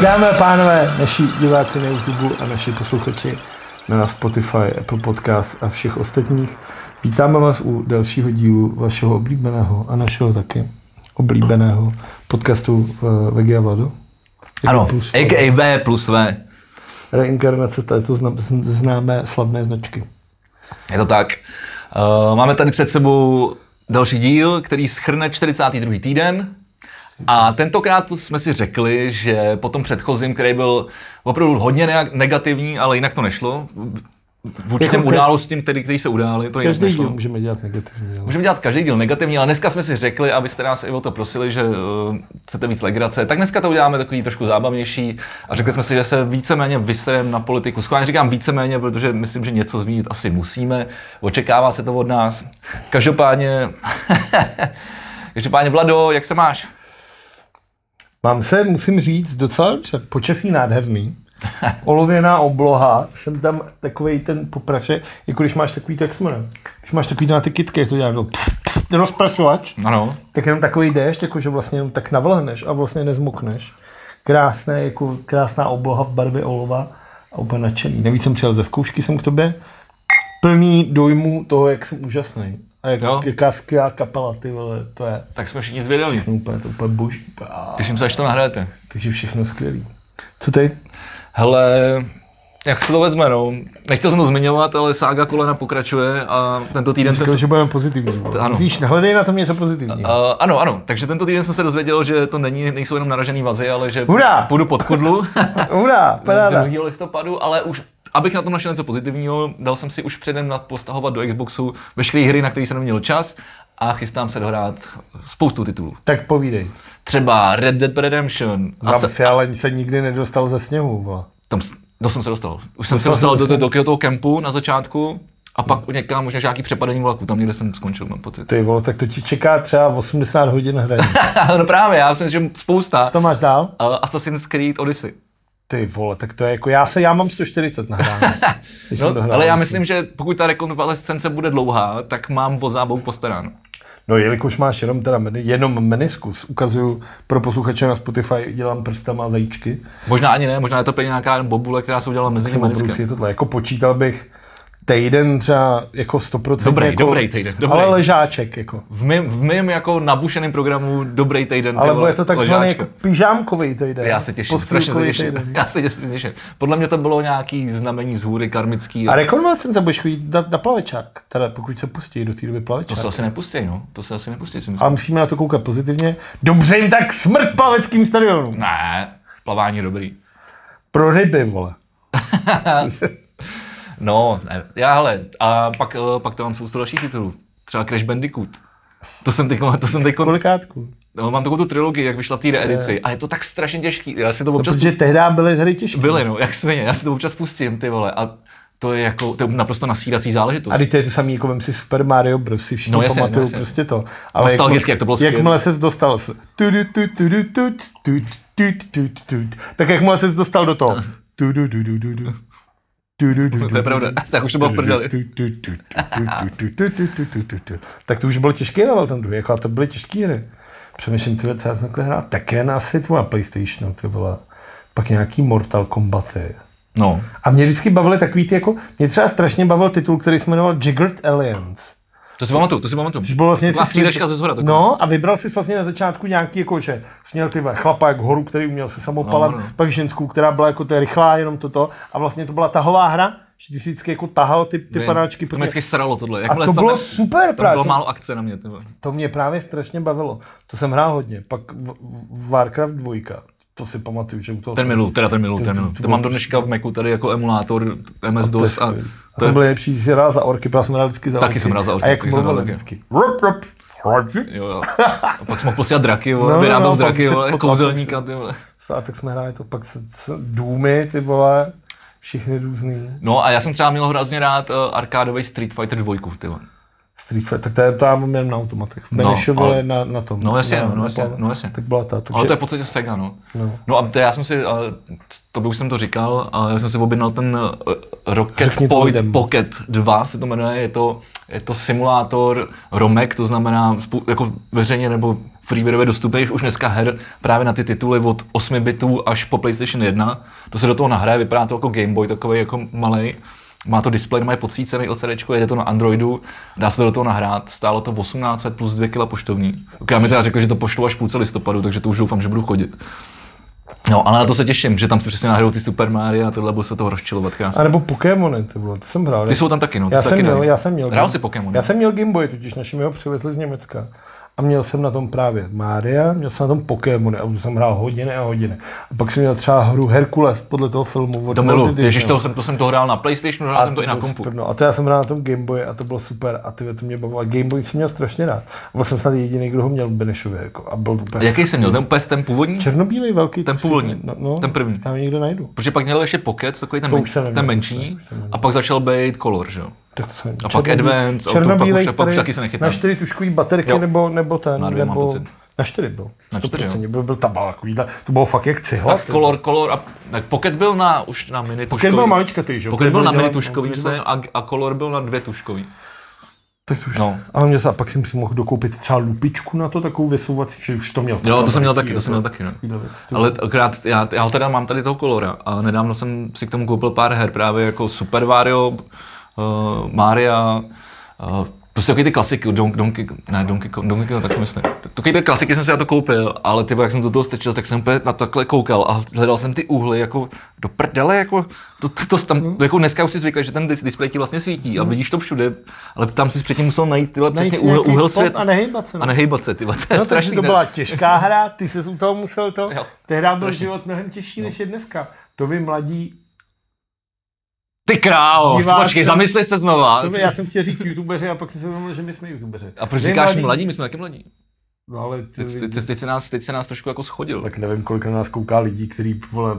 Dámy a pánové, naši diváci na YouTube a naši posluchači na Spotify, Apple Podcast a všech ostatních. Vítáme vás u dalšího dílu vašeho oblíbeného a našeho taky oblíbeného podcastu VG a Vlado. Ano, a.k.a. V plus V. Reinkarnace této známé slavné značky. Je to tak. Máme tady před sebou další díl, který shrne 42. týden. A tentokrát jsme si řekli, že po tom předchozím, který byl opravdu hodně negativní, ale jinak to nešlo, vůči těm událostím, který se udály, to jinak nešlo. Každý díl můžeme dělat negativní. Ale... Můžeme dělat každý díl negativní, ale dneska jsme si řekli, abyste nás i o to prosili, že chcete víc legrace, tak dneska to uděláme takový trošku zábavnější a řekli jsme si, že se víceméně vyserem na politiku. Schválně říkám víceméně, protože myslím, že něco zmínit asi musíme, očekává se to od nás. Každopádně Vlado, jak se máš? Musím říct, docela dobře. Počasí nádherný. Olověná obloha. Jsem tam takovej ten popraše, jako když máš takový, jak jsme, když máš takový na ty kytky, jak to dělá, rozprašovač, ano. Tak jenom takový déšť, jakože vlastně jenom tak navlhneš a vlastně nezmokneš. Krásné, jako krásná obloha v barvě olova a úplně nadšený. Navíc jsem přijel ze zkoušky, jsem k tobě plný dojmu toho, jak jsem úžasný. A jaká skvělá kapela, ty vole, to je. Tak jsme všichni zvědaví. To úplně boží. Těším se, až to nahrajete. Takže všechno skvělý. Co ty? Hele, jak se to vezme, no. Nechtěl jsem to zmiňovat, ale sága kolena pokračuje a tento týden jsem... že budeme pozitivní. Ano. Hledej na tom něco pozitivního. Ano. Takže tento týden jsem se dozvěděl, že to nejsou jenom naražený vazy, ale že Hurá! půjdu pod kudlu. Hurá, paráda. 2. listopadu, ale už abych na tom našel něco pozitivního, dal jsem si už předem postahovat do Xboxu veškeré hry, na které jsem neměl čas a chystám se dohrát spoustu titulů. Tak povídej. Třeba Red Dead Redemption. Ale se nikdy nedostal ze sněhu. To jsem se dostal. Už jsem se dostal do Kyoto campu na začátku a pak někam možná nějaký přepadení vlaku, tam někde jsem skončil, mám pocit. Ty vole, tak to ti čeká třeba 80 hodin hraní. No právě, já myslím, že spousta. Co to máš dál? Assassin's Creed Odyssey. Ty vole, tak to je jako, já mám 140 nahráno. Ale já myslím, že pokud ta rekonvalescence bude dlouhá, tak mám o zábavou postaráno. No jelikož máš jenom meniskus, ukazuju pro posluchače na Spotify, dělám prstama zajíčky. Možná ani ne, možná je to úplně nějaká bobule, která se udělala mezi meniskem. Jako počítal bych týden třeba jako 100%. Dobrý týden. Ale ležáček jako. V mém jako nabušeném programu dobrý týden. Ale bude to takzvaný jako pyžámkový týden. Já se těším, strašně se těším. Já se těším. Podle mě to bylo nějaký znamení z hůry karmický. A rekonvalescence budeš chodit na plavečák, teda pokud se pustí do té doby plavečák. To se asi nepustí, si myslím. A musíme na to koukat pozitivně. Dobře jim tak smrt plaveckým stadionům. Ne, plavání dobrý. Pro ryby, vole. No, ne, a pak to mám spoustu dalších titulů. Třeba Crash Bandicoot. To jsem teď Kolikátku? No, mám takovou tu trilogii, jak vyšla v té reedici. A je to tak strašně těžký. Já si to občas protože tehdy byly hry těžké. Byly, no, jak svině. Já si to občas pustím, ty vole. A to je naprosto nasírací záležitost. A teď to je to samý, jako vem si Super Mario Bros. Si všichni pamatují prostě to. Ale nostalgicky, jak to bylo skvělé. Jakmile ses dostal tak jakmile ses dostal do toho. To je pravda, tak už to bylo v prdeli. Tak to už byl těžký level ten druhý, jako a to byly těžké hry. Přemýšlím, ty co já jsem takhle hrál. Tekken asi to na PlayStationu, to byla pak nějaký Mortal Kombaty. No. A mě vždycky bavily takový ty jako, mě třeba strašně bavil titul, který se jmenoval Jagged Alliance. To si pamatuju. Že byl vlastně střídačka ze zhora. No a vybral si vlastně na začátku nějaký jako, že jsi měl ty chlapa jak horu, který uměl se samopalat, no. Pak ženskou, která byla jako to rychlá, jenom toto a vlastně to byla tahová hra, že ty si vždycky jako tahal ty panáčky. To mě vždycky sralo tohle. A to bylo super právě. Bylo málo akce na mě. To mě právě strašně bavilo. To jsem hrál hodně. Pak Warcraft 2. To si pamatuju, že u toho... Ten milu. To mám do dneška v Macu tady jako emulátor MS-DOS. A to byl nejlepší, že jsi hrál za orky, protože jsem hrál vždycky za orky. Taky jsem hrál za orky. A jak mluvil vždycky. Jo. A pak jsme ho posílat draky, vyráběl z draky, kouzelníka, ty vole. A tak jsme hráli to, pak Doomy, ty vole, všichni různý. No a já jsem třeba měl hrozně rád arkádový Street Fighter 2, ty vole. Street Fighter, tak to já mám jen na automatech. V Benešově ale... na tom. No jasně, no jasně. Tak byla ta. Takže... Ale to je v podstatě Sega, no. No a já jsem si, to už jsem to říkal, já jsem si objednal ten Rocket Point Pocket 2, se to jmenuje, je to simulátor romek, to znamená jako veřejně nebo freewareově dostupný už dneska her právě na ty tituly od 8 bitů až po PlayStation 1. To se do toho nahraje, vypadá to jako Game Boy, takový jako malej. Má to displej, má podsvícený LCDčko, jede to na Androidu, dá se to do toho nahrát, stálo to 1800 plus 2 kg poštovní. Já mi teda řekl, že to pošlou až půlce listopadu, takže to už doufám, že budu chodit. No, ale na to se těším, že tam si přesně nahrajou ty Super Mario a tohle bude se toho rozčilovat krásně. A nebo Pokémony, to jsem hrál. Ty jsou tam taky, no. Já jsem měl. Hrál si Pokémony? Já jsem měl Game Boy, totiž naši mi ho přivezli z Německa. A měl jsem na tom právě Mária, měl jsem na tom Pokémony a už jsem hrál hodiny a hodiny. A pak jsem měl třeba hru Herkules podle toho filmu. To milu, ježiš, to jsem to hrál na PlayStationu, hrál jsem to i na kompu. No, a to já jsem hrál na tom Game Boy a to bylo super a to mě bavilo. Game Boy jsem měl strašně rád. A byl jsem snad jediný, kdo ho měl v Benešově. Jako, a byl úplně. Jaký jsem měl? Ten původní? Černobílý, velký. Ten původní, ten první. Já ho někde najdu. Protože pak měl ještě Pocket, takový ten menší, a pak začal být Color, že jo? A pak Advance, pak už taky se nechytám. Na 4 tuškový baterky nebo ten, na 2 mám pocit. Na 4 byl. Na 4, jo. Byl tabák, to bylo fakt jak cihla. Tak Color a tak Pocket byl už na mini tuškový. Pocket byl maličkatý, že jo? Pocket byl na mini tuškový, a Color byl na 2 tuškový. Tak to už. No. Ale pak jsem si mohl dokoupit třeba lupičku na to, takovou vysouvací, že už to měl. Jo, to jsem měl taky, no. Ale akorát já teda mám tady toho Colora a nedávno jsem si k tomu koupil pár her právě jako Super Mario, Maria, prostě takový ty klasiky, Donkey Kong, tak myslím. Takový ty klasiky jsem si na to koupil, ale ty, jak jsem do toho strčil, tak jsem úplně na takhle koukal a hledal jsem ty úhly jako do prdele, jako to tam, jako dneska už si zvyklý, že ten displej ti vlastně svítí a vidíš to všude, ale tam si předtím musel najít tyhle přesně úhel svět a nehejbat se. A nehejbat se, ty, to je strašný. To byla těžká hra, ty ses u toho musel to, tehdy byl život mnohem těžší než je dneska. To vy mladí. Ty král, počkej, zamysli se znova. Já jsem chtěl říct youtubeři a pak jsem si uvědomil, že my jsme youtubeři. A proč říkáš mladí? My jsme taky mladí. No ale teď se nás trošku jako schodil. Tak nevím, kolik na nás kouká lidí, kteří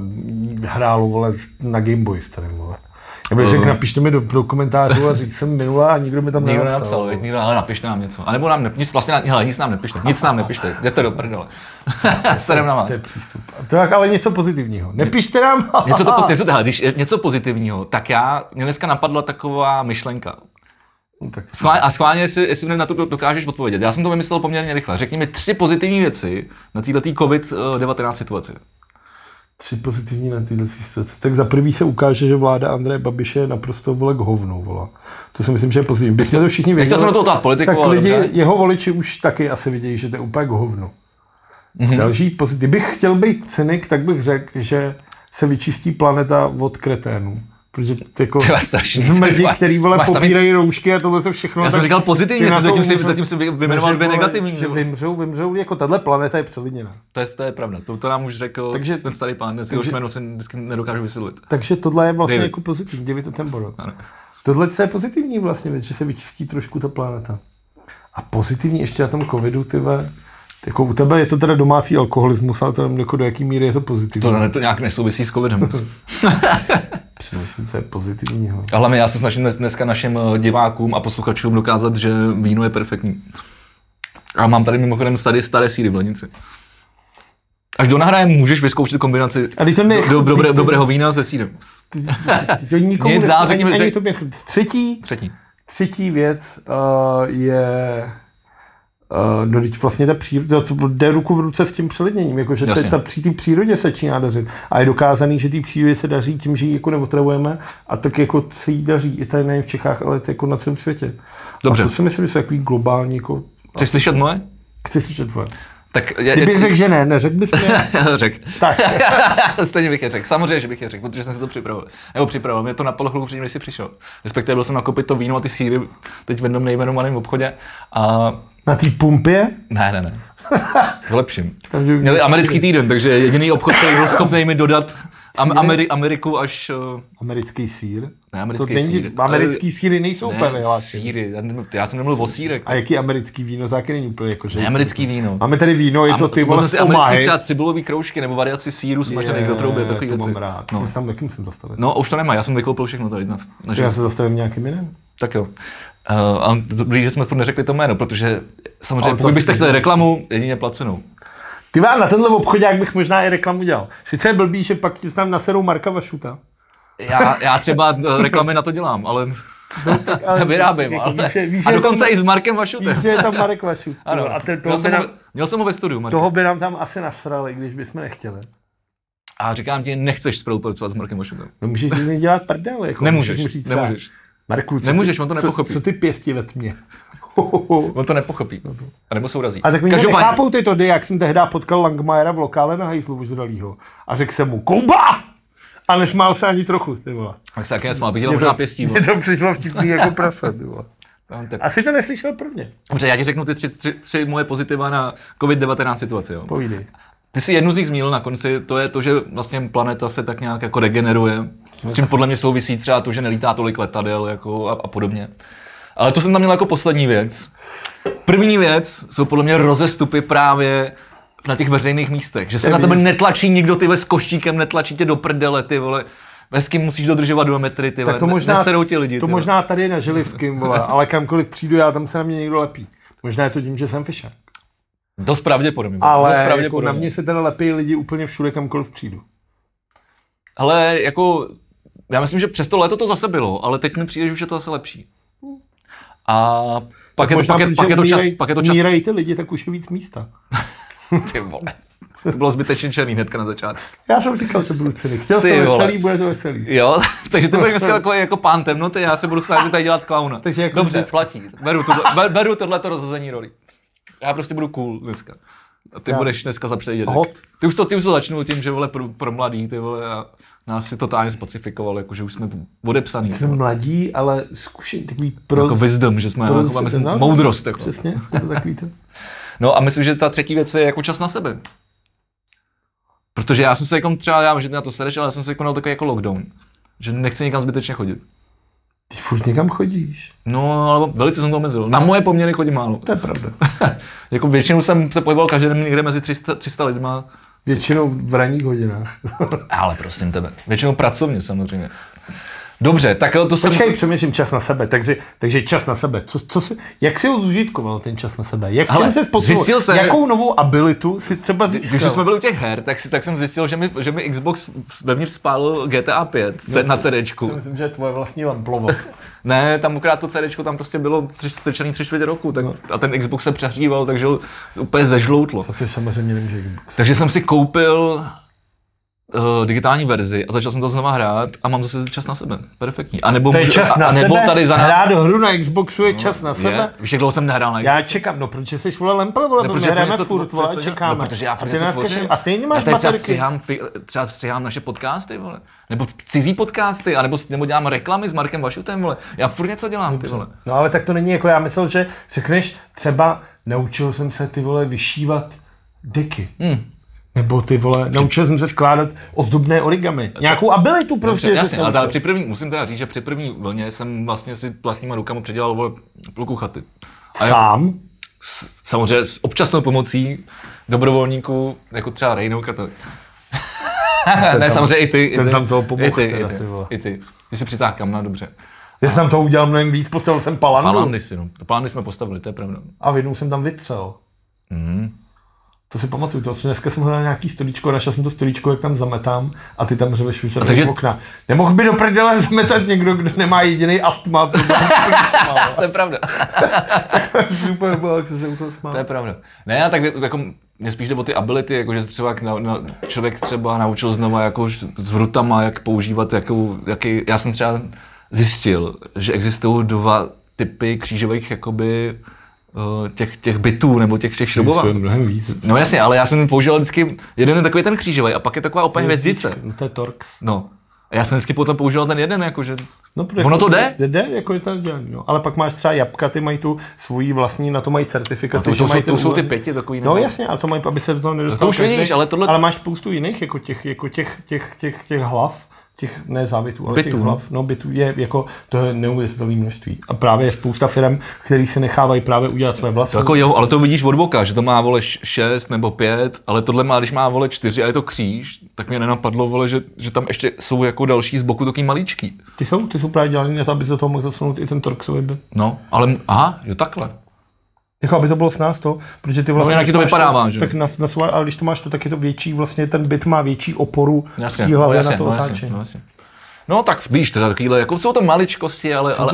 hrálo na Game Boy starým, vole. Já bych řekl, napište mi do komentářů a říct jsem minula a nikdo mi tam nenapsal. Ale napište nám něco. A nebo nám nic nám nepište. Jděte do prdele. Serem na vás. To je přístup. To je ale něco pozitivního. Nepište nám. Něco pozitivního. Tak mě dneska napadla taková myšlenka. No, tak schválně, jestli na to dokážeš odpovědět. Já jsem to vymyslel poměrně rychle. Řekni mi 3 pozitivní věci na této COVID-19 situaci. 3 pozitivní na této situaci. Tak za prvý se ukáže, že vláda Andreje Babiše je naprosto k hovnu, vola. To si myslím, že je pozitivní. Bychom to všichni věděli. Nechtěl jsem to politiku, tak lidi, jeho voliči už taky asi vidějí, že to je úplně k hovnu. Další pozitiv. Kdybych chtěl být cynik, tak bych řekl, že se vyčistí planeta od kreténů. Protože jako zmrdi, který popírají roušky a tohle se všechno. Já jsem říkal pozitivně, zatím si vyjmenoval 2 negativní. Že vymřou, jako tahle planeta je přelidněná. To je pravda, to nám už řekl ten starý pán, dnes jehož jméno si vždycky nedokážu vysvětlit. Takže tohle je vlastně jako pozitivní, David Attenborough. Tohle je pozitivní vlastně, že se vyčistí trošku ta planeta. A pozitivní ještě na tom covidu, tyhle. Jako u tebe je to teda domácí alkoholismus, ale to jako do jaký míry je to pozitivní. To nějak nesouvisí s covidem. Přemýšlím, to je pozitivní. A hlavně já se snažím dneska našim divákům a posluchačům dokázat, že víno je perfektní. A mám tady mimochodem staré sýry v lednici. Až do nahraje můžeš vyzkoušet kombinaci dobrého vína se sýrem. Nic dál, řekni. Třetí věc je... No teď vlastně ta příroda, to jde ruku v ruce s tím přelidněním, jakože té přírodě se začíná dařit. A je dokázaný, že té přírodě se daří tím, že ji jako neotravujeme a tak jako se jí daří i tady nejen v Čechách, ale jako na celém světě. Dobře. A to si myslím, že jsou takový globální jako... Chceš slyšet moje? Chci slyšet tvoje. Tak kdybych řekl, že neřekl bys mě? Řekl. Tak. Stejně bych je řekl. Samozřejmě, že bych je řekl, protože jsem si to připravil. Mě to napadlo chvíli předtím, než jsi přišel. Respektive byl jsem nakoupit to víno a ty sýry teď v jednom nejmenovaném obchodě. A... Na té pumpě? Ne. V lepším. Měli americký týden, takže jediný obchod, který byl schopný mi dodat Ameriku až... Americký sýr? Ne, americký sýr. Americký sýry nejsou úplně nejláčený. Sýry, já jsem nemluvil o sýrech. A jaký americký víno, taky není úplně jako že... Ne, americký víno. Máme tady víno, je to ty vole si americký třeba cibulový kroužky nebo variaci sýru smažených do trouby, takový věci. To mám rád. No. Tam taky musím zastavit. No, už to nemá, já jsem vykoupil všechno tady. Já se zastavím nějakým jiným. Tak jo. A dobrý, že jsme furt neřekli to jméno, protože samozřejmě, Ale pokud byste vlastně chtěli reklamu, jedině placenou. Ty vám na tenhle obchodák bych možná i reklamu dělal. Sice je blbý, že pak ti tam naserou Marka Vašuta. Já třeba reklamy na to dělám, ale vyrábím, jako ale víš, a dokonce tam, i s Markem Vašutem. Víš, že je tam Marek Vašut. Ano, A měl jsem ho ve studiu, Marka. toho by nám tam asi nasrali, když bychom nechtěli. A říkám ti, nechceš spolupracovat s Markem Vašutem. No můžeš mi dělat prdel. Jako Nemůžeš. Marku, nemůžeš, on to nepochopí. Co ty pěstí ve tmě? On to nepochopí. A nebo se urazí. A tak mě nechápou ty to, jak jsem tehdy potkal Langmajera v lokále na hajzlu ožralýho a řekl jsem mu Kouba! A nesmál se ani trochu, ty vole. Tak se taky nesmál, bych dělal možná pěstí. Mně to přišlo vtipný jako prase, ty vole. Asi to neslyšel prvně. Dobře, já ti řeknu ty tři moje pozitiva na COVID-19 situaci. Jo. Povídej. Ty jsi jednu z nich zmínil na konci, to je to, že vlastně planeta se tak nějak jako regeneruje. S čím podle mě souvisí třeba to, že nelítá tolik letadel jako a podobně. Ale to jsem tam měl jako poslední věc. První věc jsou podle mě rozestupy právě na těch veřejných místech. Že se na tebe netlačí nikdo, ty s koštíkem, netlačí tě do prdele, ty vole. S kým musíš dodržovat 2 metry, ty vole. Neserou ti lidi. To možná tady na Želivským, vole, ale kamkoliv přijdu já, tam se na mě někdo lepí. Možná je to tím, že jsem Fischer. Dost pravděpodobně. Ale jako na mě se teda lepí lidi úplně všude, kamkoliv přijdu. Ale jako, já myslím, že přes to léto to zase bylo, ale teď mi přijde, že už je to zase lepší. A pak je to čas. Mírají ty lidi, tak už je víc místa. Ty vole. To bylo zbytečně černý hnedka na začátku. Já jsem říkal, že budu celý. Chtěl jsem to veselý, bude to veselý. Jo, takže ty budeš dneska takový jako pán temnoty, já se budu snažit tady dělat klauna. Jako dobře, platí. Beru tohleto rozhození roli. Já prostě budu cool dneska. A ty budeš dneska zapřed dědek. Ty už to začnul tím, že vole pro mladý, ty vole, a nás si totálně spacifikoval, jakože už jsme odepsaný. Jsme mladí, ale zkušení takový jako wisdom, že jsme moudrost. Jako. Přesně, je to takový to. No a myslím, že ta třetí věc je jako čas na sebe. Protože já jsem se jako třeba, já vím, že ty na to sereš, ale já jsem se konal takový jako lockdown. Že nechci nikam zbytečně chodit. Ty furt někam chodíš. No, ale velice jsem to omezil. Na moje poměry chodím málo. To je pravda. Jako většinou jsem se pohyboval každý den někde mezi 300 lidma. Většinou v ranních hodinách. Ale prosím tebe. Většinou pracovně samozřejmě. Dobře, tak to jsem... Počkej, přemýšlím čas na sebe, takže čas na sebe. Jak jsi ho zužitkoval ten čas na sebe? Jak v čem se sposobil? Jakou novou abilitu si třeba získal? Když jsme byli u těch her, tak jsem zjistil, že mi Xbox vevnitř spálil GTA 5 na CDčku. Myslím, že je tvoje vlastní lamplovost. Ne, tam ukrát to CDčko tam prostě bylo strčený 3/4 roku a ten Xbox se přehříval, takže úplně zežloutlo. To samozřejmě nemůže Xbox. Takže jsem si koupil digitální verzi a začal jsem to znova hrát a mám zase čas na sebe. Perfektní. A nebo to je čas na nebo sebe? Tady hrát hru na Xboxu je čas na sebe? Víš, jak dlouho jsem nehrál na Xboxu? Já čekám, no protože jsi vole lempel, vole, protože hrajeme furt, vole, čekáme. No, protože já furt něco tvořím. A stejně máš baterky. Třeba stříhám naše podcasty, vole. Nebo cizí podcasty, nebo dělám reklamy s Markem Vašutem, vole. Já furt něco dělám, ty vole. No ale tak to není jako já myslel, že řekneš třeba naučil jsem se ty vole vyšívat deky. Nebo ty vole, naučil jsem se skládat ozdobné origami. Nějakou abilitu prostě. Jasně, ale musím teda říct, že při první vlně jsem vlastně si vlastníma rukama předělal vole půlku chaty. Sám? Samozřejmě s občasnou pomocí dobrovolníků, jako třeba Rejnouk a tak. Ne, samozřejmě i ty. Ten tam toho pomohl. I ty. Ty si přitáhl kamna, dobře. Já jsem tam toho udělal mnohem víc, postavil jsem palandu. Palandy jsme postavili, to je pravda. A v jednou jsem tam vytřel. To si pamatuju, dneska jsem hledal nějaký stolíčko, našel jsem to stolíčko, jak tam zametám a ty tam řveš už z okna. Nemohl by do prdele zametat někdo, kdo nemá jediný astma. To je pravda. Super bylo, jak se u toho smál. To je pravda. Ne, a tak jako mě spíš jde o ty ability, jakože třeba člověk třeba naučil znova jako s vrutama, jak používat, jaký. Já jsem třeba zjistil, že existují 2 typy křížových jakoby těch bitů nebo těch šroubovák. No jasně, ale já jsem používal vždycky jeden takový ten křížový a pak je taková opět hvězdice. No to je Torx. No. A já jsem vždycky potom používal ten jeden, jakože no, ono to jde? Jde, jako je to dělaný, no. Ale pak máš třeba Jabka, ty mají tu svoji vlastní, na to mají certifikaci. To jsou ty 5 takový. No jasně, ale to mají, aby se do toho nedostal. To už vidíš, ale tohle... Ale máš spoustu jiných, jako těch hlav, ne závětů, ale Bytů, těch hlav, no bytů je jako, to je neuvěřitelné množství. A právě je spousta firm, který si nechávají právě udělat své vlastní. Jako jo, ale to vidíš od boka, že to má vole 6 nebo 5, ale tohle má, když má vole 4 a je to kříž, tak mě nenapadlo vole, že tam ještě jsou jako další z boku takový malíčký. Ty jsou právě dělaný na to, aby se do toho mohl zasunout i ten torxový byt. No, ale aha, jo takhle. Jako aby to bylo s nás to, protože ty vlastně... No jinak ti to vypadává, že? Tak ale když to máš to, tak je to větší, vlastně ten byt má větší oporu Jasně, v té hlavě jasně, na to otáčení. jasně. No tak víš, teda takovýhle, jako jsou to maličkosti,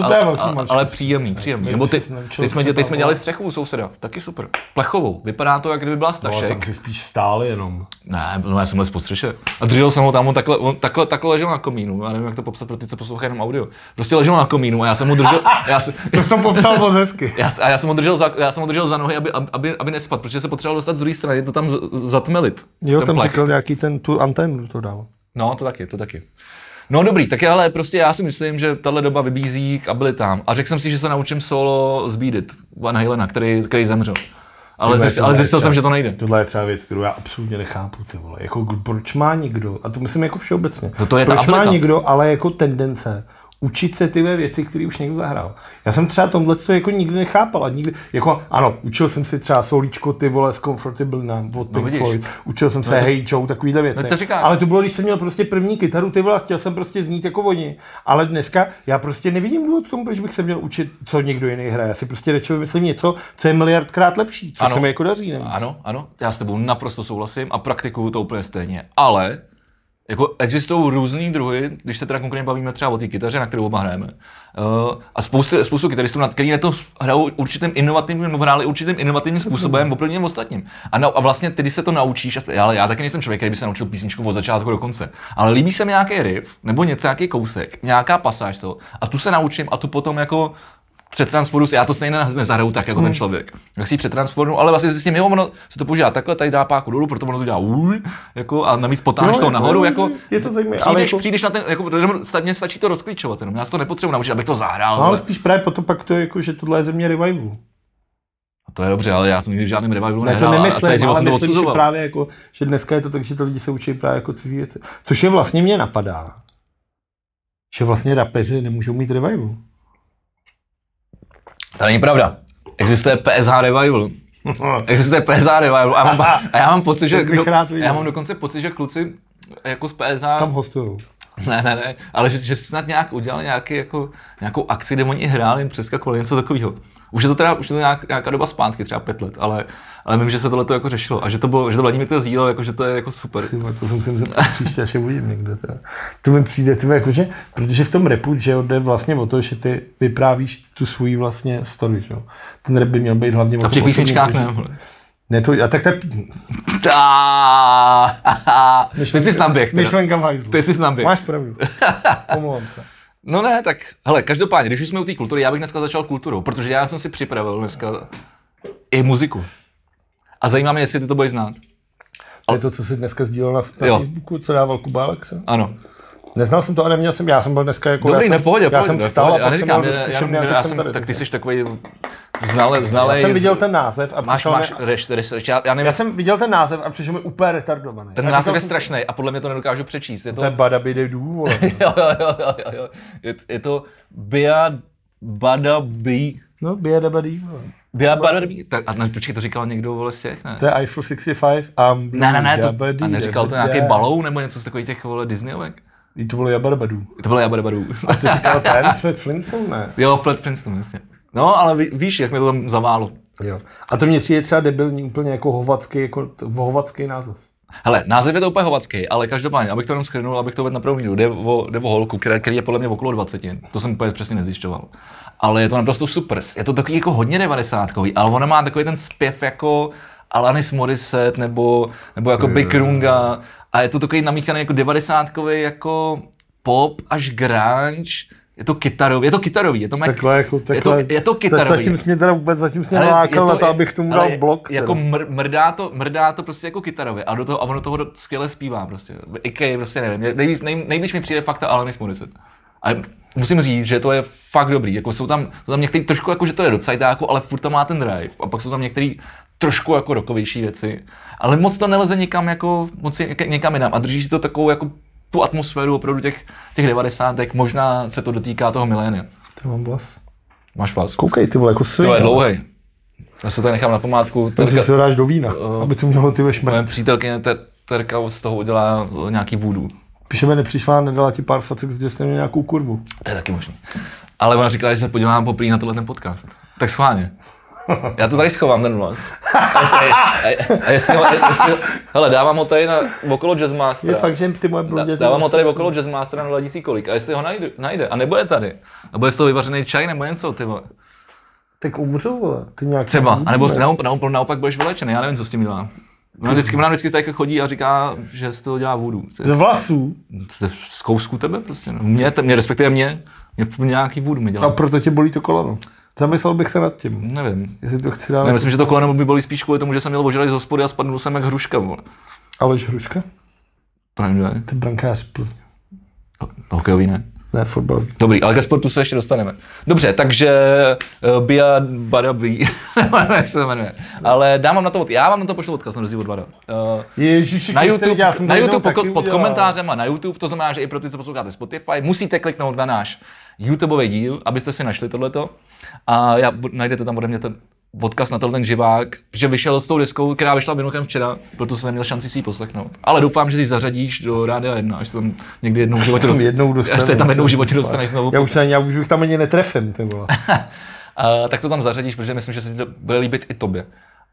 ale příjemný. Nebo teď jsme dělali střechu u souseda, taky super. Plechovou, vypadá to, jak kdyby byla Stašek. No, tam si spíš stále jenom. Ne, no já jsem les po střeše. A držel jsem ho tam, on takhle ležel na komínu, já nevím, jak to popsat pro ty, co poslouchají jenom audio. Prostě ležel na komínu a já jsem mu držel... To jsi to popsal moc hezky. Já jsem ho držel za nohy, aby nespadl, protože se potřeboval dostat z druhé strany, to tam zatmelit. Jo, tam říkal nějaký tu anténu to dal. No, to taky. No dobrý, tak ale prostě já si myslím, že tahle doba vybízí k abilitám. A řekl jsem si, že se naučím solo z Beat It, Van Halena, který zemřel. Ale zjistil jsem, že to nejde. Tohle je třeba věc, kterou já absolutně nechápu, ty vole. Jako proč má někdo, a to myslím jako všeobecně, to je proč ta má někdo, ale jako tendence učit se ty věci, které už někdo zahrál. Já jsem třeba tomhle jako nikdy nechápal. Nikdy, jako, ano, učil jsem si třeba solíčko, ty vole, z Comfortable na od Pink Floyd, učil jsem se Hey Joe, takovýhle věci. Ale to bylo, když jsem měl prostě první kytaru, ty vole, chtěl jsem prostě znít jako oni. Ale dneska já prostě nevidím důvod k tomu, proč bych se měl učit, co někdo jiný hraje. Já si prostě radši vymyslím něco, co je miliardkrát lepší, co se mi jako daří. Nevím. Ano, já s tebou naprosto souhlasím a praktikuju to úplně stejně. Ale jako existují různý druhy, když se teda konkrétně bavíme třeba o té kytaře, na kterou oba hrajeme. A spoustu kytaristů, který na to hrajou určitým inovativním, hráli určitým inovativním způsobem oproti těm ostatním. A vlastně ty, když se to naučíš, ale já taky nejsem člověk, který by se naučil písničku od začátku do konce. Ale líbí se mi nějaký riff, nebo nějaký kousek, nějaká pasáž toho, a tu se naučím a tu potom jako přetransformu, já to stejně nezahraju tak jako ten člověk. Jak si ji přetransformu, ale vlastně s tím, jo, ono se to používá takhle, tady dá páku dolů, proto ono to dělá jako, a navíc potáhneš toho nahoru, jako, je to zajímavé, přijdeš na ten, jako, mně stačí to rozklíčovat, jenom já si to nepotřebuji naučit, abych to zahrál. No, ale spíš právě potom pak to je jako, že tohle je země revivalu. A to je dobře, ale já jsem nikdy v žádném revivalu nehrál. To nemyslím, ale myslím, že právě jako, že dneska je to tak, že to lidi se učí právě jako cizí věci. Což je vlastně mě napadá, že vlastně rapeři nemůžou mít revival. To není pravda. Existuje PSH Revival. A já mám pocit, že já mám dokonce pocit, že kluci jako z PSH tam hostujou. Ne, ale že snad nějak udělali nějakou akci, kde oni hráli, přeskakovali něco takového. Už je to nějaká doba zpátky, třeba 5 let, ale vím, že se tohleto jako řešilo a že to Vladimír to sdílel, jako, že to je jako super. To se musím zeptat příště, až je uvidím někde. To mi přijde, jakože, protože v tom rapu, že jde vlastně o to, že ty vyprávíš tu svůj vlastně story, že jo. Ten rap by měl být hlavně o tom. A v těch písničkách ne, ne, to, a tak... Teď jsi naběh. Myšlenka v hajzlu. Teď jsi naběh. Máš pravdu. Omlouvám se. No ne, tak hele, každopádně, když už jsme u té kultury, já bych dneska začal kulturou, protože já jsem si připravil dneska i muziku. A zajímá mě, jestli ty to budeš znát. To je to, co jsi dneska sdílel na Facebooku, co dával Kuba Alexa? Ano. Neznal jsem to a neměl jsem, já jsem byl dneska jako... Dobrý, pohodě. Já jsem vstal a pak jsem byl tak ty jsi takovej znalej. Já jsem viděl ten název a já jsem viděl ten název a přišel mi úplně retardovaný. Ten název je strašný a podle mě to nedokážu přečíst. To je Badabididů, vole. Jo. Je to Biabadabí. No, Biabadabí, vole. Biabadabí. Tak a počkej, to říkal někdo, vole, z těch, ne? To je Eiffel 65 a... Ne, a neříkal to nějaký balou nebo něco z takových těch, vole, Disneyovek? To bylo Jabadabadů. A to říkal ten Fred Flintstone, ne? Jo, Fred Flintstone, jasně. No, ale víš, jak mi to tam zaválo. Jo. A to mě přijde třeba debilní, úplně jako hovacký název. Hele, název je to úplně hovacký, ale každopádně, abych to jenom shrnul, abych to uvedl na první míru, jde o holku, který je podle mě okolo 20. To jsem úplně přesně nezjišťoval. Ale je to naprosto super. Je to takový jako hodně 90kový, ale ona má takový ten zpěv jako Alanis Morissette nebo jako Big Runga a je to takový namíchaný jako 90kový jako pop až grunge. Je to kytarový, je to je to kytarový. Zatím mě nalákal na to, abych tomu dal blok. Jako mrdá to prostě jako kytarový a ono toho skvěle zpívá prostě. IK prostě nevím, nejvíc mi přijde fakt ta Alanis Morissette. A musím říct, že to je fakt dobrý, jako jsou tam některý trošku jako, že to je do cajtáku, ale furt tam má ten drive a pak jsou tam některý trošku jako rockovější věci, ale moc to neleze někam jako, moc někam jinam a drží si to takovou jako tu atmosféru opravdu těch 90. Možná se to dotýká toho milénia. To mám vlas. Máš vlas? Koukej, ty vole, jako svý. To je dlouhej. Já se to nechám na památku. To si dáš do vína, aby to mělo ty šmrt. Moje přítelkyně Terka z toho udělá nějaký voodoo. Píšeme, nepřišla, nedala ti pár facek, že jste měl nějakou kurvu. To je taky možný. Ale ona říkala, že se podívám poprvé na tenhle ten podcast. Tak schválně. Já to tady schovám, ten vlas. Hele, dávám ho tady okolo Jazzmastera. Je fakt, že ty moje bludě... Dávám ho tady okolo Jazzmastera na hledící kolik. A jestli ho najde a nebude tady, a bude z toho vyvařený čaj nebo něco, ty vole. Tak umřou, vole. Ty nějak třeba, anebo naopak budeš vylečený, já nevím, co s tím dělá. Ona vždycky tady chodí a říká, že z toho dělá voodoo. Z vlasů? Z kousku tebe prostě. Mě respektive mě nějaký voodoo mi dělá. A proto tě bolí to koleno. Zamyslel bych se nad tím. Nevím. Jestli to chci dát. Ne, myslím, že to koleno by bolí spíš kvůli tomu, že jsem měl ožralý z hospody a spadnul jsem jak hruška. Vole. Aleš Hruška? To nevím, ne? Ten brankář Plzně. Hokejový ne? Ne, fotbalový. Dobrý, ale ke sportu se ještě dostaneme. Dobře, takže Bia Badabi, jak se to jmenuje. Ale já vám na to pošlu odkaz na rozdíl od Vada. Ježiši, na YouTube pod komentářem a na YouTube, to znamená, že i pro ty, co posloucháte Spotify, musíte kliknout na náš YouTubeový díl, abyste si našli tohleto. A najdete tam ode mě ten odkaz na ten živák, že vyšel s tou deskou, která vyšla mimochodem včera, proto jsem neměl šanci si ji poslechnout. Ale doufám, že si zařadíš do Rádia 1, až se tam někdy jednou v životě dostaneš znovu. Já už bych tam ani netrefím, ty vole. Tak to tam zařadíš, protože myslím, že se to bude líbit i tobě.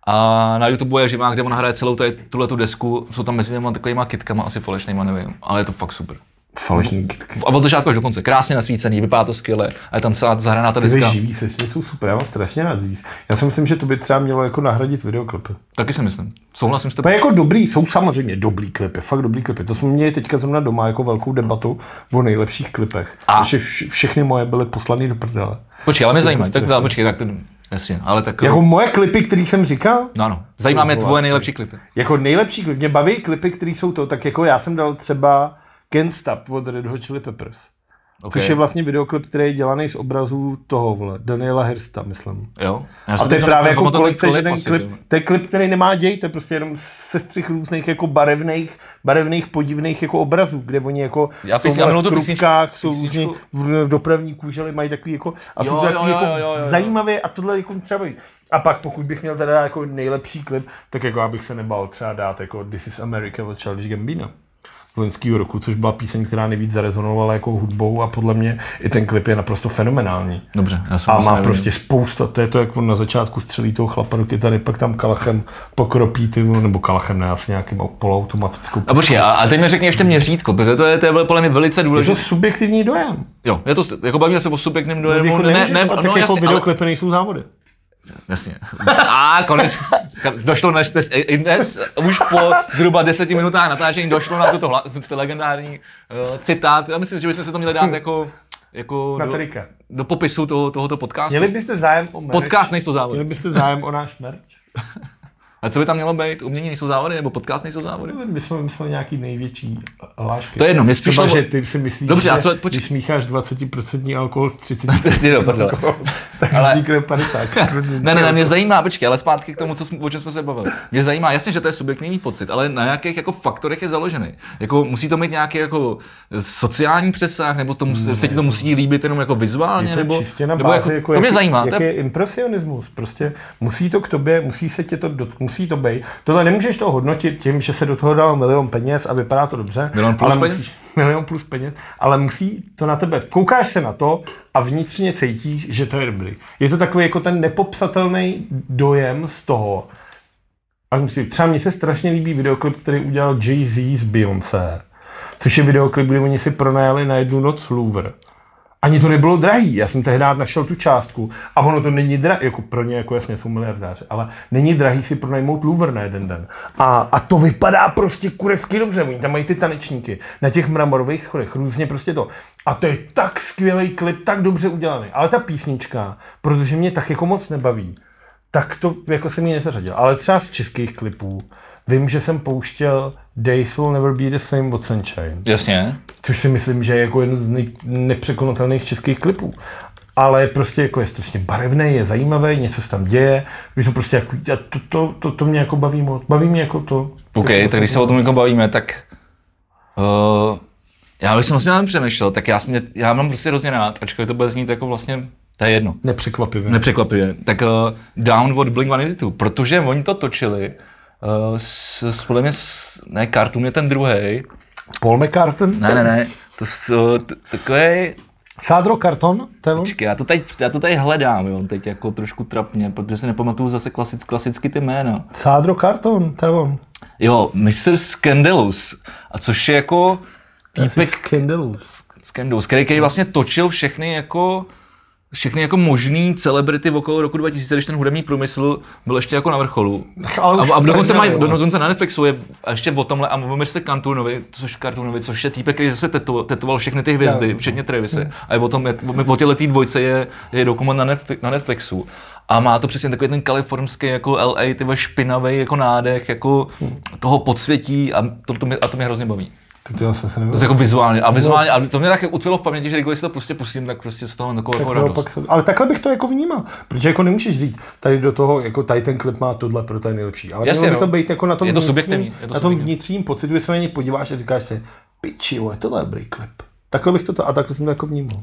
A na YouTube je živák, kde on hraje celou tuhletu desku, jsou tam mezi těma takovýma kytkama, asi falešnýma, nevím, ale je to fakt super. Falešný kytky. A od začátku až do konce, krásně nasvícený, vypadá to skvěle a je tam celá zahraná ta deska. Ty živí sešny jsou super, já mám strašně rád zvíř. Já si myslím, že to by třeba mělo jako nahradit videoklipy. Taky si myslím, souhlasím s tebou. To je jako dobrý, jsou samozřejmě dobrý klipy, fakt dobrý klipy. To jsme měli teďka zrovna doma jako velkou debatu o nejlepších klipech. A všechny moje byly poslany do prdele. Počkej, ale mě zajímá, tak ten, jasně, ale tak... Jako moje klipy, který jsem říkal? No ano, zajímá mě tvoje nejlepší klipy. Jako nejlepší klipy, mě baví klipy, které jsou to, tak jako já jsem dal třeba Can't Stop od Red Hot Chili Peppers. Okay. Což je vlastně videoklip, který je dělaný z obrazů toho, vole, Daniela Hirsta, myslím. Jo. A to je právě jako kolekce, že ten klip, to je klip, který nemá děj, to je prostě jenom sestřih různých jako barevných podivných jako obrazů, kde oni jako jsou v krupkách, jsou různě v dopravní kůželi, mají takový jako, a jsou takový jako zajímavé a tohle jako třeba být. A pak pokud bych měl teda jako nejlepší klip, tak jako abych se nebal třeba dát jako This is America od Childish Gambino. Loňského roku, což byla píseň, která nejvíc zarezonovala jako hudbou a podle mě i ten klip je naprosto fenomenální. Dobře, já jsem a má prostě spousta, to je to, jak on na začátku střelí toho chlapa do kytary, pak tam kalachem pokropí ty, nebo kalachem ne, asi nějakým poloautomatickou. A počkej, a teď mi řekni ještě měřítko, protože to je podle mě velice důležité. Je to subjektivní dojem. Jo, je to, jako bavíme se o subjektivním dojemu, no jako videoklipy nejsou závody. Jasně. A konec, došlo dnes, už po zhruba 10 minutách natáčení došlo na tuto legendární citát. Já myslím, že bychom se to měli dát jako do popisu tohoto podcastu. Měli byste zájem o merch? Podcast nejsou závody. Měli byste zájem o náš merch? A co by tam mělo být? Umění nejsou závody nebo podcast nejsou závody? My jsme mysleli nějaký největší hlášky. To je jedno, mě spíš třeba, že ty si myslíš, dobře, že když smícháš 20% alkohol s 30%, alkohol, tak vznikne 50. Ne, mě zajímá, počkej, ale zpátky k tomu, o čem jsme se bavili. Mě zajímá, jasně, že to je subjektivní pocit, ale na jakých jako faktorech je založený? Jako musí to mít nějaký jako sociální přesah, nebo se ti to musí líbit jenom jako vizuálně, nebo čistě na bázi, jako, to mě zajímá. Jak je impresionismus, prostě musí to k tobě, musí se tě to musí to být. Tohle nemůžeš to hodnotit tím, že se do toho dal milion peněz a vypadá to dobře. Milion plus peněz, ale musí to na tebe. Koukáš se na to a vnitřně cítíš, že to je dobrý. Je to takový jako ten nepopsatelný dojem z toho. A třeba mně se strašně líbí videoklip, který udělal Jay-Z z Beyoncé. Což je videoklip, kdy oni si pronajali na jednu noc Louvre. Ani to nebylo drahý, já jsem tehdy našel tu částku a ono to není drahý, jako pro ně, jako jasně jsou miliardáři, ale není drahý si pronajmout Louvre na jeden den. A to vypadá prostě kurevsky dobře, oni tam mají ty tanečníky na těch mramorových schodech, různě prostě to. A to je tak skvělý klip, tak dobře udělaný, ale ta písnička, protože mě tak jako moc nebaví, tak to jako se mi nezařadil. Ale třeba z českých klipů vím, že jsem pouštěl Days Will Never Be the Same od Sunshine. Jasně. Což si myslím, že je jako jeden z nepřekonatelných českých klipů. Ale prostě jako je strašně barevný, je zajímavý, něco se tam děje, že to prostě jako, to mě jako baví moc. Baví mě jako to. OK, tak když se o tom jako bavíme, tak Já bych jsem vlastně na tom přemýšlel, tak já mám prostě hrozně rád, ačkoliv to bude znít jako vlastně, to je jedno. Nepřekvapivě. Tak Down od Blink-182, protože oni to točili podle mě, ne, Cartoon je ten druhej. Paul McCartney? Ne, takovej... Sádro Karton? Počkej, já to tady hledám, jo, teď jako trošku trapně, protože si nepamatuju zase klasicky ty jména. Sádro Karton, to je on. Jo, Mr. Scandalous, a což je jako týpek... Scandalous, který vlastně točil všechny jako možný celebrity okolo roku 2000, když ten hudební průmysl byl ještě jako na vrcholu. A dokonce na Netflixu je ještě o tomhle, a mluvíme se Cartoonovi, což je týpek, který zase tetoval všechny ty hvězdy, včetně Travise. A je o těchto dvojce je dokument na Netflixu. A má to přesně takový ten kalifornský jako LA, ty špinavý jako nádech, jako toho podsvětí, a to mě hrozně baví. To je jako vizuálně. A to mě tak utkvělo v paměti, že když si to prostě pustím, tak prostě z toho jako radost. Ale takhle bych to jako vnímal, protože jako nemůžeš říct, tady do toho, jako tady ten klip má tohle, proto je nejlepší. Ale jasně, mělo by to být jako na tom vnitřním pocitu, kdy se na něj podíváš a říkáš si, piči, tohle je dobrý klip. Takhle bych to a takhle jsem to jako vnímal.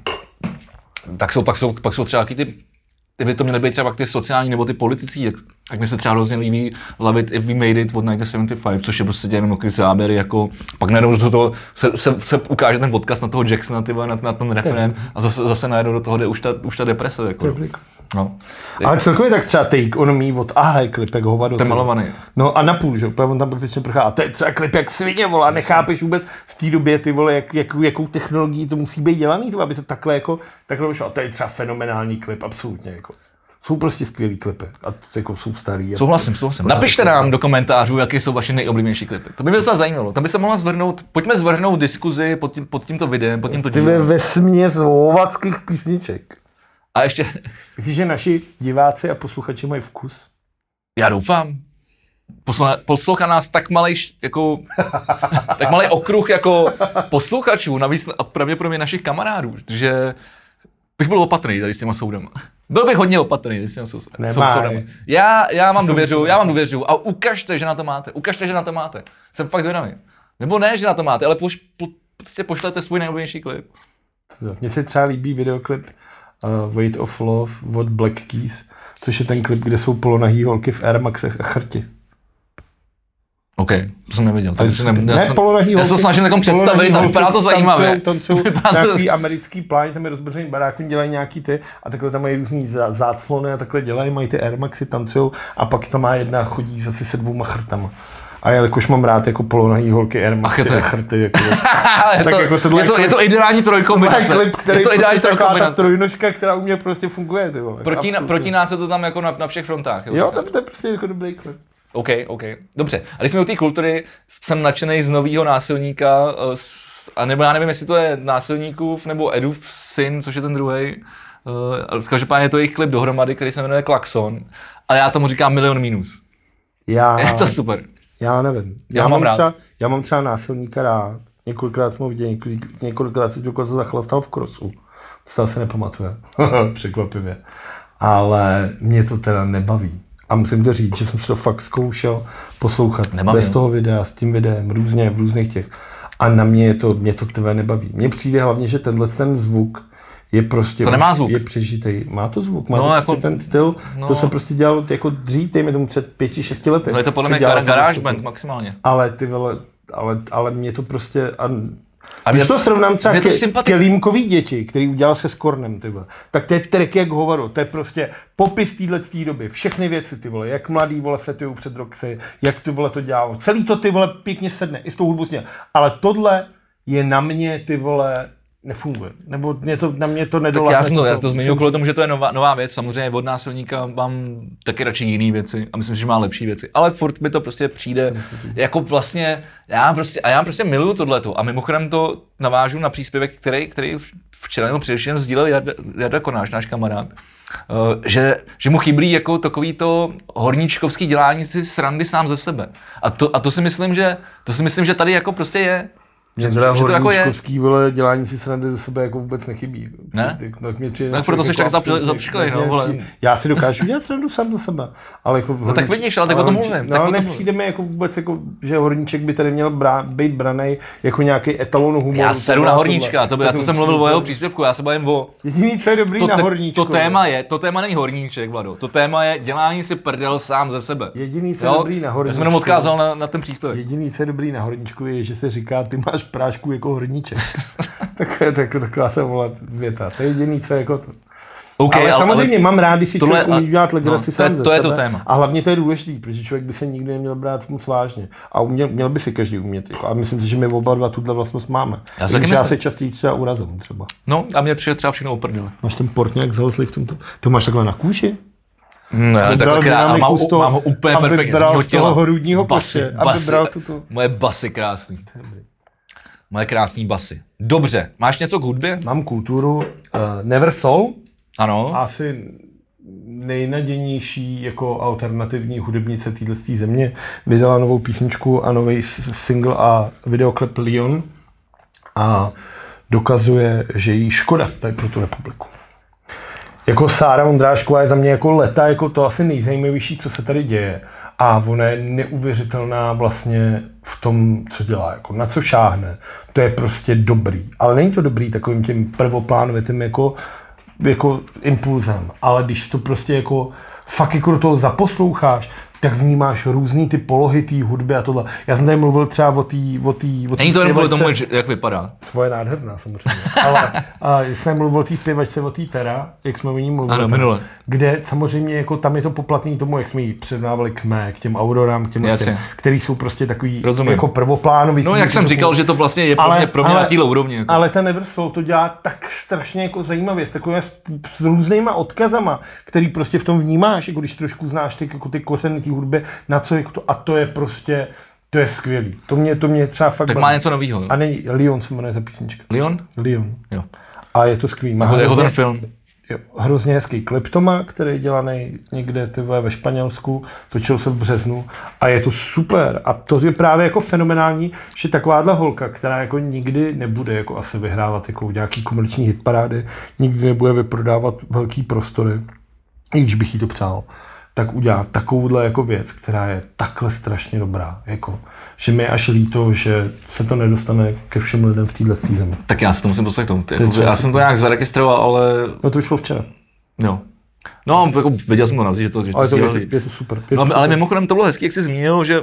Pak jsou třeba taky kdyby to měly být třeba ty sociální nebo ty politicí, tak mi se třeba hrozně líbí Love It If We Made It od 1975, což je prostě jenom nějaký záběry, jako pak najednou do toho se ukáže ten odkaz na toho Jacksona, na ten refrén, a zase najednou do toho jde už ta deprese. Jako. No. Ale celkově tak třeba Take On Me od Aha, klip jak hovado. Ten malovaný. No a napůl, že on tam pak začne prchát. A to je třeba klip jak svině, vole, a nechápeš vůbec v té době, ty vole, jakou technologií to musí být dělaný, aby to takhle vyšlo. A to je třeba fenomenální klip, absolutně. Jako. Jsou prostě skvělý klipy a jako jsou starý. Souhlasím. Napište nám do komentářů, jaké jsou vaše nejoblíbenější klipy. To by mě docela zajímalo. Tam by se mohla pojďme zvrhnout diskuzi pod tímto videem, pod tímto dílem. Ty vesměs slovackých písniček. A ještě... Myslíš, že naši diváci a posluchači mají vkus? Já doufám. Poslouchá nás tak malý okruh jako posluchačů, navíc pravděpodobně našich kamarádů, že bych byl opatrný tady s těma soudama. Byl bych hodně opatrný s těma soudama. Já vám důvěřuju a ukažte, že na to máte. Jsem fakt zvědavý. Nebo ne, že na to máte, ale prostě pošlete svůj nejoblíbenější klip. Mně se třeba líbí videoklip Weight of Love od Black Keys, což je ten klip, kde jsou polonahý holky v Air Maxech a chrti. OK, to jsem neviděl. Já se snažím takom představit a vypadá to zajímavě. Tancují nějaký americký plán, tam je rozbrožený barák, dělají nějaký a takhle tam mají různý záclony a takhle dělají, mají ty Air Maxy, tancujou a pak tam má jedna chodí zase se 2 chrtama. A jelikož mám rád jako polonahý holky Air Maxy a chrty. Je to ideální trojkombinace. Je to ideální trojkombinace. Ta trojnožka, která u mě prostě funguje. Proti nás je to tam jako na všech frontách. Jo, to je prostě jako dobrý klip. OK. Dobře. A když jsme u té kultury, jsem nadšenej z nového násilníka, a nebo já nevím, jestli to je násilníkův nebo Edův syn, což je ten druhej. Každopádně je to jejich klip dohromady, který se jmenuje Klaxon. A já tomu říkám milion minus. Je to super. Já nevím. Já mám třeba násilníka rád. Několikrát jsem ho viděl, několikrát jsem dokonce zachlastal v krosu. To se nepamatuje. Překvapivě. Ale mě to teda nebaví. A musím to říct, že jsem si to fakt zkoušel poslouchat bez toho videa, s tím videem, různě, v různých těch. A na mě to tvé nebaví. Mně přijde hlavně, že ten zvuk je prostě... To nemá zvuk. Je přežitej. Má to zvuk, má to jako, ten styl. To se prostě dělalo jako dřív, dejme tomu před 5-6 lety. No je to podle mě garage band maximálně. Ale ty vole, ale mě to prostě... A když to srovnám třeba Kelímkový děti, který udělal se Skornem, ty vole, tak to je track jak hovado, to je prostě popis téhletý doby, všechny věci, ty vole, jak mladý vole fetujou před Roxy, jak ty vole to dělalo, celý to ty vole pěkně sedne, i s tou hudbou sněha, ale tohle je na mě ty vole nefunguje, nebo na mě to nedoláhne. Tak já to zmiňuji kvůli tomu, že to je nová věc, samozřejmě od násilníka mám taky radši jiný věci a myslím, že má lepší věci, ale furt mi to prostě přijde jako vlastně, já prostě miluju tohleto a mimochodem to navážu na příspěvek, který včera nebo především sdílel Jarda Konáš, náš kamarád, že mu chybí jako takový to horníčkovský dělání si srandy sám ze sebe a to si myslím, že tady jako prostě je. Mně že teda to jako je. horníčkovský, vole, dělání si srandy ze sebe jako vůbec nechybí. Ne? Tak proto jsi tak zapřiklej, no, vole. Já si dokážu dělat srandu sám za sebe. Ale jako No tak vidíš, ale tak o tom mluvím. No ale nepřijde mi jako vůbec, jako, že horníček by tady měl být branej jako nějaký etalon humoru. Já sedu na horníčka, já to jsem mluvil o jeho příspěvku, já se bavím o... Jediný, co je dobrý na horníčku. To téma není horníček, Vlado, to téma je dělání si prdel sám ze sebe. Jediný, co je dobrý na horníčku. Já jsem jenom odkázal na ten příspěvek. Jediný, co je dobrý na horníčku, je, že se říká, ty máš prášku jako horníček. Taková ta volat věta. To je jediný, co je jako to. Okay, ale samozřejmě mám rád, když si člověk umí dělat legraci sám ze to sebe. Je to téma. A hlavně to je důležitý, protože člověk by se nikdy neměl brát moc vážně. A měl by si každý umět. Jako, a myslím si, že my oba dva tuhle vlastnost máme. Já se častěji třeba urazím třeba. No a mě přijde třeba všechno oprdele. Máš ten port nějak zalezlý v tomto? To máš takhle na kůži? Ne, takhle mám ho úplně perfektně. Z toho hrudního koše. Moje basy krásný. Moje krásný basy. Dobře, máš něco k hudbě? Mám kulturu. Never Soul. Ano. Asi nejnadějnější jako alternativní hudebnice této země. Vydala novou písničku a nový single a videoklip Leon. A dokazuje, že jí škoda tady pro tu republiku. Jako Sára Vondrášková je za mě jako leta jako to asi nejzajímavější, co se tady děje. A ona je neuvěřitelná vlastně v tom, co dělá, jako na co šáhne. To je prostě dobrý. Ale není to dobrý takovým tím prvoplánovitým jako impulzem. Ale když to prostě jako fakt jako do toho zaposloucháš, tak vnímáš různý ty polohy té hudby a tohle. Já jsem tady mluvil třeba o té Není to jen kvůli tomu, jak vypadá. Tvoje nádherná samozřejmě. Ale jsem mluvil o té zpěvačce, o té Tera, jak jsme o ní mluvili. Ano, minule. Kde samozřejmě jako tam je to poplatný tomu, jak jsme ji přednávali k těm Aurorám, k těm který jsou prostě takový jako prvoplánový. No jak jsem říkal, že to vlastně je pro mě na téhle úrovni. Jako. Ale ten Never Soul to dělá tak strašně jako zajímavě, s takovými s různýma odkazama, který prostě v tom vnímáš, jako když trošku znáš jako ty kořeny té hudby, na co jako to, a to je prostě, to je skvělý. To mě třeba fakt tak má něco novýho. Jo? A není, Leon se jmenuje ta písnička. Leon? Jo. A je to skvělý. Jako ten film. Jo, hrozně hezký klip to má, který je dělaný někde ve Španělsku, točil se v březnu a je to super. A to je právě jako fenomenální, že takováhle holka, která jako nikdy nebude jako asi vyhrávat jako nějaký komerční hitparády, nikdy nebude vyprodávat velký prostory, i když bych jí to přál, tak udělá takovouhle jako věc, která je takhle strašně dobrá, jako, že mi je až líto, že se to nedostane ke všem lidem v této zemi. Tak já se to musím dostat k tomu. Já jsem to nějak zaregistroval, ale... No to vyšlo včera. Jo. No, jako viděl jsem to na zdi, že to je to super. Ale mimochodem to bylo hezký, jak jsi zmínil, že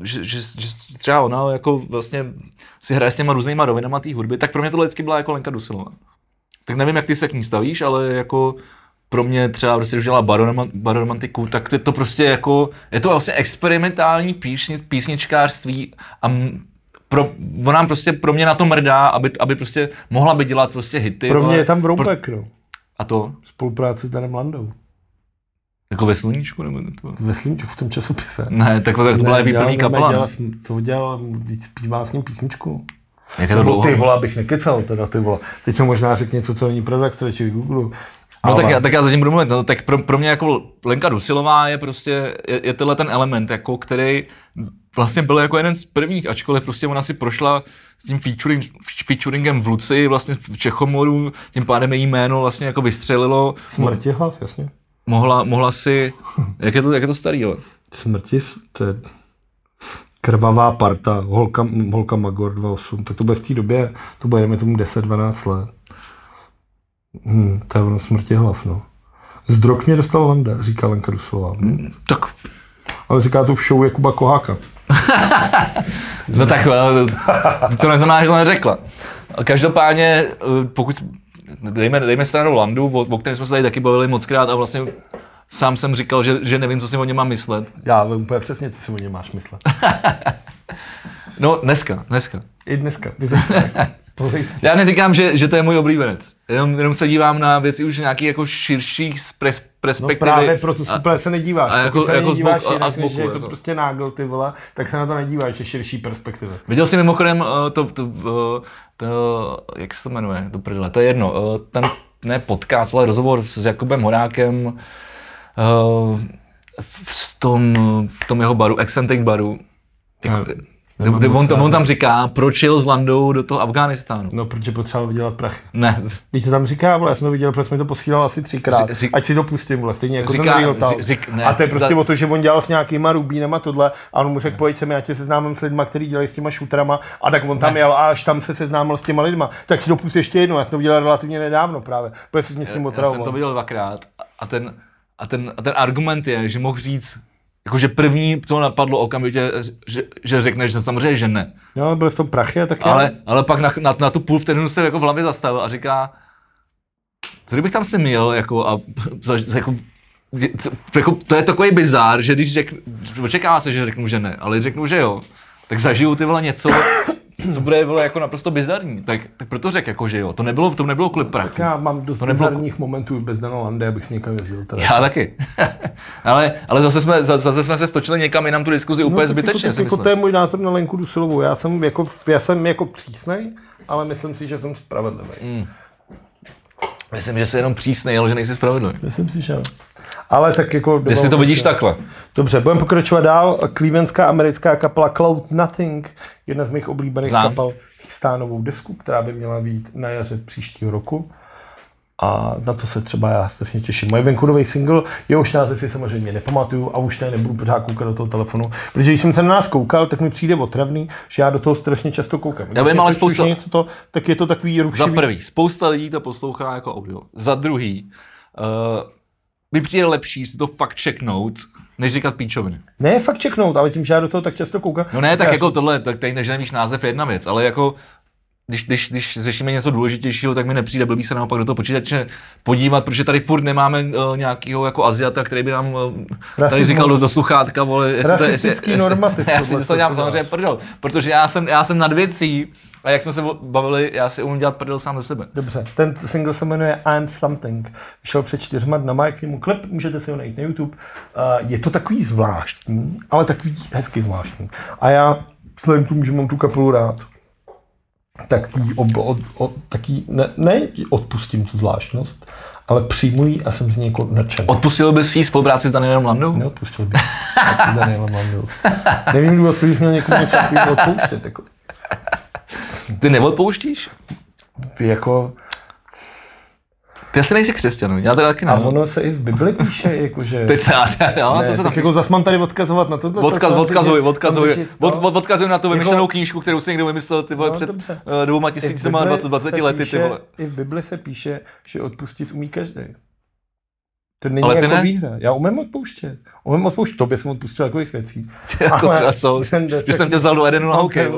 třeba ona jako vlastně si hraje s těma různýma rovinama té hudby, tak pro mě to vždycky byla jako Lenka Dusilová. Tak nevím, jak ty se k ní stavíš, ale jako pro mě třeba, prostě, když dělá baromantiku, tak to prostě jako, je to vlastně experimentální písničkářství a ona prostě pro mě na to mrdá, aby prostě mohla by dělat prostě hity. Pro mě je tam Vroubek, no. A to? Spolupráce s Danem Landou. Jako ve Sluníčku nebo to? Ve Sluníčku, v tom časopise. Ne, tak to byla plný kapela. To dělal, zpíval s ním písničku. Jak je to dlouho? Ty vole, abych nekecal teda, ty vole. Teď jsem možná řekl něco, co není pravda, co radši Google. No tak já zatím budu mluvit, no, tak pro mě jako Lenka Dusilová je prostě, je tenhle ten element, jako který vlastně byl jako jeden z prvních, ačkoliv prostě ona si prošla s tím featuringem v Luci, vlastně v Čechomoru, tím pádem její jméno vlastně jako vystřelilo. Smrtihlav, jasně. Mohla si, jak je to starý, ale? Smrtis, to je krvavá parta, holka Magor 2.8, tak to bude v té době, to bude tomu 10-12 let. To je ono Smrtihlav, no. Z drog mě dostal Landa, říká Lenka Dusilová. Tak. Ale říká to v show Jakuba Koháka. No tak, to neznamená, že to neřekla. Každopádně, pokud dejme stranou Landu, o kterém jsme se tady taky bavili mockrát a vlastně sám jsem říkal, že nevím, co si o něm mám myslet. Já vím úplně přesně, co si o něm máš myslet. No, dneska. I dneska. Já neříkám, že to je můj oblíbenec. Jenom se dívám na věci už nějaký jako širších perspektivy. No právě proto se nedíváš. A jako nedíváš z boku, než je to prostě nágl, ty vole, tak se na to nedíváš, je širší perspektivy. Viděl jsi mimochodem to jak se to jmenuje, to je jedno, ten ne podcast, ale rozhovor s Jakubem Horákem v tom jeho baru, Eccentric baru. On tam říká, proč jel s Landou do toho Afghánistánu. No, protože potřeboval vydělat prachy. Ne. Když to tam říká, vole, já jsem to viděl, protože mi to posílal asi 3krát. Ať si to pustím, vole, stejně jako říká, ten Real Talk. ne, a to je prostě o to, že on dělal s nějakýma rubínama tohle a on mu řekl, pojď se mi, já tě seznámím s lidma, kteří dělají s těma shooterama, a tak on tam jel a až tam se seznámil s těma lidma. Tak si to pust ještě jednou, já jsem to viděl relativně nedávno právě, protože jsi mě s tím otravoval. Já jsem to viděl 2krát a ten argument je, že mohl říct, jakože první, co napadlo okamžitě, že řekneš, že samozřejmě, že ne. No, byly v tom prachy a tak ale pak na tu půl vteřinu se jako v hlavě zastavil a říká, co kdybych tam si měl, jako, to je takový bizár, že když očekává se, že řeknu, že ne, ale řeknu, že jo, tak zažiju ty vole něco, co bude vole jako naprosto bizarní, tak proto řekl jako, že jo, to nebylo kvůli prachu. Tak já mám dost bizarních momentů bez Dana Landy, abych si někam jezdil. Já taky. ale zase jsme se stočili někam jinam tu diskuzi úplně zbytečně. Jako to je můj názor na Lenku Dusilovou. Já jsem jako přísnej, ale myslím si, že jsem spravedlivý. Myslím, že jsi jenom přísnej, ale že nejsi spravedlivý. Myslím si, že jo. Ale tak jako... Jestli to vidíš takhle. Dobře, budeme pokračovat dál. Clevelandská americká kapela Cloud Nothing, jedna z mých oblíbených kapel, chystá novou desku, která by měla vyjít na jaře příštího roku. A na to se třeba já strašně těším. Mají venku nový single, jehož název si samozřejmě nepamatuju a už nebudu pořád koukat do toho telefonu, protože když jsem se na nás koukal, tak mi přijde otravný, že já do toho strašně často koukám. Já vím, ale spousta... tak je to takový rušivý. Za prvý, spousta lidí to poslouchá jako audio. Za druhý, mi přijde lepší si to fakt checknout, než říkat píčoviny. Ne fakt checknout, ale tím, že já do toho tak často koukám. No ne, tak jako tohle, tak tady než nevíš název je jedna věc, ale jako když řešíme něco důležitějšího, tak mi nepřijde blbý se naopak do toho počítače podívat, protože tady furt nemáme nějakýho jako Aziata, který by nám tady říkal do sluchátka, vole, rasistický normativ. Já si to dělám samozřejmě prdel, protože já jsem nad věcí a jak jsme se bavili, já si umím dělat prdel sám ze sebe. Dobře, ten single se jmenuje I'm Something. Vyšel před 4 dnama, jak mu klip, můžete si ho najít na YouTube. Je to takový zvláštní, ale takový hezky zvláštní. A já vzhledem k tomu, že mám tu kapelu rád, tak taky ne odpustím tu zvláštnost, ale přijmu ji a jsem z něj jako nadšený. Odpustil bys jí spolupráci s Danielem Landou? Neodpustil bych s Danielem Landou. Nevím, kdo bych měl někomu něco takového odpouštět. Jako. Ty neodpouštíš? Jako... Ty asi nejsi křesťan, já teda taky ne. A ono se i v Bibli píše, jakože... Teď se jo, ne, to se tak jako zas mám tady odkazovat na tohle. Odkazuj na tu vymyšlenou knížku, kterou si někdo vymyslel ty vole před 2020 lety, ty vole. I v Bibli se píše, že odpustit umí každý. To není jako výhra. Já umím odpouštět. Tobě jsem odpustil takových věcí. Jako třeba co? Že jsem tě vzal do Edenu na hokej.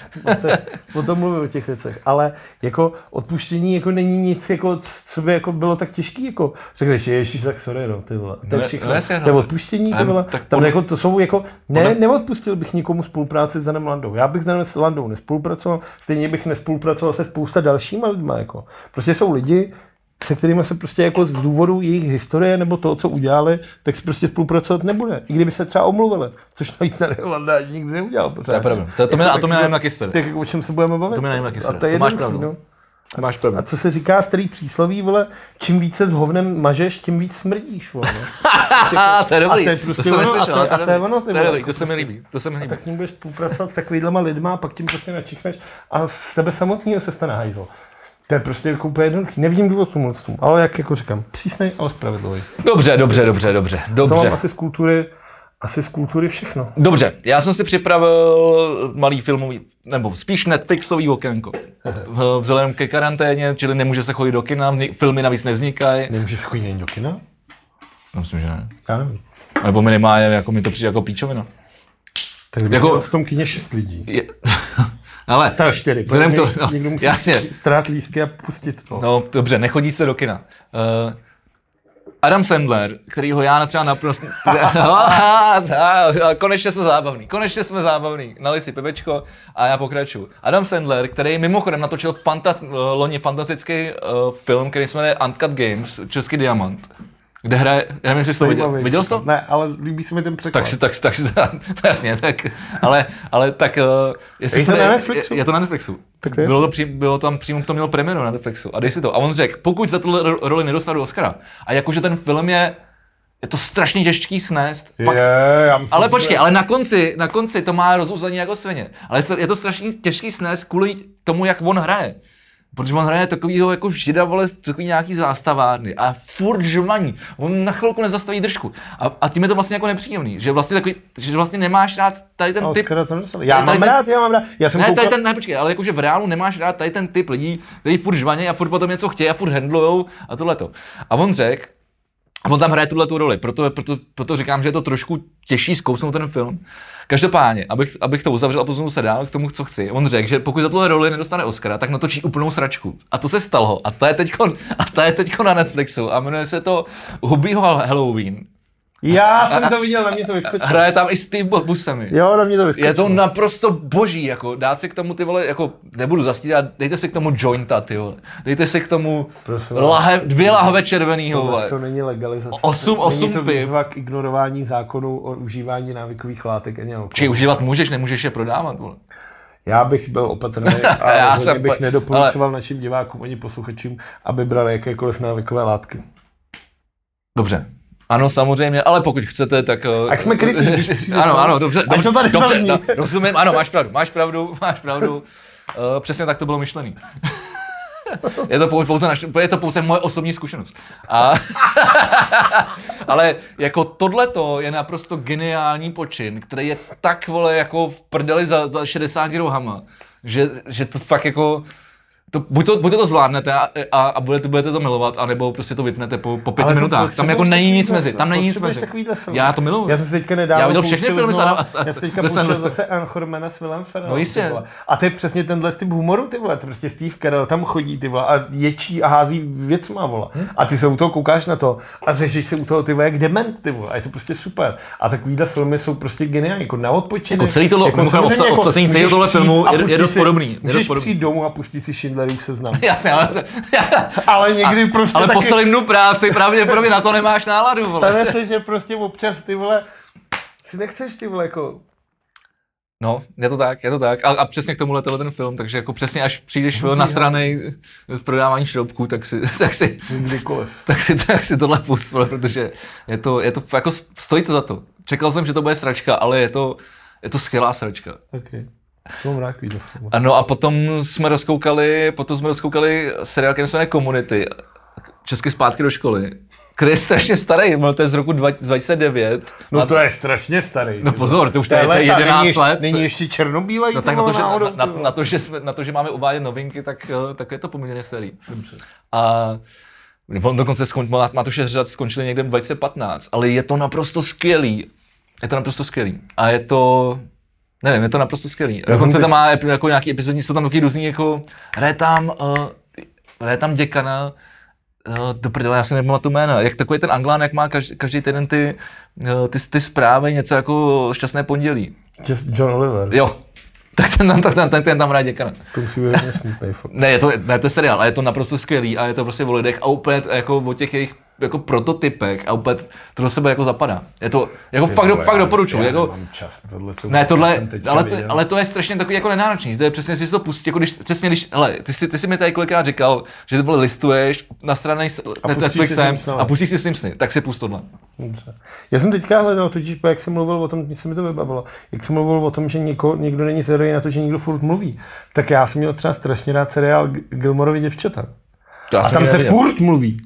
O tom mluvím o těch věcech. Ale jako odpuštění jako není nic, jako, co by jako bylo tak těžký. Jako, řekneš, ježiš, tak sorry, no, ty vole. To je všechno. To je odpuštění, ty vole. Tam jako, to jsou jako, neodpustil bych nikomu spolupráci s Danem Landou. Já bych s Danem Landou nespolupracoval, stejně bych nespolupracoval se spousta dalšíma lidma. Jako. Prostě jsou lidi, se kterými se prostě jako z důvodu jejich historie nebo toho, co udělali, tak se prostě spolupracovat nebude. I kdyby se třeba omluvili, což navíc Landa nikdy neudělal pořád. To je pravda. To mě nevím na kyster. Tak jako o čem se budeme bavit? To mě nevím na kyster. To máš pravdu. No. Máš pravdu. A co se říká starý přísloví, vole, čím více s hovnem mažeš, tím víc smrdíš, vole. To je dobrý. A to je prostě ono, a to je ono. To je dobrý, to se mi líbí. A tak s ním budeš spolupracovat s takovýhlema lidma a pak tím prostě načichneš a z tebe samotného se stane hajzl. To je prostě jako úplně jednoduchý. Nevidím důvod tomu, ale jak jako říkám, přísnej, ale spravedlivý. Dobře. To mám asi z kultury všechno. Dobře, já jsem si připravil malý filmový, nebo spíš Netflixový okénko. Vzhledem ke karanténě, čili nemůže se chodit do kina, filmy navíc nevznikají. Nemůže se chodit jen do kina? Myslím, že ne. Já nevím. Nebo minimálně, jako mi to přijde jako píčovina. Tak jako v tom kině 6 lidí. Ale ta 4, někdo musí trát lístky a pustit to. No dobře, nechodí se do kina. Adam Sandler, kterýho já třeba naprosto... konečně jsme zábavní. Nalij si pivečko a já pokračuju. Adam Sandler, který mimochodem natočil loni fantastický film, který se jmenuje Uncut Games, Český diamant. Kde hraje, nevím, jestli jsi to viděl. Viděl jsi to? Ne, ale líbí se mi ten překlad. Jasně, ale tak, jestli to na Netflixu? Je to na Netflixu. Bylo tam přímo, to mělo premiéru na Netflixu. A dej si to. A on řekl, pokud za tuhle roli nedostanu Oscara, a jakože ten film je Je to strašně těžký snést. Já myslím, Ale počkej, ale na konci to má rozuzlení jako svině. Ale je to strašně těžký snést kvůli tomu, jak on hraje. Protože on hraje takovýho jako žida, vole, takový nějaký zástavárny a furt žvaní. On na chvilku nezastaví držku. A tím je to vlastně jako nepříjemný, že vlastně takový, že vlastně nemáš rád tady ten typ. Já mám rád. Já jsem koukal... Ne, počkej, ale jakože v reálu nemáš rád tady ten typ lidí, kteří furt žvaní a furt potom něco chtějí a furt handlujou a tohleto. A on řekl, on tam hraje tuhletu roli, proto říkám, že je to trošku těžší zkousnout ten film. Každopádně, abych to uzavřel a posunul se dál k tomu, co chci. On řekl, že pokud za tuhle roli nedostane Oscara, tak natočí úplnou sračku. A to se stalo. A ta je teďko na Netflixu a jmenuje se to Hubieho Halloween. Já jsem to viděl, na mě to vyskočilo. Hraje tam i Steve Buscemi. Jo, na mě to vyskočilo. Je to naprosto boží, jako dát si k tomu ty vole, jako nebudu zastírat, dejte si k tomu jointa, ty vole. Dejte si k tomu dvě lahve červenýho, vole. To není legalizace. 8 piv. piv. Výzva k ignorování zákonů o užívání návykových látek a nějak. Či užívat můžeš, nemůžeš je prodávat, vole. Já bych byl opatrný a rozhodně bych nedoporučoval našim divákům ani posluchačům, aby brali jakékoliv návykové látky. Dobře. Ano, samozřejmě, ale pokud chcete, tak... Ať jsme kritičtí. Ano, dobře, dobře, rozumím, ano, máš pravdu. Přesně tak to bylo myšlený. Je to pouze moje osobní zkušenost. Ale jako tohleto je naprosto geniální počin, který je tak, vole, jako v prdeli za 60 rohama, že to fakt jako... Buď to zvládnete a budete to milovat, anebo prostě to vypnete po 5 minutách. Tam jako není nic mezi. Tam není nic mezi. Já to miluji. Já jsem se teďka nedávno já viděl všechny filmy já se teďka pouštěl zase Anchormana s Willem Ferrellem. No jistě. A to je přesně tenhle typ humoru, ty vole. To prostě Steve Carell tam chodí, ty vole, a ječí a hází věcma, vole. A ty se u toho koukáš na to a řešíš se u toho, ty vole, jak dement, ty vole. A je to prostě super. A takovýhle filmy jsou prostě geniální, jako na odpočinek. Jako celý tohle, obsazení celého tohle filmu je dost podobný. Můžeš přijít domů a pustit si Schindlerův seznam. Jasně, ale někdy prostě ale taky... po celém dnu práci pravděpodobně na to nemáš náladu, vole. Stane se, že prostě občas, ty vole, si nechceš, ty vole, jako... No, je to tak. A přesně k tomuhle ten film, takže jako přesně až přijdeš nasranej z prodávání šroubků, tak si tohle pust, protože je to jako stojí to za to. Čekal jsem, že to bude sračka, ale je to skvělá sračka. Okay. To mám rád do filmu. Ano, a potom jsme rozkoukali seriál, který se jmenuje Community, Česky zpátky do školy, který je strašně starý, to je z roku 2009. No to je strašně starý. No pozor, to už je 11 let. Není ještě černobílej? No tak na to, že máme uvádět novinky, tak je to poměrně starý. Dobře. A dokonce Matuše řad skončili někde v 2015, ale je to naprosto skvělý. A je to naprosto skvělý. Dokonce tam má jako nějaký epizodní, jsou tam taky různý, jako hraje tam děkana, do prdele, já si nepamatuju jména, jak takový ten Anglán, jak má každý týden ty zprávy, něco jako Šťastné pondělí. John Oliver. Jo, tak ten tam hraje děkana. To musí být smutný fakt. Ne, to je seriál, a je to naprosto skvělý a je to prostě o lidech a úplně jako o těch jejich jako prototypech a úplně to do sebe jako zapadá. Je to jako fakt doporučuji. Jako, mám čas, ale to je strašně takový jako nenáročný. To je přesně, si to pustit, jako když hele, ty si mi tady kolikrát říkal, že to listuješ na straně Netflixem a pustíš si s ním sny, tak si pust tohle. Dobře. Já jsem teďka hledal, totiž jak jsem mluvil o tom, se mi to vybavilo, jak jsem mluvil o tom, že někdo není zvědavý na to, že někdo furt mluví. Tak já jsem měl třeba strašně rád seriál Gilmorovy děvčata. A tam se furt mluví,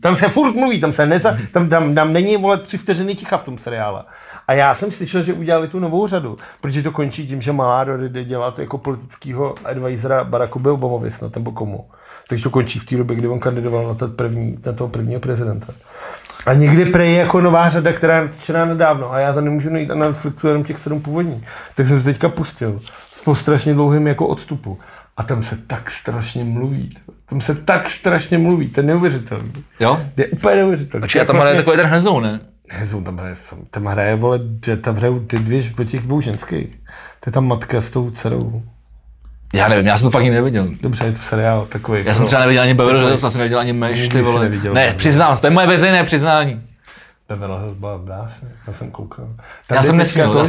tam není, vole, 3 vteřiny ticha v tom seriále. A já jsem slyšel, že udělali tu novou řadu, protože to končí tím, že Malá jde dělat jako politického advisora Barackovi Obamovi snad, nebo komu. Takže to končí v té době, kdy on kandidoval na toho prvního prezidenta. A někdy prej jako nová řada, která je natočená nedávno a já to nemůžu najít na Netflixu jenom těch 7 původních. Tak jsem se teďka pustil po strašně dlouhým jako odstupu. A tam se tak strašně mluví. To je neuvěřitelný. Jo? To je úplně neuvěřitelný. A tam hraje takový ten Hezou, ne? Hezou tam hraje, vole, tam hrajou těch 2 ženských. To je tam matka s tou dcerou. Já nevím, já jsem to fakt nikdy neviděl. Dobře, je to seriál takový. Já jsem třeba neviděl ani Beverly Hills, já jsem neviděl ani Mesh, ty vole. Ne, přiznám se, to je moje veřejné přiznání. Beverly Hills byla brásně, já jsem koukal. Já jsem nesměl.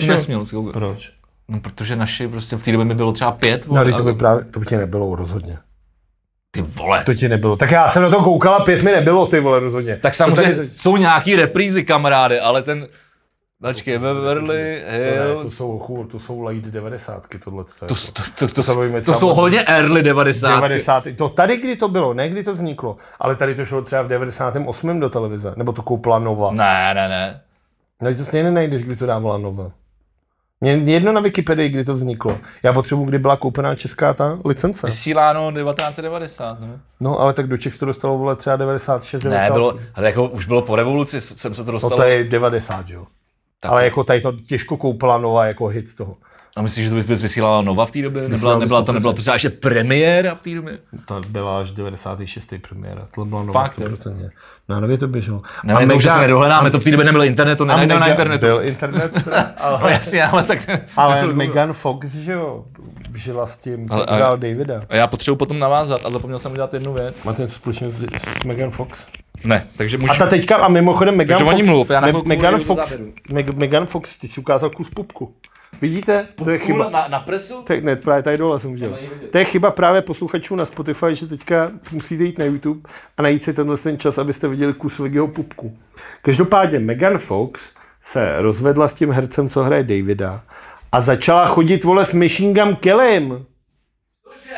Ty vole. To ti nebylo. Tak já jsem na to koukal a 5 mi nebylo, ty vole, rozhodně. Tak samozřejmě jsou nějaký reprízy, kamaráde, ale ten... Počkej, Beverly Hills... To jsou late 90, tohle. To jsou hodně early 90. 90. To tady kdy to bylo, ne kdy to vzniklo, ale tady to šlo třeba v 98. do televize, nebo to koupila Nova. Ne. No to stejně nenajdeš, kdy to dávala Nova. Mě jedno na Wikipedii, kdy to vzniklo. Já potřebuji, kdy byla koupená česká ta licence. Vysíláno 1990, ne? No, ale tak do Čech se to dostalo, vole, třeba 96, 90. Ne, bylo, ale jako už bylo po revoluci, jsem se to dostalo. No to je 90, jo. Tak ale jako tady to těžko koupila Nova jako hit z toho. A myslíš, že to bys vysílala Nova v té době? Nebyla to třeba ještě premiéra v té době? To byla až 96. premiéra, to byla Nova 100%. Na Nově to běželo. Ne, to už se nedohledáme, to v té době nebyl internet, to nenajdeme na internetu. Byl internet, ale... No jasně, ale tak... Ale Megan Fox, že jo, žila s tím, hrál Davida. A já potřebuji potom navázat a zapomněl jsem udělat jednu věc. Máte něco společného s Megan Fox? Ne, takže můžu... A ta teďka, a mimochodem Megan Fox... Takže mluv, já Megan Fox, ty si ukázal kus pupku. Vidíte? To je chyba. Na presu? Ne, právě tady dole jsem udělal. To je chyba právě posluchačů na Spotify, že teďka musíte jít na YouTube a najít si tenhle čas, abyste viděli kus jeho pupku. Každopádně Megan Fox se rozvedla s tím hercem, co hraje Davida a začala chodit, vole, s Machine Gun Kellym. Cože?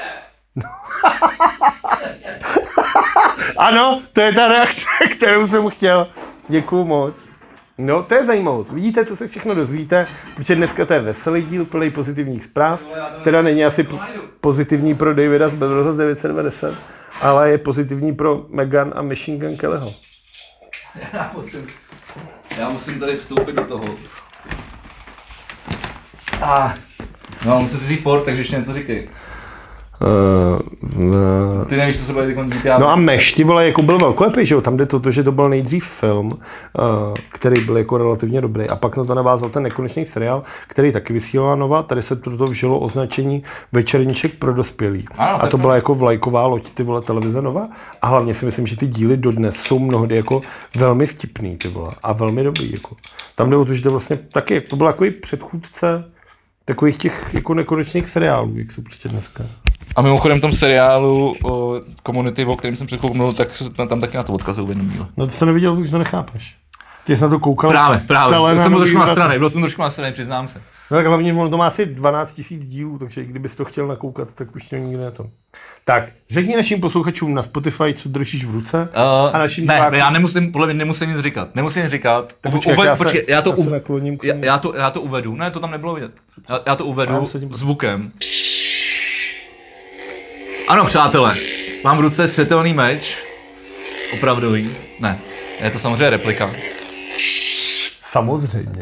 Ano, to je ta reakce, kterou jsem chtěl. Děkuju moc. No, to je zajímavost. Vidíte, co se všechno dozvíte, protože dneska to je veselý díl plný pozitivních zpráv. Teda není asi pozitivní pro Davida z Beverly Hills 990, ale je pozitivní pro Megan a Machine Gun Kellyho. Já musím tady vstoupit do toho. No, musím si vzít port, takže ještě něco říkej. Ty nevíš, co se bude dít. No a Meš, ty vole, jako byl velkolepý, že jo, tam jde to, že to byl nejdřív film, který byl jako relativně dobrý a pak na to navázal ten nekonečný seriál, který taky vysílala Nova, tady se toto vžilo označení Večerníček pro dospělý. A to byla jako vlajková loď, ty vole, televize Nova a hlavně si myslím, že ty díly dodnes jsou mnohdy jako velmi vtipný, ty vole, a velmi dobrý, jako. Tam jde o to, že to vlastně taky, to byl takový předchůdce takových těch jako nekonečných seriálů, jak jsou prostě dneska. A mimochodem v tom seriálu Community, o kterém jsem před chvilkou mluvil, tak tam taky na to odkazují v jednom díle. No to jsi to neviděl, už to nechápeš. Ty jsi na to koukal. Právě. Byl jsem trošku nasranej, přiznám se. No tak hlavně ono to má asi 12 000 dílů, takže i kdybys to chtěl nakoukat, tak už to nikdy na tom. Tak, řekni našim posluchačům na Spotify, co držíš v ruce. A našim já nemusím nic říkat. Já to uvedu. Ne, to tam nebylo vidět. Já to uvedu zvukem. Ano, přátelé, mám v ruce světelný meč. Opravdový. Ne, je to samozřejmě replika. Samozřejmě.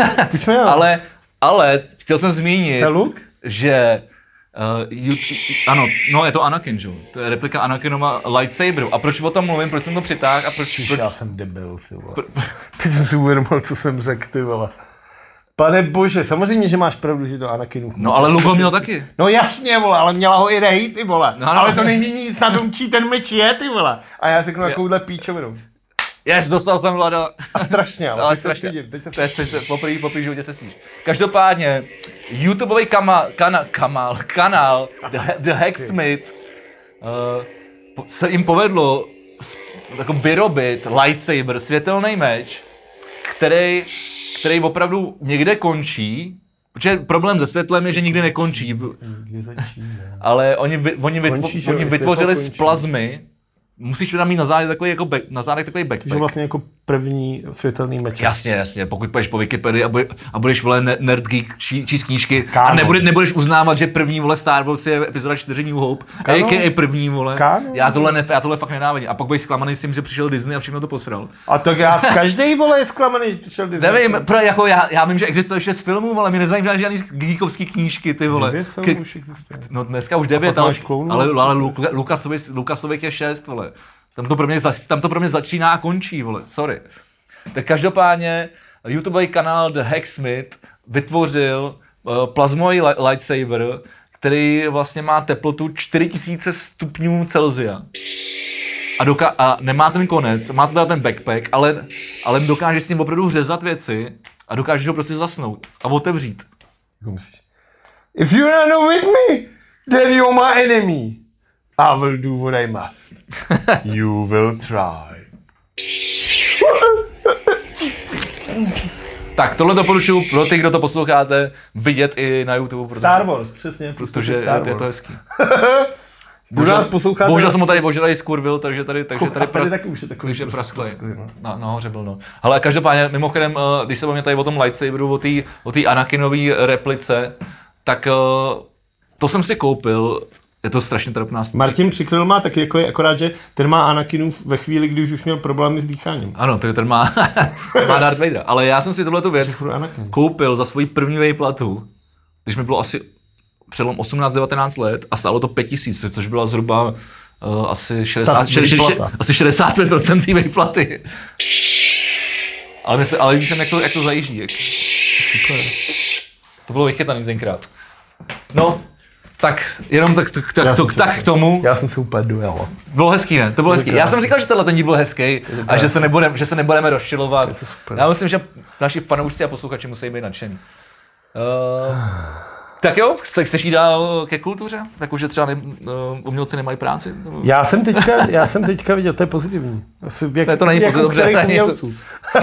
Ale chtěl jsem zmínit, že ano, no je to Anakin, že? To je replika Anakinova lightsaberu. A proč o tom mluvím, proč jsem to přitáhl a proč... Já jsem debil, ty vole. Teď jsem si uvědomil, co jsem řekl, ty vole. Pane bože, samozřejmě, že máš pravdu, že to Anakinův. No ale Luke měl taky. No jasně, vole, ale měla ho i Rey, ty vole. No, ale to není nic na tom, čí ten meč je, ty vole. A já řeknu takovouhle píčovinu. Yes, dostal jsem Vlada. A strašně, ale strašně. Teď se poprvé životě se sníš. Každopádně, YouTubeový kanál The Hacksmith se jim povedlo jako vyrobit lightsaber, světelný meč, který opravdu někde končí, protože problém se světlem je, že nikdy nekončí. Ale oni vytvořili z plazmy. Musíš teda mít na zádech takový backpack. Že vlastně jako první světelný meč. Jasně, pokud půjdeš po Wikipedii a budeš, vole, nerd geek číst knížky a nebudeš uznávat, že první, vole, Star Wars je epizoda 4 New Hope, a.k.a. první, vole. Já tohle fakt nenávidím. A pak budeš zklamaný s tím, že přišel Disney a všechno to posral. A tak každý, vole, je zklamaný, že přišel Disney. Nevím, jako já vím, že existuje 6 filmů, ale mě nezajímá žádný geekovský knížky, ty vole. 9 filmů už existuje. No dneska už 9, ale Lucasových je 6, vole. Tam to pro mě začíná a končí, vole, sorry. Tak každopádně YouTubeový kanál The Hacksmith vytvořil plazmový lightsaber, který vlastně má teplotu 4000 stupňů Celsia. A nemá ten konec, má to teda ten backpack, ale dokáže s ním opravdu řezat věci a dokáže ho prostě zasnout a otevřít. If you're not with me, then you're my enemy. I will do what I must. You will try. Tak tohle doporučuji pro ty, kdo to posloucháte, vidět i na YouTube. Protože, Star Wars, přesně. Protože je to hezký. Bohužel jsem ho tady ožralý skurvil, takže tady taky už je takový prasklej. Nahoře byl, no. Ale každopádně, mimochodem, když se bavíme tady o tom lightsaberu, o té Anakinový replice, tak to jsem si koupil. Je to strašně trapná. Martin Přikryl má taky jako akorát, že ten má Anakinův ve chvíli, když už měl problémy s dýcháním. Ano, ten má Darth Vader. Ale já jsem si tohletu věc koupil za svoji první vejplatu, když mi bylo asi přelom 18-19 let a stálo to 5000, což byla zhruba asi 65% té vejplaty. Ale víš, jak to zajíždí. Super. To bylo vychytaný tenkrát. No, tak jenom tak k tomu. Já jsem se úplně dojel. Bylo hezký, ne? To bylo hezký. Já jsem říkal, že tenhle ten díl byl hezký a že se nebudeme rozčilovat. Já myslím, že naši fanoušci a posluchači musí být nadšení. Tak jo, chceš jít dál ke kultuře? Tak už, že třeba umělci nemají práci? Já jsem teďka viděl, to je pozitivní. To není pozitivní, dobře.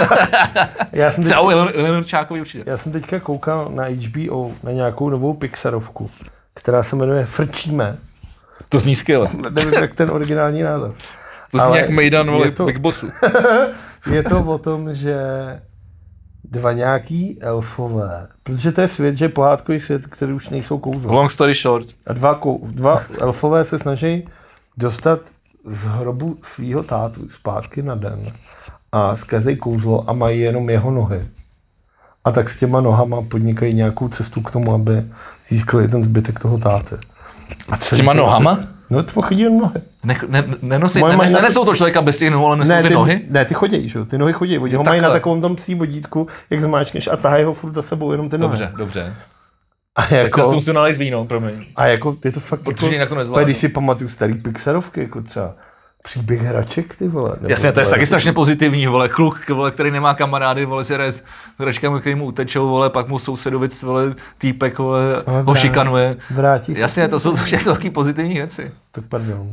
Třeba u Eleanor Čákový určitě. Já jsem teďka koukal na HBO, na nějakou novou Pixarovku, která se jmenuje Frčíme. To zní skvěle. Nevím, jak ten originální název. To zní jak Mejdan, Big Bossu. Je to o tom, že dva nějaký elfové, protože to je svět, že je pohádkový svět, který už nejsou kouzlo. Long story short. A dva elfové se snaží dostat z hrobu svýho tátu zpátky na den a zkazejí kouzlo a mají jenom jeho nohy. A tak s těma nohama podnikají nějakou cestu k tomu, aby získali ten zbytek toho táty. A s těma nohama? No to chodí jen nohy. Nenesou to člověka bez těch nohou, ale nesou ty nohy? Ne, ty chodí, že jo, ty nohy chodí. Oni ho mají na takovém tom psí vodítku, jak zmáčkneš a tahají ho furt za sebou jenom ty nohy. Dobře. A jako, tak se nalejt víno, promiň. A jako, je to fakt protože jinak to nezvládnu. Když si pamatuju starý Pixarovky, jako třeba Příběh hraček, ty vole. Jasně, to je taky strašně pozitivní, vole, kluk, vole, který nemá kamarády, vole, si hraje s hračkami, který mu utečou, vole, pak mu sousedovic, vole, týpek, vole, ho šikanuje. Vrátí se. Jasně, to jsou všechno taky pozitivní věci. Tak pardon.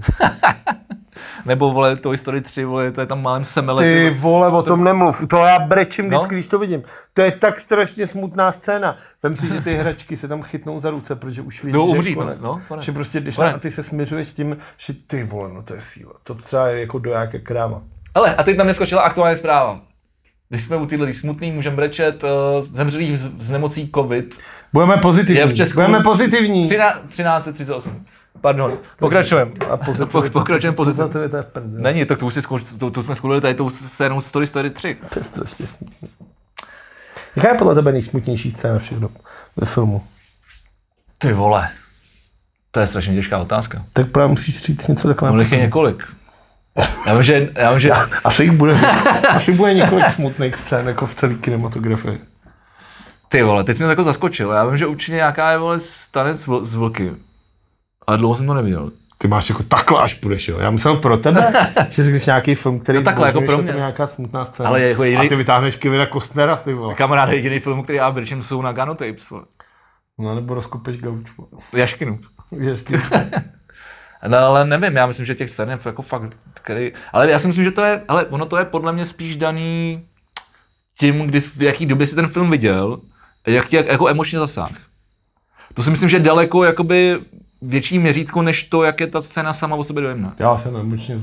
Nebo, vole, Toy Story 3, vole, to je tam málem semele. Ty vole, o tom nemluv, to já brečím vždycky, když to vidím. To je tak strašně smutná scéna. Vem si, že ty hračky se tam chytnou za ruce, protože už vidíš, že je konec. Že prostě, když ty se směřuješ tím, že ty vole, no to je síla. To třeba je jako dojáka kráma. Ale a teď tam neskočila aktuální zpráva. Když jsme u téhle smutný, můžeme brečet, zemřelých z nemocí COVID. Budeme pozitivní. Je v Česku budeme pozitivní. 1338. Pardon, pokračujeme. Pokračujeme pozitivně. Není, tak to už to jsme zkulili tady tou scénou Story 3. To je strašně smutný. Jaká je podle tebe nejsmutnější scéna všech dob ve filmu? Ty vole, to je strašně těžká otázka. Tak právě musíš říct něco takového. No je několik. Já vím, že... Asi bude několik smutných scén, jako v celé kinematografii. Ty vole, teď mě to jako zaskočil. Já vím, že určitě nějaká je, vole, tanec z vlky. Ale dlouho jsem to neviděl. Ty máš jako takhle až půjdeš, jo? Já myslel pro tebe, že řekneš nějaký film, který takhle, jako pro mě. Nějaká smutná scéna. Ale jako a ty vytáhneš Kevina Costnera, ty vole. Kamarád, jediný film, který já brečím, jsou na Ganotapes, vole. No nebo rozkopeš gauč, vole. Jaškinu. No ale nevím, já myslím, že těch scén je jako fakt, který... Ale já si myslím, že to je, ale ono to je podle mě spíš daný tím, v jaký době si ten film viděl, jak tě jako emočně zasáhl. To si myslím, že daleko jakoby větší měřítko, než to, jak je ta scéna sama o sobě dojemná. Já jsem emočně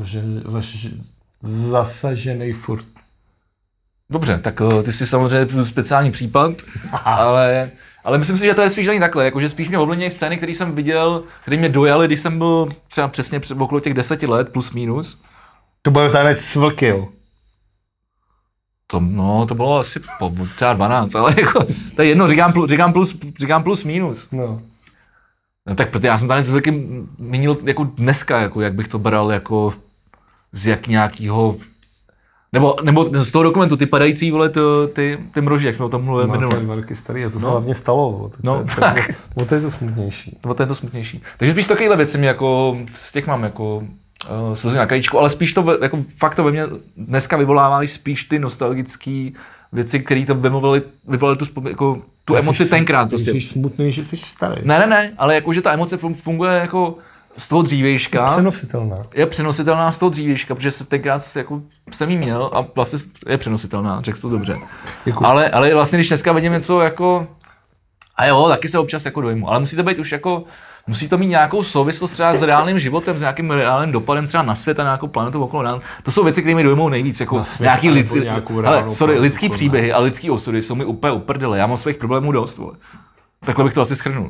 zasažený furt. Dobře, tak ty jsi samozřejmě speciální případ, ale myslím si, že to je spíš daný takhle, jakože spíš mě ovlivňují scény, které jsem viděl, které mě dojaly, když jsem byl třeba přesně okolo těch 10 let, plus minus. To byl tanec s vlky, jo? To bylo asi třeba 12, ale jako, to je jedno, říkám plus minus. No tak protože já jsem tanec s vlky mínil jako dneska, jako jak bych to bral jako z jak nějakýho, nebo z toho dokumentu, ty padající, vole, ty mroži, jak jsme o tom mluvili minule. No, to je starý, a to se hlavně stalo, to je to smutnější. To je to smutnější. Takže spíš takovýhle věci mi jako, z těch mám jako slzy na krajíčku, ale spíš to, jako fakt to ve mně dneska vyvolává spíš ty nostalgický věci, které to vyvolali tu emoci tenkrát. Ty jsi smutný, že jsi starý. Ne, ale jakože ta emoce funguje jako z toho dřívějška. Přenositelná. Je přenositelná z toho dřívějška, protože se tenkrát jako jsem jí měl a vlastně je přenositelná, řekl to dobře. Děkuji. Ale vlastně, když dneska vidím něco jako, a jo, taky se občas jako dojmu, ale musí to být už jako, musí to mít nějakou souvislost třeba s reálným životem, s nějakým reálným dopadem třeba na svět a nějakou planetu okolo nás. To jsou věci, které mi dojmou nejvíc, jako nějaký lidský příběhy a lidský osudy jsou mi úplně uprdele. Já mám svých problémů dost, vole. Takhle bych to asi shrnul.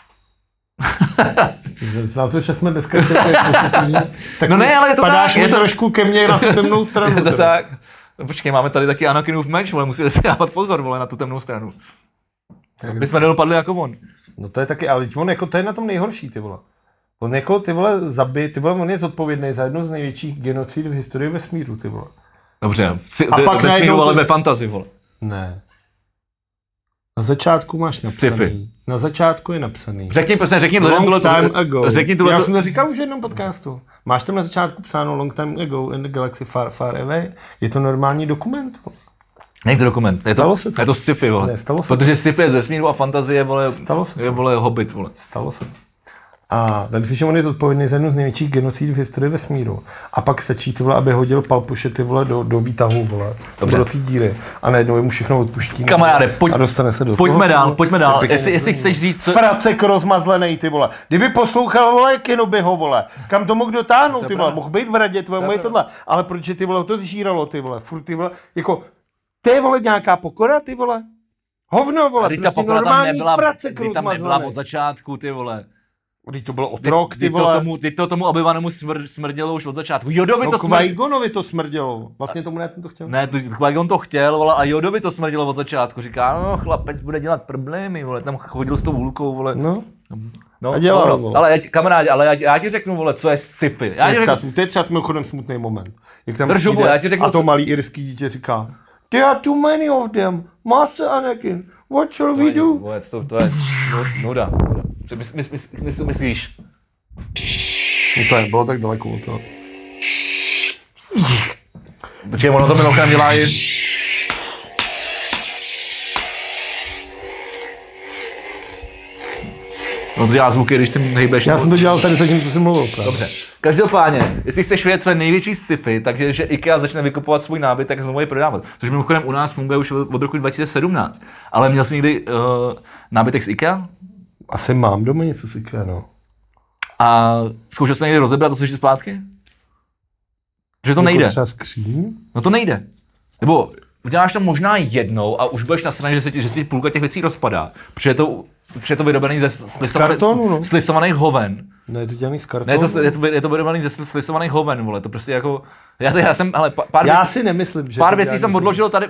Na to, že jsme dneska pozitivní, tak no ne, ale je to padáš tak, mi trošku ke mně na tu temnou stranu. Je to tak. No počkej, máme tady taky Anakinův meč, vole, musíte si dávat pozor, vole, na tu temnou stranu. My jsme nedopadli jako on. No to je taky, ale on jako to je na tom nejhorší, ty vole. On jako ty vole on je zodpovědný za jednu z největších genocid v historii vesmíru, ty vole. Dobře, a pak vesmíru, ale ve fantasy, vole. Ne. Na začátku máš napsaný. Sci-fi. Na začátku je napsaný. Řekni lidem Long time ago. Řekni Já jsem to říkal už v jednom podcastu. Máš tam na začátku psáno Long time ago in the galaxy far, far away. Je to normální dokument. Není to dokument, je to sci-fi, vole. Ne, stalo se protože sci-fi je z vesmíru a fantazie, vole, je, vole, Hobbit, vole. Stalo se to. A vem si, že on je zodpovědný za jednu z největších genocid v historii vesmíru. A pak stačí, ty vole, aby hodil Palpuše, ty vole, do výtahu, vole. Do té díry. A najednou je mu všechno odpuští. Kamaráde, a dostane se do pojďme dál. Jestli chceš říct... Fracek rozmazlenej, ty vole. Kdyby poslouchal, vole, Kenobiho, vole. Kam to mohl dotáhnout, ty vole. Mohl být v radě, tvoje moje tohle. Ale protože ty vole, to zžíralo, ty vole. Furt, ty vole, jako, to je, vole, nějaká pokora, ty vole. Hovno, vole, prostě normální fracek rozmazlenej. Tam nebyla od začátku, ty vole. Když to byl otrok, ty vole. Teď to tomu Obi-Wanomu smrdělo už od začátku. Yodovi to smrdělo. Qui-Gonovi to smrdělo. Vlastně tomu to chtěl. Ne, Qui-Gon to chtěl, vole, a Yodovi to smrdělo od začátku. Říká, no, chlapec bude dělat problémy, vole, tam chodil s tou hůlkou, vole. No a dělal, vole. Ale kamarádi, já ti řeknu, vole, co je sci-fi. To je třeba mimochodem smutný moment. Jak tam a to malý irský dítě říká, there are too many of them, Master Anakin, what shall we do? To je nuda. Co myslíš? No to bylo tak daleko od toho. Počkej, ono to mimochodem dělá i... No to dělá zvuky, když ty hejbeš. Já jsem to dělal tady zatím, co jsem mluvil. Dobře. Každopádně, jestli chceš vědět, co je největší sci-fi, takže že IKEA začne vykupovat svůj nábytek a znovu je prodávat. Což mimochodem u nás funguje už od roku 2017. Ale měl jsi někdy nábytek z IKEA? Asi mám doma něco z IKEA, no. A zkoušel jsi někdy rozebrat to složit zpátky? Protože to nejde. Třeba skříň? No to nejde. Nebo uděláš to možná jednou a už budeš na straně, že si půlka těch věcí rozpadá. Protože je to vyrobený ze slisovaných hoven. Ne, je to dělaný z kartonu. Ne, je to vyrobený ze slisovaných hoven, vole. To prostě jako... Já si nemyslím, že... Pár věcí jsem odložil tady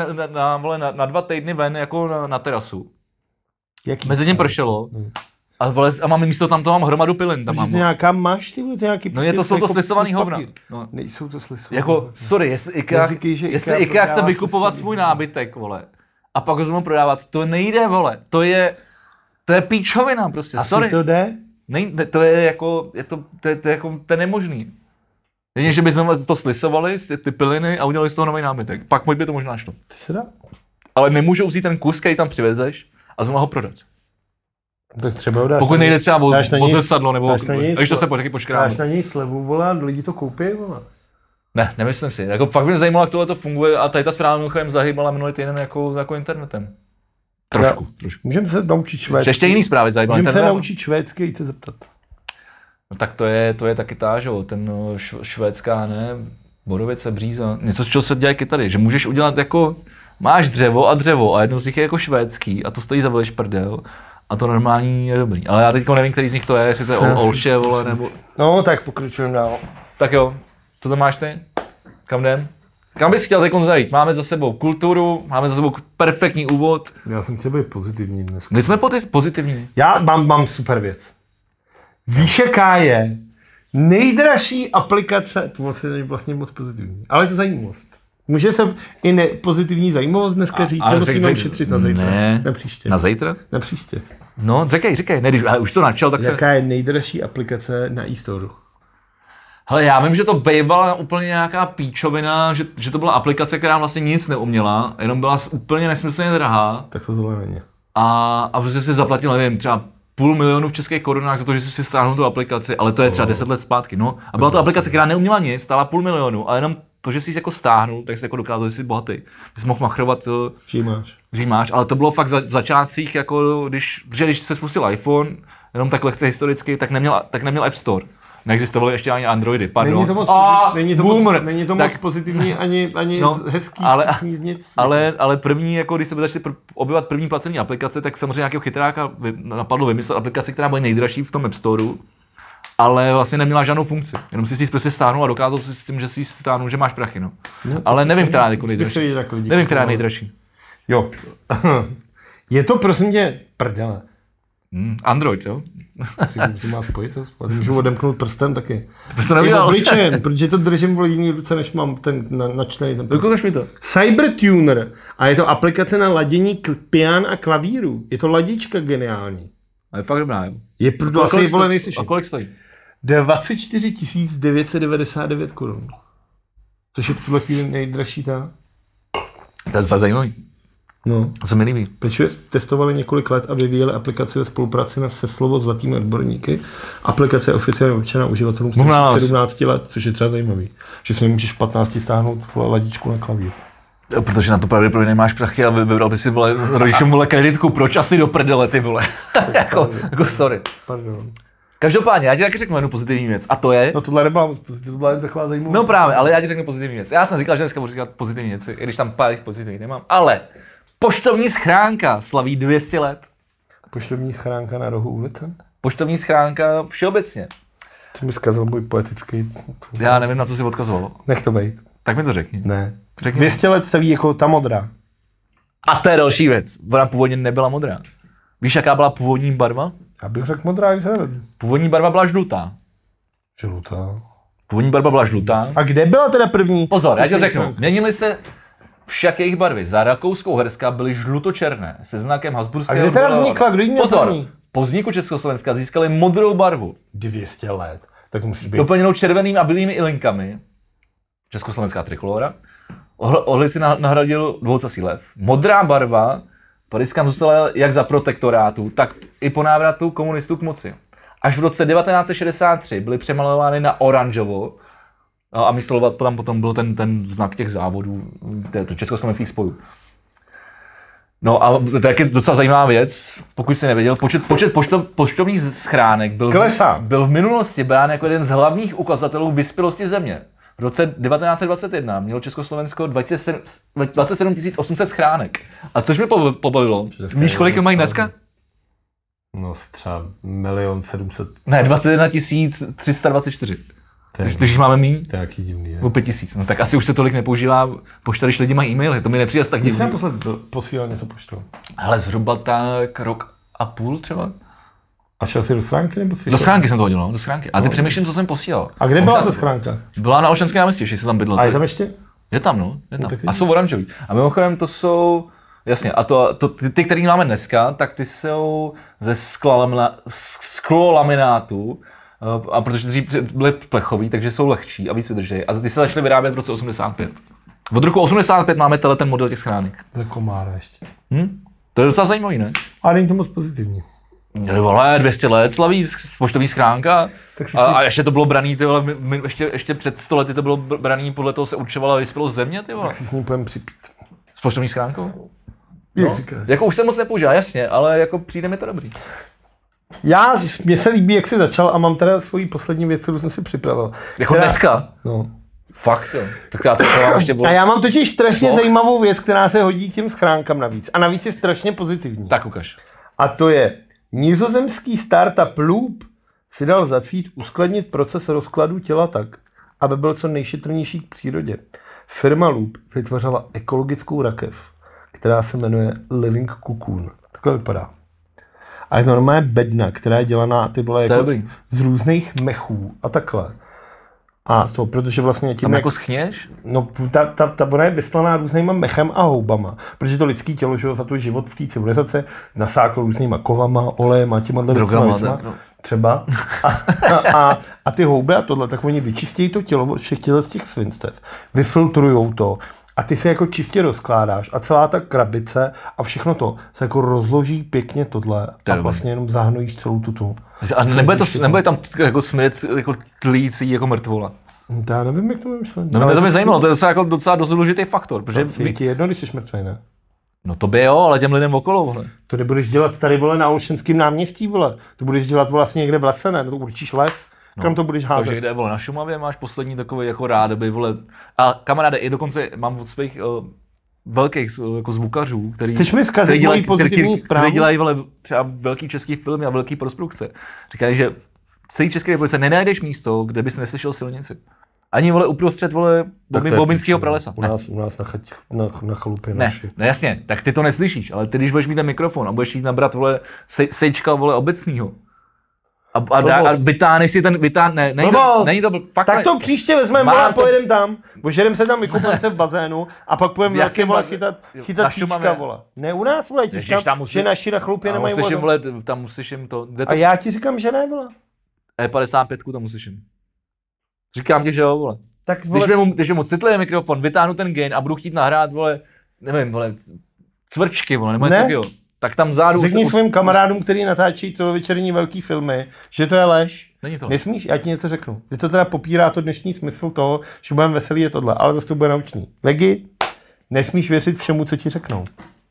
na 2 týdny ven jako na terasu. Mezi tím pršelo. A mám místo tam toho mám hromadu pilin. Tam mám. Nějaká máš, ty to nějaký... No jsou to slisovaný hovna. No. Nejsou to slisovaný. Jako, sorry, jestli IKEA chce vykupovat svůj nábytek, vole, a pak ho znovu prodávat, to nejde, vole. To je píčovina prostě, sorry. To jde? To je jako, to je nemožný. Jedině, že by znovu to slisovali, ty piliny a udělali z toho nový nábytek. Pak by to možná šlo. Ale nemůžou vzít ten kus, který tam přivezeš a znovu ho prodat. Tak třeba dáš. Pokud nejde třeba o zrcadlo, nebo když to se počkráme. Dáš na něj slevu, vole, a lidi to koupí, vole. Ne, nemyslím si. Jako fakt mě zajímalo, jak tohle to funguje a tady ta zpráva mimochodem zahýbala minulý týden jako internetem. Trošku. Můžeme se naučit švédsky. Ještě jiný zprávy zajímavé. Můžeme se naučit švédsky, jít se zeptat. No tak to je taky ta, že jo, ten švédská, ne, Borovice, bříza, něco z čeho se dělají tady, že můžeš udělat jako, máš dřevo a jedno z nich je jako švédský a to stojí za veliš prdel. A to normální je dobrý. Ale já teď nevím, který z nich to je, jestli to je Olše, vole, nebo... No, tak pokračujeme dál. Tak jo, co tam máš ty? Kam jdem? Kam bys chtěl teď zajít? Máme za sebou kulturu, máme za sebou perfektní úvod. Já jsem chtěl být pozitivní dnes. My jsme pozitivní. Já mám super věc. Víš, jaká je nejdražší aplikace, to vlastně moc pozitivní, ale je to zajímavost. Může se i pozitivní zajímavost dneska říct, nebo si mám šetřit na zítra? Ne. Na příště. Na zítra? Na příště. No, říkej, ne, když už to načal, tak jaká je nejdražší aplikace na e-store? Hele, já vím, že to bývala úplně nějaká píčovina, že to byla aplikace, která vlastně nic neuměla, jenom byla úplně nesmyslně drahá. Tak to tohle není. A prostě si zaplatil, nevím, třeba půl milionu v českých korunách za to, že si stáhnul tu aplikaci, ale to je třeba 10 let zpátky, no. A byla to aplikace, která neuměla nic, stála půl milionu, ale jenom to, že jsi jako stáhnul, tak jsi jako dokázal, že jsi bohatý. Jsi mohl machrovat, že máš, ale to bylo fakt v začátcích, jako když se spustil iPhone, jenom tak lehce historicky, tak neměl App Store. Neexistovaly ještě ani Androidy, pardon. Není to moc pozitivní, ani hezký, nic. Ale první, jako když se začali objevovat první placené aplikace, tak samozřejmě nějakého chytráka napadlo vymyslet aplikaci, která byla nejdražší v tom App Storeu, ale vlastně neměla žádnou funkci. Jenom si prostě stáhnul a dokázal si s tím, že si stáhnul, že máš prachy, no. Ale nevím, která je nejdražší. Nevím, která je nejdražší. Jo. Je to prosím tě prdele. Android, jo? To má spojitost, můžu odemknout prstem taky. To jsem nevěděl. Obličejem, protože to držím v jiný ruce, než mám ten načtený ten prst. Ukáž mi to. Cybertuner. A je to aplikace na ladění pian a klavíru. Je to ladička geniální. A je fakt dobrá, jo? Je asi volený slyšet. A kolik stojí? 24 999 korun. Což je v tuhle chvíli nejdražší ta. To je zajímavý. No. To se mi líbí. Pečuje testovali několik let a vyvíjeli aplikaci ve spolupráci se zlatými odborníky. Aplikace je oficiálně určena uživatelům 17 let, což je třeba zajímavý. Že si nemůžeš v 15 stáhnout ladičku na klavír. Protože na to pravděpodobně nemáš prachy a vybral by si rodičům kreditku, proč asi do prdele, ty vole. jako sorry. Pardon. Každopádně, já ti taky řeknu jednu pozitivní věc, a to je... No tohle nebyla pozitivní, to byla taková zajímavá. No právě, ale já ti řeknu pozitivní věc. Já jsem říkal, že dneska budu říkat pozitivní věci, i když tam pár pozitivních nemám, ale poštovní schránka slaví 200 let. Poštovní schránka na rohu ulice? Poštovní schránka všeobecně. Ty mi zkazil můj poetický... Já nevím, na co jsi odkazoval. Nech to bejt. Tak mi to řekni. Ne. 200 let staví jako ta modrá. A to je další věc. Ona původně nebyla modrá. Víš, jaká byla původní barva? Já bych řekl modrá, když nevím. Původní barva byla žlutá. Žlutá. Původní barva byla žlutá. A kde byla teda první? Pozor, já ti řeknu. Měnily se však jejich barvy. Za Rakousko-Uherska byly žlutočerné se znakem Habsburského. A kde teda vznikla? Kdo jí měl Pozor, první? po vzniku Československa získali modrou barvu. 200 let. Tak musí být. Doplněnou červenými a bílými ilinkami. Československá trikolora. Orlici nahradil dvoucasý lev. Modrá barva Pařížskám zůstala jak za protektorátu, tak i po návratu komunistů k moci. Až v roce 1963 byly přemalovány na oranžovo a místo tam potom byl ten znak těch závodů, československých spojů. No a to je docela zajímavá věc, pokud jsi nevěděl, počet poštovních schránek byl v minulosti brán jako jeden z hlavních ukazatelů vyspělosti země. V roce 1921 mělo Československo 27 800 schránek. A tož mě pobavilo. Víš, kolik mají dneska? No třeba 1 700 000. Ne, 21 324. Když jich máme míň? To je jaký divný. O 5 000. No tak asi už se tolik nepoužívá pošta, když lidi mají e-maily. To mi nepřijde tak divný. Když jsem posílal něco poštou? Hele, zhruba tak rok a půl třeba. A šel jsi do schránky nebo jsi do schránky jsem to hodil, no, do schránky. A ty přemýšlím, co jsem posílal. A kde byla ta schránka? Byla na Olšanském náměstí, jestli tam bydlel. A je tam ještě? Je tam, no. Je tam. A jsou oranžový. A mimochodem to jsou, jasně, a ty, který máme dneska, tak ty jsou ze sklolaminátu, a protože dřív byly plechový, takže jsou lehčí a víc vydrží. A ty se začaly vyrábět v roce 85. Od roku 85 máme ten model těch schránek. Za komára ještě. To je docela zajímavý, ne? Ale není to moc pozitivní. Vole, 200 let slaví poštovní schránka a ještě to bylo braný, ty vole, ještě před 100 lety to bylo braný, podle toho se určovala vyspělost země, ty vole. Tak si s ním půjdeme připít. S poštovní schránkou? No, jako už se moc nepoužívá, jasně, ale jako přijde mi to dobrý. Mně se líbí, jak jsi začal a mám teda svoji poslední věc, kterou jsem si připravil. Jako dneska? No. Fakt jo. Tak já to mám ještě a já mám totiž strašně zajímavou věc, která se hodí k těm schránkám navíc. A navíc je strašně pozitivní. Tak ukaž. A to je nizozemský startup Loop si dal za cíl uskladnit proces rozkladu těla tak, aby byl co nejšetrnější k přírodě. Firma Loop vytvořila ekologickou rakev, která se jmenuje Living Cocoon. Takhle vypadá. A je normálně bedna, která je dělaná ty vole jako z různých mechů a takhle. A to, protože vlastně tím... Tam jako schněš? No, ona je vyslaná různýma mechem a houbama, protože to lidský tělo, že za to život v té civilizace nasáklo různýma kovama, olejema, těma věcma, třeba. A ty houby a tohle, tak oni vyčistějí to tělo od všech z těch svinstev, vyfiltrujou to A ty se jako čistě rozkládáš a celá ta krabice a všechno to se jako rozloží pěkně tohle a vlastně jenom zahnojíš celou tu. A nebude tam jako smět jako tlící jako mrtvola. To já nevím, jak to myšlet. No mě to mě zajímalo, to je docela dost důležitý faktor. Protože je ti jedno, když jsi mrtvej, ne? No to by jo, ale těm lidem okolo, vole. To nebudeš dělat tady, vole, na Olšanském náměstí, vole. To budeš dělat vlastně někde v lese, ne? To určíš les, kam to budeš házet. Takže kde, vole, na Šumavě máš poslední takový jako rádoby, vole. A kamaráde, i dokonce mám od svých velkých jako zvukařů, který chceš mi zkazit mojí pozitivní zprávu? Kteří dělají, vole, třeba velký český filmy a velký postprodukce. Říkají, že v celé České republice nenajdeš místo, kde bys neslyšel silnici. Ani, vole, uprostřed, vole, bobinského pralesa. U nás na chalupě naši. Ne, jasně, tak ty to neslyšíš, ale ty, když budeš mít ten mikrofon a budeš jít nabrat, vole, sejčka, vole, obecnýho. A vytáhneš si není to fakt. Tak to příště vezmeme, vole, a pojedem tam, ožerem se tam vykoupat se v bazénu a pak půjdeme nějaké, vole, chytat svíčka, vole. Ne, u nás, vole, ti říkám, že naši na chalupě nemají vole. Tam musíš jim to, a já ti říkám, že ne, vole. E55 tam musíš jim. Říkám ti, že jo, vole. Tak, vole. Když je mu citlivý mikrofon, vytáhnu ten gain a budu chtít nahrát, vole, nevím, vole, cvrčky, vole, nebo něco takového. Tak tam zádu. Řekni svým kamarádům, který natáčí celovečerní velký filmy, že to je lež. Není to. Nesmíš, já ti něco řeknu. Že to teda popírá to dnešní smysl toho, že budeme veselý je tohle, ale zase to bude naučný. Vegi, nesmíš věřit všemu, co ti řeknou.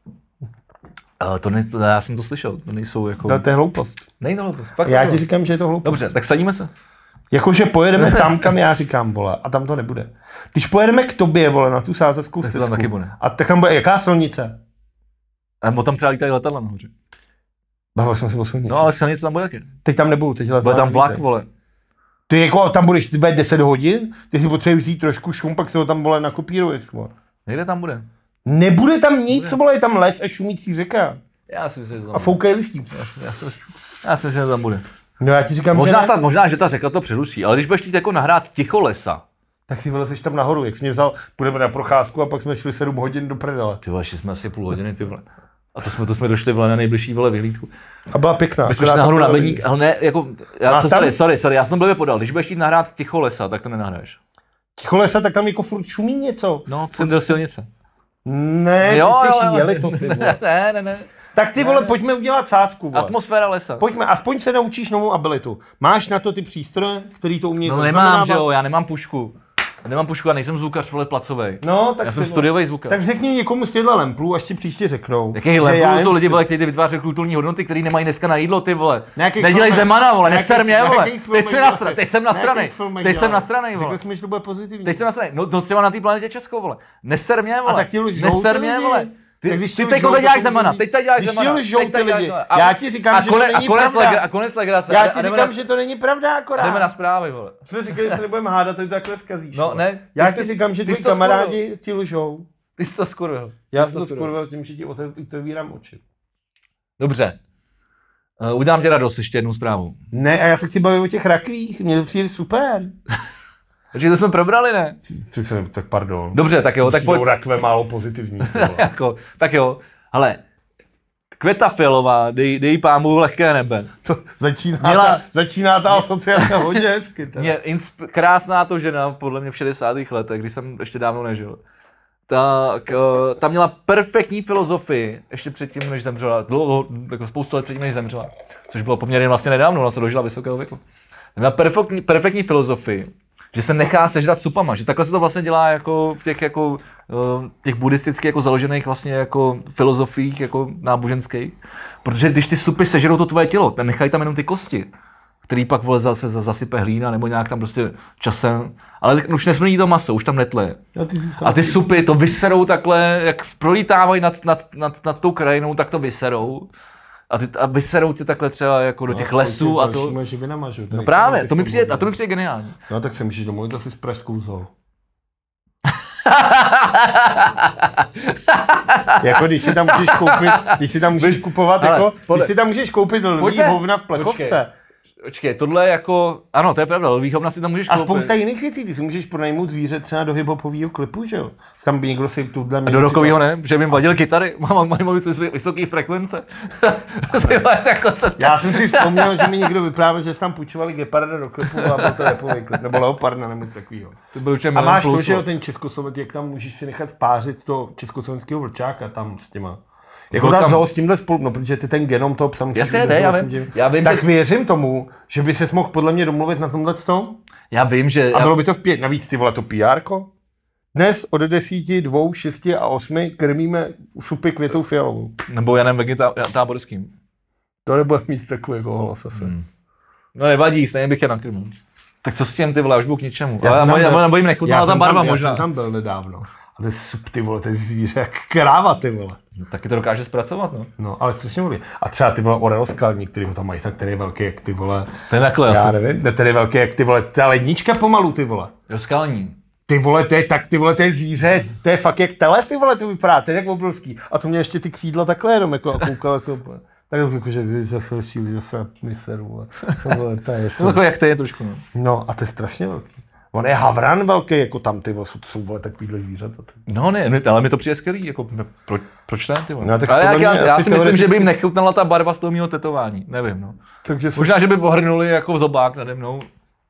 Já jsem to slyšel, to nejsou jako... To je hloupost. Není to hloupost. Já ti říkám, že je to hloupost. Dobře, tak sadíme se. Jakože pojedeme tam, kam já říkám, vole, a tam to nebude. Když pojedeme k tobě, vole, na tu sázeckou stezku, a tak tam bude jaká silnice? A tam třeba lítají letadla nahoře. Bavil jsem se o silnici. No ale silnice tam bude taky. Teď tam nebudu, teď bude tam vlak, vole. Ty jako tam budeš 10 hodin, ty si potřebuješ vzít trošku šum, pak se ho tam, vole, nakopíruješ, vole. Někde tam bude. Nebude tam nic, vole, je tam les a šumící řeka. Já si myslím, že tam a foukají listí. Já si myslím, že tam bude. No já ti říkám, možná, že ta řeka to přeruší, ale když budeš chtít jako nahrát ticho lesa, tak si vylezeš tam nahoru, jak jsi mě vzal, půjdeme na procházku a pak jsme šli 7 hodin do prdele. Ty vole, jsme asi půl hodiny, ty vole. A to jsme došli, vole, na nejbližší, vole, vyhlídku. A byla pěkná. My jsme šli nahoru na Beník, ale ne, jako, sorry, já jsem blbě podal, když budeš chtít nahrát ticho lesa, tak to nenahraješ. Ticho lesa, tak tam jako furt šumí něco. No, jsem do silnice. Ne, ty jsi jeli to, ty vole. Ne. Tak ty vole, pojďme udělat sázku, vole. Atmosféra lesa. Pojďme, aspoň se naučíš novou abilitu. Máš na to ty přístroje, který to umějí zaznamenávat? No nemám, že jo, já nemám pušku. Já nejsem zvukař, vole, placovej. No, tak já jsem studiový zvukař. Tak řekni někomu z těchto lemplů, až ti příště řeknou. Jakých lemplů jsou lidi, vole, kteří vytvářejí kulturní hodnoty, který nemají dneska na jídlo, ty vole. Nedělej Zemana, vole, neser mě, vole. Teď jsem nasranej, vole. Řekl jsi mi, že to bude pozitivní. Teď jsem nasranej. No třeba na té planetě Česko, vole. Neser mě, vole. A tak ti lžou neser mě, vole. Ty teď děláš Zemana, teď děláš Zemana. Když ti lžou ty lidi, já ti říkám, že to není pravda. A konec legrace. Já ti říkám, že to není pravda akorát. Jdeme na zprávy, vole. Jsme říkali, že se nebudeme hádat, ty to takhle zkazíš. No ne. Já ti říkám, že tvoji kamarádi ti lžou. Ty jsi to skurvil. Já jsem to skurvil tím, že ti otevírám oči. Dobře. Udělám ti radost ještě jednou zprávu. Ne, a já se chci bavit o těch rakvích, mně to přijde super. Takže to jsme probrali, ne? Tak pardon. Dobře, tak jo, tak pojď. Rakve málo pozitivní. Tak jo, ale Květa Fialová, dej pámu lehké nebe. To začíná ta asociace hodně hezky. Krásná to žena, podle mě v 60. letech, když jsem ještě dávno nežil. Tak ta měla perfektní filozofii, ještě předtím, než zemřela, dlouho, jako spoustu let předtím, než zemřela, což bylo poměrně vlastně nedávno, ona se dožila vysokého věku. Měla perfektní filozofii, že se nechá sežrat supama, že takhle se to vlastně dělá jako v těch jako těch buddhisticky jako založených vlastně jako filozofiích jako náboženských, protože když ty supy sežerou to tvoje tělo, nechají tam jenom ty kosti, který pak vole zase zasype hlína nebo nějak tam prostě časem, ale už nesmí to maso, už tam netleje. A ty supy to vyserou takhle, jak prolítávají nad tou krajinou, tak to vyserou. A vyserou ty takhle třeba jako do těch lesů a to. No právě, to mi přijde geniální. No tak se můžeš domluvit asi s pražskou zoo. Jako když si tam můžeš kupovat, jako, když si tam můžeš koupit lví hovna v plechovce. Počkej, tohle je jako, ano, to je pravda, výchovna si tam můžeš A koupit. spousta jiných věcí, ty si můžeš pronajmout zvíře třeba do hiphopového klipu, že jo? Tam by někdo si tuhle... A do rokovýho ne, že bym vadil kytary, mám vysoký frekvence. Jako Já jsem si vzpomněl, že mi někdo vyprávěl, že tam půjčovali geparda do klipu a byl to rapový klip, nebo leoparda, nebo něco takového. A máš to, že jo, ten Československý, jak tam můžeš si nechat pářit to československého vlčáka tam s těma. Jako ta zoo s tímhle spolu, no, protože ty ten genom toho psa musíš... Jasně, ne, já vím, tak věřím tomu, že by ses mohl podle mě domluvit na tomhle tom. Já vím, že... A bylo by to v 5, navíc ty vole to PRko. Dnes od 10, 2, 6 a 8 krmíme supy květou fialovou. Nebo Janem Táborským. To nebude mít takový jako hlas asi. No nevadí, stejně bych je nakrmil. Tak co s tím, ty vole, už byl k ničemu. Já jim nechutnala ta barva možná. Já jsem tam byl nedávno. A to je sup, ty vole, to je zvíře jak kráva, ty vole. No, taky to dokáže zpracovat, no. No, ale strašně mluví. A třeba ty vole Oreo skladník, který ho tam mají, tak ten je velký jak ty vole. To je takhle já asi. nevím, ten je velký jak ty vole, ta lednička pomalu, ty vole. Jo, skalní. Ty vole, to je tak, ty vole, to je zvíře, to je fakt jak tele, ty vole, to vypadá, to je jak obrovský. A to mě ještě ty křídla takhle jenom jako a koukal jako. Tak jako, že zase šílí, zase miseru, vole. To je no, jak to je trošku, no. No a to je strašně velký. On je havran velký, jako tam ty vole, jsou vole takovýhle zvířata. No ne, ale mi to přijde skvělý, jako proč ne, ty vole. No, tak ale já si myslím, teoreticky... že by jim nechutnala ta barva z toho mýho tetování, nevím, no. Takže možná, že by pohrnuli jako zobák nade mnou.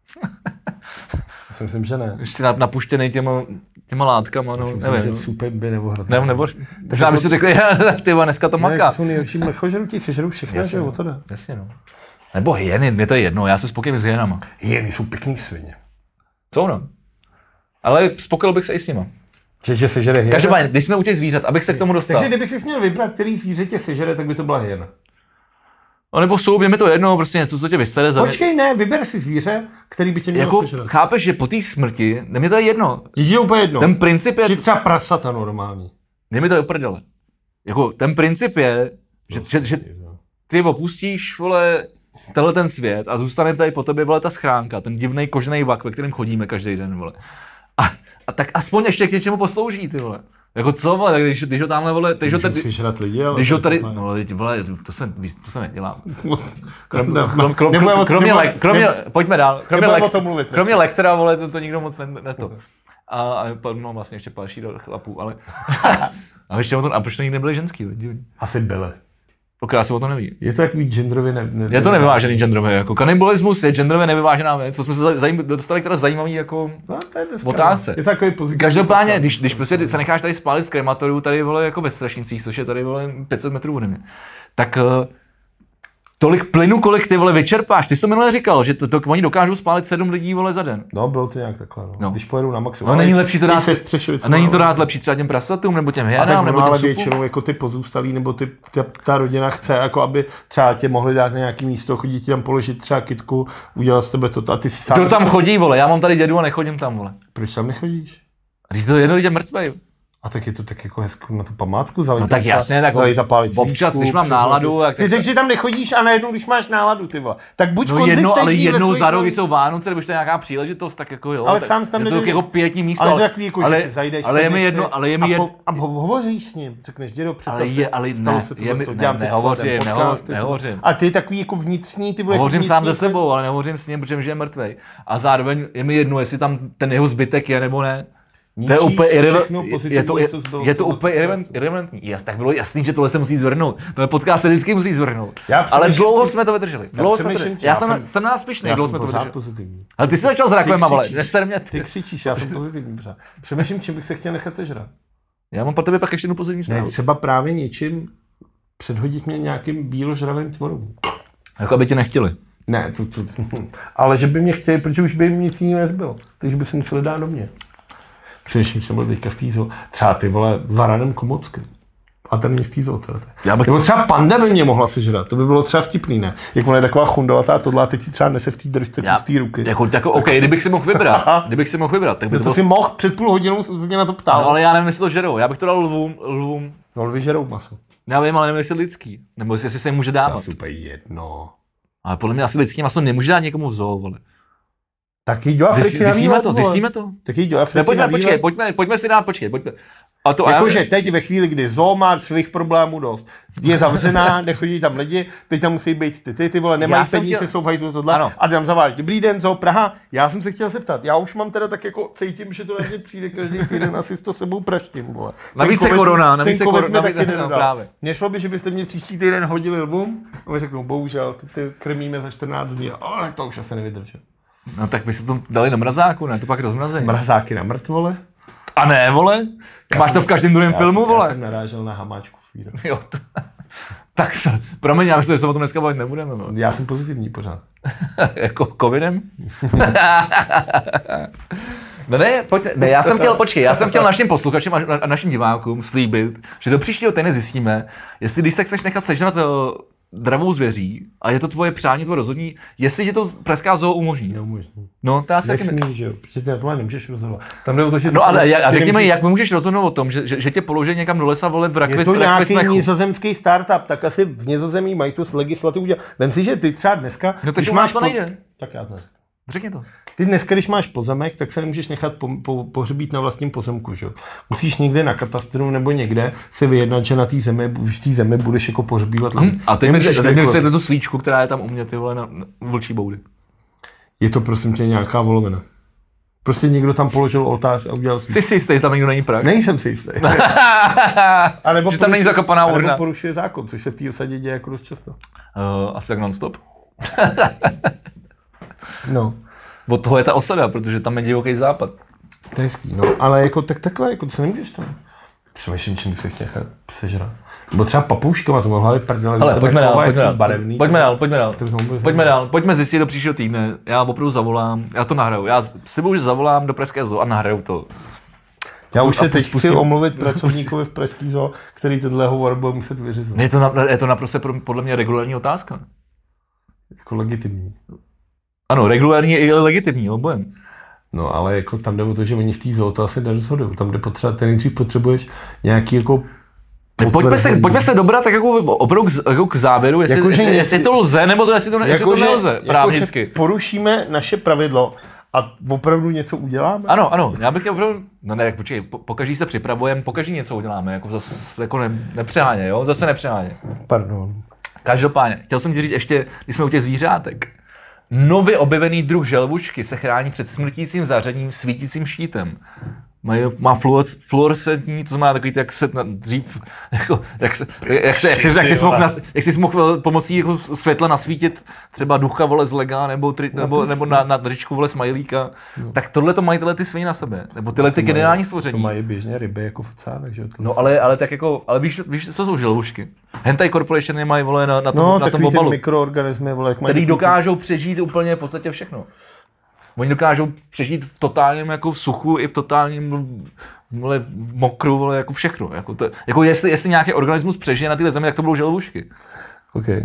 Já si myslím, že ne. Ještě napuštěnej těma látkama, no, myslím, nevím. že super by nebo hrozně. Nebo možná by si řekli, ty vole, dneska to maká. Ne, jsou nejlepší mrchožrutí, sežerou všechno, že o to jde. Jasně, no. Nebo hyeny, mě to je jedno, já se spokojím s hyenama. Hyeny jsou pěkný svině. Co no? Ale spokojil bych se i s nima. Že sežere hyena? Každopádně, když jsme u těch zvířat, abych se k tomu dostal. Takže kdyby si měl vybrat, který zvíře tě sežere, tak by to byla hyena. No nebo je mi to jedno, prostě něco, co tě vysere za mě. Počkej, ne, vyber si zvíře, který by tě měl jako, sežrat. chápeš, že po té smrti, mě to je jedno. Je úplně jedno. Ten princip je... Či třeba prasata normální. Mě to je uprdele. Jako, ten princip je, že ty opustíš, vole, tenhle ten svět a zůstane tady po tobě, vole, ta schránka, ten divnej kožený vak, ve kterém chodíme každý den, vole. A tak aspoň ještě k něčemu poslouží, ty vole. Jako co, vole, když ho tamhle, vole, když ho tady... lidi, ale když ho tady, no, vole, to se nedělá. Pojďme dál. Kromě lektora, vole, to nikdo moc neto. A no vlastně ještě další do chlapů, ale... A ještě o tom, a proč to nikdy nebyly ženský, divný. Asi byly. Já si o tom nevím. Je to takový genderově Je to nevyvážený genderově, jako kanibalismus je genderově nevyvážená věc, co jsme se dostali teda zajímavý jako otázce. Je takový pozitivní. Každopádně, když prostě se necháš tady spálit v krematoriu, tady vole jako ve Strašnicích, což je tady vole 500 metrů ode mě, tak tolik plynu, kolik ty vole vyčerpáš. Ty jsi to minule říkal, že oni dokážou spálit 7 lidí vole za den. No, bylo to nějak takhle, no. Když pojedou na maximum. No, není lepší to dát, a není to dát lepší třeba těm prasatům, nebo těm hyenám, nebo těm většinou jako ty pozůstalí, nebo ta rodina chce, jako aby třeba tě mohli dát na nějaký místo, chodit ti tam položit třeba kytku, udělat z tebe to a ty si sám... Kdo tam chodí, vole? Já mám tady dědu a nechodím tam, vole. Proč tam nechodíš? Když to jedno lidem mrtvej. A tak je to tak jako hezky na tu památku zalít. No tak jasně, tak občas, když mám náladu... Ty řekl, že tam nechodíš a najednou, když máš náladu, ty vole. Tak buď konzistentní ale jednou za rok, když jsou Vánoce, nebo to je nějaká příležitost, tak jako jo. Ale sám tam nejdeš. Jako pětní místo. Ale to takový jako, že si zajdeš, ale je mi jedno, ale je mi jedno. A hovoříš s ním, řekneš, dědo, nehovořím. A ty takový jako vnitřní, ty vole. Hovořím sám se sebou, ale nehovořím s ním, protože je mrtvej. A zároveň je mi jedno, jestli tam ten jeho zbytek je nebo ne. To je úplně irrelevantní. Tak bylo jasný, že tohle se musí zvrhnout. Tohle podcast se vždycky musí zvrhnout. Ale dlouho jsme to vydrželi. Já jsem na nás pyšnej, dlouho jsme to vydrželi. Ale ty jsi začal s rakovima, vole. Neser mě. Ty křičíš, já jsem pozitivní pořád. Přemýšlím, čím bych se chtěl nechat sežrat. Já mám pro tebe pak ještě jednu pozitivní zprávu. Ne, třeba právě něčím předhodit mě nějakým bíložravým tvorům. Jako aby tě nechtěli. Ne, ale že by mě chtěli, protože už by jim nic jiného nezbylo. Takže by se museli dát do mě. Především jsem byl teďka v týzo, třeba ty vole varanem komocky. A ten je v týzo teda. Nebo třeba panda by mě mohla sežrat, to by bylo třeba vtipný, ne? Jak ona je taková chundovatá tohle a teď si třeba nese v té držce pustý ruky. Jako, OK, kdybych si mohl vybrat, tak by to si mohl před půl hodinou se mě na to ptal. No ale já nevím, jestli to žerou, já bych to dal lvům. No lvy žerou maso. Já vím, ale nevím, jestli lidský, nebo jestli se jim může dávat. To je super jedno. Ale podle mě asi lidský maso nemůže dát někomu v zoo, vole. Tak jít do Afriky zjistíme to. Tak jít do Afriky pojďme si dát, pojďme. Jakože teď ve chvíli, kdy zoo má svých problémů dost, je zavřená, nechodí tam lidi, teď tam musí být ty vole, nemají peníze, jsou v hajzlu tohle, ano. A tam zaváž. Dobrý den, zoo Praha, já jsem se chtěl zeptat, já už mám teda tak jako cítím, že to na mě přijde každý týden, asi s to sebou praštím, vole. Navíc je korona, právě. Nešlo by, že byste mě příští týden hodili lvům, a mi řeknou, bohužel, ty krmíme za 14 dní, ale to už asi nevydržím. No tak by se to dali na mrazáku, ne? To pak rozmrazení. Mrazáky na mrtvole? A ne, vole? Máš to v každém druhém filmu, vole? Já jsem narážel na hamáčku chvíli. Jo, tak promiň, já myslím, že se o tom dneska bavit nebudeme. No. Já jsem pozitivní pořád. Jako covidem? No ne, já jsem chtěl našim posluchačům a našim divákům slíbit, že do příštího týdne zjistíme, jestli když se chceš nechat sežrat dravou zvěří a je to tvoje přání, tvoje rozhodní, jestli tě to Pražská zoo umožní. Neumožní. No, to já si nesmí, že jo, protože ty na to nemůžeš rozhodovat. Tam jde o to, že no ale řekni mi, jak můžeš rozhodnout o tom, že tě položí někam do lesa, vole, v rakvi. Je to nějaký nizozemský startup, tak asi v Nizozemí mají tu legislativu udělat. Vem si, že ty třeba dneska, no když máš to nejde. Tak já to řekni to. Ty dneska, když máš pozemek, tak se nemůžeš nechat pohřbít na vlastním pozemku, že jo. Musíš někde na katastru nebo někde se vyjednat, že na té zemi budeš jako pohřbívat. A teď mi vysvětli tu svíčku, která je tam u mě, ty vole, na vlčí boudy. Je to prosím tě nějaká volovina. Prostě někdo tam položil oltář a udělal svíčku. Jsi jistý, tam někdo není Prah? Nejsem si jistý. A nebo že tam není zakopaná urna. Nebo porušuje zákon, což se v té osadě děje jako dost často. Asi tak non-stop. No. Od toho je ta osada, protože tam je divoký západ. To je hezký, no, ale jako takhle, jako to se nemůžeš tam. Přemýšlím, čím bych se chtěl sežrat. Nebo třeba papouškama, to má hlavě prdele. Ale pojďme dál. Pojďme zjistit do příštího týdne. Já opravdu zavolám, já to nahraju. Já slibuju, že zavolám do Pražské zoo a nahraju to. Já už se teď chci omluvit pracovníkovi v Pražský zoo, který tenhle hovor bude muset vyřizovat. Je to naprosto podle mě regulární otázka. Jako legitimní. Ano, regulární i legitimní, obojem. No, ale jako tam jde o to, že oni v té zoo to asi nerozhodují. Tam jde potřeba, ty nejdřív potřebuješ nějaký jako... Pojďme se dobrat tak jako opravdu k závěru, jestli to lze, nebo to, jestli to nelze právnicky. Porušíme naše pravidlo a opravdu něco uděláme? Ano, já bych opravdu... No ne, počkej, pokaždý se připravujeme, pokaždý něco uděláme, jako zase jako nepřeháně, jo? Zase nepřeháně. Pardon. Každopádně, chtěl jsem ti říct ještě, když jsme u těch zvířátek. Nově objevený druh želvučky se chrání před smrtícím zářením svítícím štítem. Má fluorescentní, to znamená takový, jak se dřív, jako, jak jsi mohl pomocí jako světla nasvítit třeba ducha, vole, z lega, nebo na tričku, vole, smajlíka. No. Tak tohle to mají ty svině na sebe, nebo tyhle ty generální stvoření. To mají běžně ryby jako v oceánech, že jo? No ale tak jako, ale víš, co jsou želvušky? Hentai Corporation mají, vole, na tom obalu. No, takový ty mikroorganismy, vole, jak mají. Který dokážou přežít úplně v podstatě všechno. Oni dokážou přežít v totálním jako suchu i v totálním mokru, vole, jako všechno. Jako jestli nějaký organismus přežije na téhle zemi, tak to budou želvušky. Okay.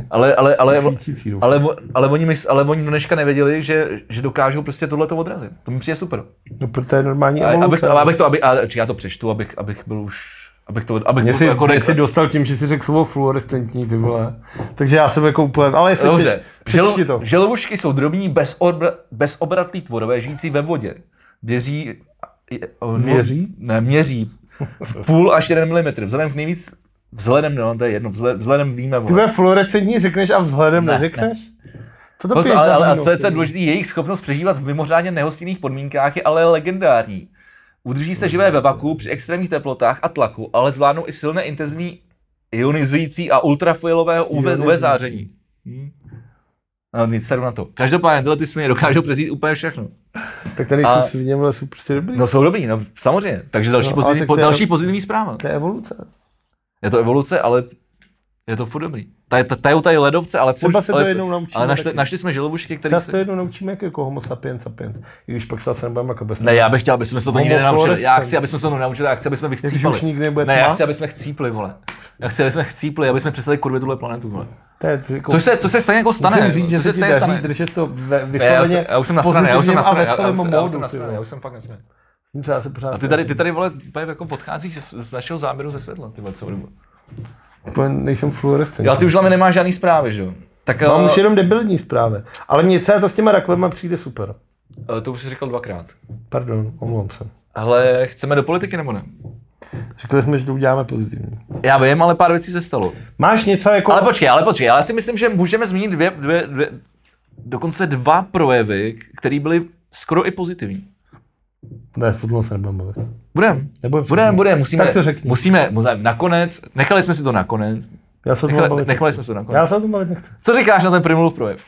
Ale oni do dneška nevěděli, že dokážou prostě tohleto odrazit. To mi přijde super. No, protože je normální evoluce. Já to přečtu, abych byl už... Mě si dostal tím, že si řekl slovo fluorescentní, ty vole. Takže já jsem jako úplně, ale jestli přečti to. Želvušky jsou drobní, bezobratlí tvorové žijící ve vodě. Měří 0,5 až 1 mm. Vzhledem víme. Ty ve fluorescentní řekneš a vzhledem neřekneš? Co to píš? Ale co je důležité, jejich schopnost přežívat v mimořádně nehostinných podmínkách je ale legendární. Udrží se živé ve vaku při extrémních teplotách a tlaku, ale zvládnou i silné intenzivní ionizující a ultrafialové UV záření. No, nic se na to. Každopádně tyhle ty svině dokážou přežít úplně všechno. Tak tady jsou svině, ale jsou prostě dobrý. No jsou dobrý, no samozřejmě. Takže další pozitivní zpráva. To je evoluce. Je to evoluce, ale je to furt dobrý. Tady ledovce, ale třeba se to jednou naučíme. Ale našli jsme želvušky, které se to jednou naučíme jako homo sapiens. I když pak se nebudeme jako bez. Ne, já bych chtěl, aby jsme se to nikdy nenaučili. Já chci, aby jsme se to naučili, já chci, aby jsme vychcípali. Ne, já chci, aby jsme chcípli, vole. Já chci, aby jsme chcípli, aby jsme přestali kurvit tuhle planetu, vole. Co se stejně jako stane? Musím říct, že se ti daří držet to vysloveně pozitivním a veselým módu. Já už jsem fakt nasraný. A ty tady, vole, jako podcházíš z našeho záběru ze světla, ty vole, co dobu. Nejsem fluorescent. Já ty už hlavně nemáš žádný zprávy, že jo? Mám už jenom debilní zprávy. Ale mně třeba to s těma rakvema přijde super. To už jsi říkal 2krát. Pardon, omlouvám se. Ale chceme do politiky nebo ne? Řekli jsme, že to uděláme pozitivní. Já vím, ale pár věcí se stalo. Máš něco jako... Ale počkej, já si myslím, že můžeme zmínit dokonce dva projevy, které byly skoro i pozitivní. Ne, fotbal se nebudeme bavit. Budeme, Tak to řekni. musíme, nakonec, nechali jsme si to nakonec. Já se o tom bavit Nechali nechci. jsme se to nakonec. Já se o tom bavit nechci. Co říkáš na ten Primulův projev?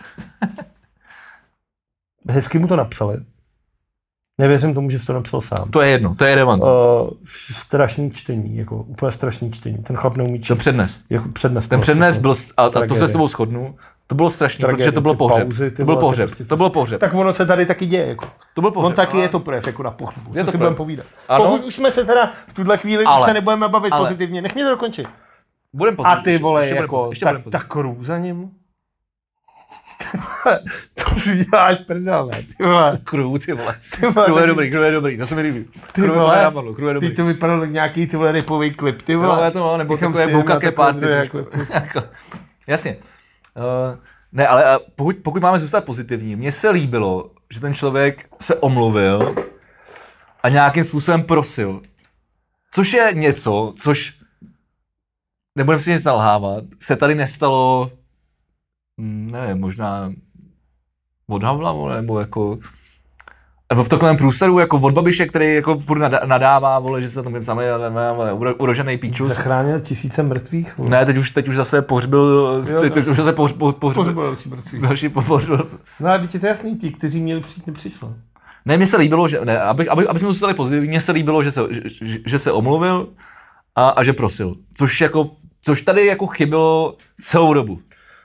Hezky mu to napsali. Nevěřím tomu, že jsi to napsal sám. To je jedno, to je relevantní. Strašný čtení, jako úplně strašný čtení. Ten chlap neumí číst. Ten přednes. Jako přednes. Ten přednes byl, a to Tragédie. se s tebou shodnu, to bylo strašný, Tragédie, protože to bylo ty pohřeb. pauzy, ty To byl vole, pohřeb, prostě- to bylo pohřeb. Tak ono se tady taky děje. Jako. To byl pohřeb. On taky je to projev jako na pohřbu. Je Co to si projev. budeme povídat. Ano. Pokud už jsme se teda v tuhle chvíli už se nebudeme bavit pozitivně, nech mě to dokončit. Budem A pozitivní. ty vole, Ještě budem jako, pozitivní, ještě budem tak krů za ním. To si děláš prdel, ne, ty vole. Crew, ty vole. Ty vole, Crew je dobrý, to se mi líbí. Ty Crew vole, je dobrý. ty to vypadalo jak nějaký ty vole ripový klip, ty vole. Jo, to, nebo Bychom takové stejně bouka na ke takovou party. druhé, trošku. jako Jako, jasně. Ne, ale pokud máme zůstat pozitivní, mně se líbilo, že ten člověk se omluvil a nějakým způsobem prosil. Což je něco, což, nebudem si nic nalhávat, se tady nestalo, nevím, možná od Havla, nebo jako, nebo v takovém průsadu, jako od Babiše, který jako furt nadává, vole, že se tam sami, ale urožený píčus. Zachránil tisíce mrtvých. Vole. Ne, teď už zase pohřbil, teď už zase Pohřbil si mrtvých. další pohřbil. No a teď je to jasný, ti, kteří měli přijít, nepřišlo. Ne, mně se líbilo, že, ne, aby jsme zůstali pozitivní, mně se líbilo, že se omluvil a že prosil. Což tady jako chybilo celou dobu.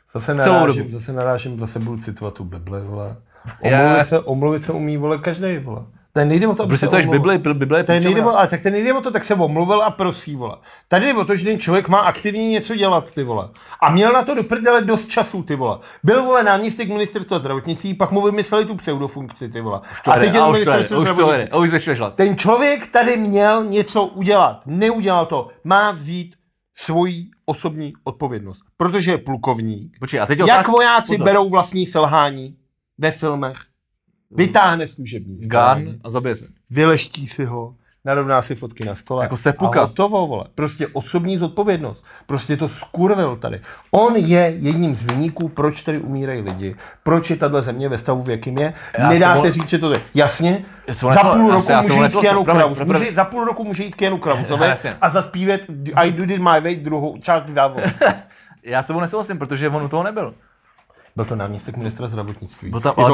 Zase narážím, zase budu citovat tu Bibli, vole. Omluvit se umí, vole, každej, vole. Tady nejde o to, aby Prostě to je Bible je píčovina. Ale tak ten nejde o to, tak se omluvil a prosí, vole. Tady jde o to, že ten člověk má aktivně něco dělat, ty vole. A měl na to do prdele dost času, ty vole. Byl, vole, náměstek ministerstva zdravotnictví, pak mu vymysleli tu pseudofunkci, ty vole. A teď je ministerstvo zdravotnictví. Ten člověk tady měl něco udělat. Neudělal to. Má vzít svoji osobní odpovědnost. Protože je plukovník. Jak vojáci berou vlastní selhání ve filmech, vytáhne služební zbraň a zabije se. Vyleští si ho, narovná si fotky na stole. Jako sepuka. A hotovo, vole. Prostě osobní zodpovědnost. Prostě to skurvil tady. On je jedním z viníků, proč tady umírají lidi, proč je tahle země ve stavu, v jakým je. Nedá se říct, že to je. Jasně, za půl roku může jít k Janu Kraus. Za půl roku může jít k Janu Krausovi a zaspívat I did it my way druhou část závodu. Já s tebou nesouhlasím, protože on u toho nebyl. Byl to náměstek ministra zdravotnictví. Byl tam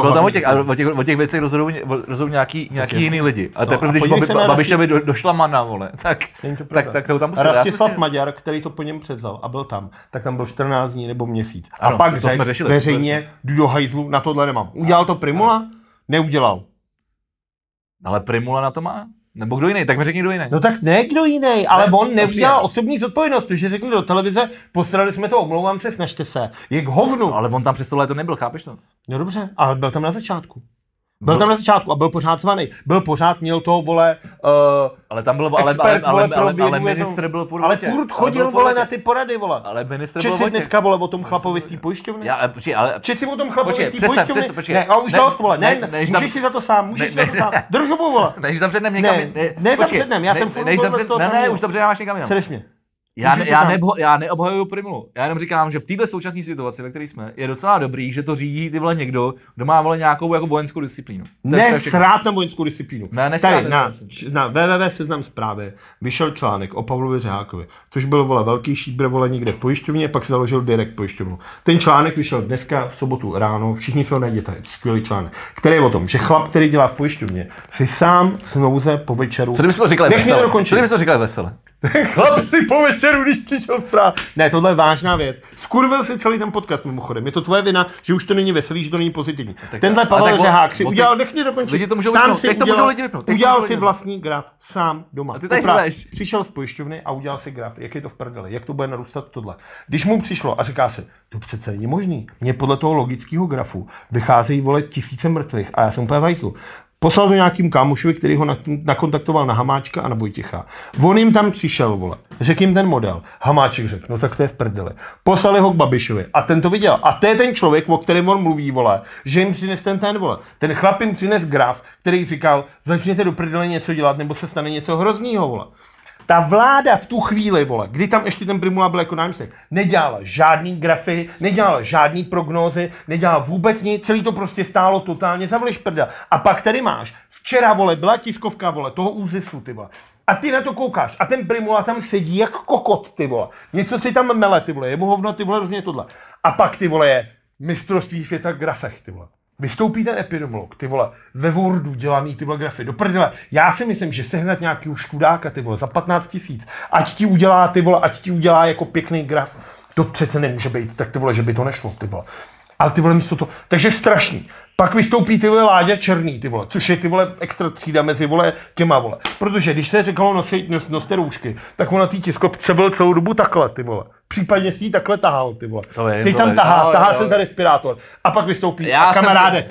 o těch věcech rozhodují nějaký jiný lidi. A teprve, když Babišovi došla mana, vole, tak to tam pustil. Rastislav Maďar, který to po něm převzal a byl tam, tak tam byl 14 dní nebo měsíc. Ano, a pak řekl veřejně, jdu do hajzlu, na tohle nemám. Udělal to Primula? Neudělal. Ale Primula na to má? Nebo kdo jiný? Tak mi řekni kdo jiný. No tak ne kdo jiný, ale on neudělal osobní zodpovědnost, protože řekli do televize, postarali jsme to, omlouvám se, snažte se. Je k hovnu. Ale on tam přes to léto nebyl, chápeš to? No dobře, ale byl tam na začátku. Byl tam na začátku a byl pořád zvaný. Byl pořád, měl to, vole, ale tam byl, ale ministr byl furt. Ale furt chodil, vole, na ty porady, vole. Ale ministr byl. Čet si dneska, vole, o tom chlapovi z té pojišťovny? Čet si o tom chlapovi z té pojišťovny? Ne, a už dost, vole, ne, můžeš si za to sám, Drž hubu, vole. Než zapřednem někam. Ne, zapřednem, já jsem furt Ne, už zapředáváš někam jinam. Srdeš mě. Já neobhajuju Primulu. Já jenom říkám, že v této současné situaci, ve které jsme, je docela dobrý, že to řídí ty vole někdo, kdo má vole nějakou jako vojenskou disciplínu. Nesrát na vojenskou disciplínu. Tady na www Seznam Zprávy vyšel článek o Pavlovi Řehákovi, což byl, vole, velký šíbr, vole, někde v pojišťovně, pak se založil Direkt pojišťovnu. Ten článek vyšel dneska v sobotu ráno, všichni se ho najděte, skvělý článek, který je o tom, že chlap, který dělá v pojišťovně, si sám snouze po večeru. Co kdybychom to říkali vesele? Chlap si po večeru, když přišel zpráv. Ne, tohle je vážná věc. Skurvil si celý ten podcast mimochodem. Je to tvoje vina, že už to není veselý, že to není pozitivní. Tenhle Pavel Řehák si udělal, nech mě dokončit. Udělal si vlastní graf sám doma. Přišel z pojišťovny a udělal si graf. Jak je to v prdeli? Jak to bude narůstat tohle? Když mu přišlo a říká si, to přece není možný. Mně podle toho logického grafu vycházejí, vole, tisíce mrtvých a já jsem úplně v hajzlu. Poslal to nějakým kámošovi, který ho nakontaktoval na Hamáčka a na Vojtěcha. On jim tam přišel, vole. Řekl jim ten model. Hamáček řekl, no tak to je v prdeli. Poslali ho k Babišovi a ten to viděl. A to je ten člověk, o kterém on mluví, vole, že jim přines ten, vole. Ten chlap jim přines graf, který říkal, začněte do prdele něco dělat, nebo se stane něco hroznýho, vole. ta vláda v tu chvíli, vole, kdy tam ještě ten Primula byl jako náměstek, nedělala žádný grafy, nedělala žádný prognózy, nedělala vůbec nic, celý to prostě stálo totálně za šprda. A pak tady máš, včera, vole, byla tiskovka, vole, toho ÚZISu, ty vole. A ty na to koukáš a ten Primula tam sedí jak kokot, ty vole. Něco si tam mele, ty vole, je mu hovno, ty vole, rozně tohle. A pak, ty vole, je mistrovství světa grafech, ty vole. Vystoupí ten epidemiolog, ty vole, ve Wordu dělaný ty vole grafy, do prdele. Já si myslím, že sehnat nějakýho študáka, ty vole, za 15 000, ať ti udělá, ty vole, ať ti udělá jako pěkný graf, to přece nemůže být, tak ty vole, že by to nešlo, ty vole. Ale ty vole místo to, takže strašný. Pak vystoupí ty vole Láďa Černý, ty vole, což je ty vole extra třída mezi vole těma vole. Protože když se říkalo noste roušky, tak on na té tiskovce byl celou dobu takhle, ty vole. Případně si ji takhle tahal, ty vole. Teď tam tahá se za respirátor. A pak vystoupí a kamaráde,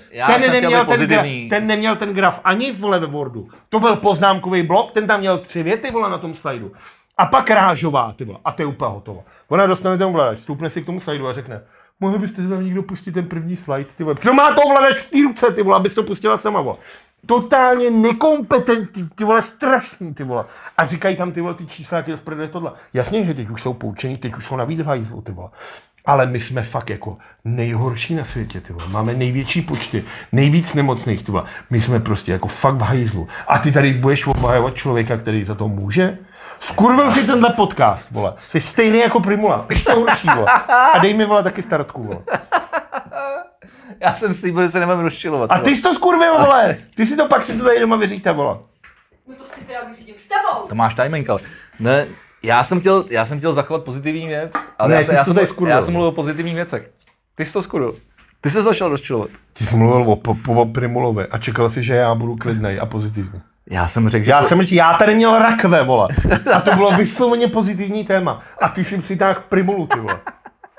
ten neměl ten graf ani vole ve Wordu. To byl poznámkový blok, ten tam měl 3 věty vole na tom slajdu. A pak Rážová, ty vole, a to je úplně hotovo. Ona dostane ten ovladač, stoupne si k tomu slajdu a řekne: mohli byste tam někdo pustit ten první slide, ty vole. Protože má to ovladač v té ruce, ty vole, abys to pustila sama, vole. Totálně nekompetentní, ty vole, strašný, ty vole. A říkají tam ty vole ty čísla, jak je zprdele tohle. Jasně, že teď už jsou poučení, teď už jsou navíc v hajzlu, ty vole. Ale my jsme fakt jako nejhorší na světě, ty vole. Máme největší počty, nejvíc nemocných, ty vole. My jsme prostě jako fakt v hajzlu. A ty tady budeš obhajovat člověka, který za to může? Skurvil si tenhle podcast, vole. Jsi stejný jako Primula, ještě horší, vole. A dej mi, vole, taky startku, vole. Já jsem slíbil, že se nemám rozčilovat. A ty jsi to skurvil, vole. Ty si to pak si to tady doma vyříte, vole. No to si teda vyřídím s tebou. To máš timing, ale ne, já jsem chtěl zachovat pozitivní věc, ale ne, já jsem mluvil o pozitivních věcech. Ty jsi to skurvil. Ty jsi začal rozčilovat. Ty jsi mluvil o Primulovi a čekal si, že já budu klidnej a pozitivní. Já jsem řekl, já tady měl rakve, vole. A to bylo vysloveně pozitivní téma. A ty si přitáhl Primulu, ty vole.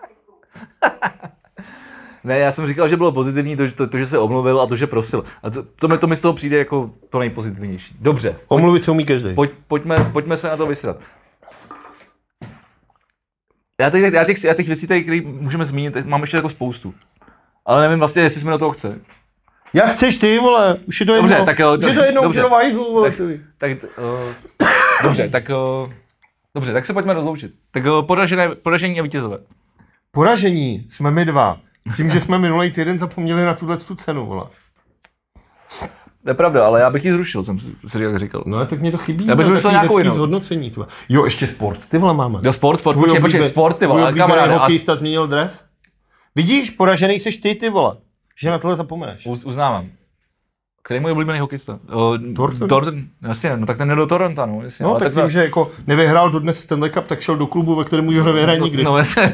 Ne, já jsem říkal, že bylo pozitivní to, že se omluvil a to, že prosil. A to mi z toho přijde jako to nejpozitivnější. Dobře. Omluvit se umí každý. Pojďme se na to vysrat. Já těch věcí tady, které můžeme zmínit, mám ještě jako spoustu. Ale nevím vlastně, jestli jsme do toho chce. Jak chceš ty, vole, už je to jedno. Dobře, tak jo. Už je to jednou kilovajzlu, vole. Dobře, tak se pojďme rozloučit. Tak poražení a vítězové. Poražení jsme my dva. Tím, že jsme minulý týden zapomněli na tuhle cenu, vole. To je pravda, ale já bych ji zrušil, jsem si říkal. No, tak mě to chybí. Já bych myslel nějakou jinou. Zhodnocení, tvoje. Jo, ještě sport, ty vole máme. Jo, sport, počkej, sport, ty vole, kamaráde. Hokejista změnil dres? Vidíš, poražený seš ty vole. Že na tohle zapomeneš. Uznávám. Který je můj oblíbený hokejista? Thornton. Jasně, no tak ten jde do Toronto, no. Jasně, no, tak tím, že jako nevyhrál dodnes Stanley Cup, tak šel do klubu, ve kterém už ho nevyhraje nikdy. No, jasně.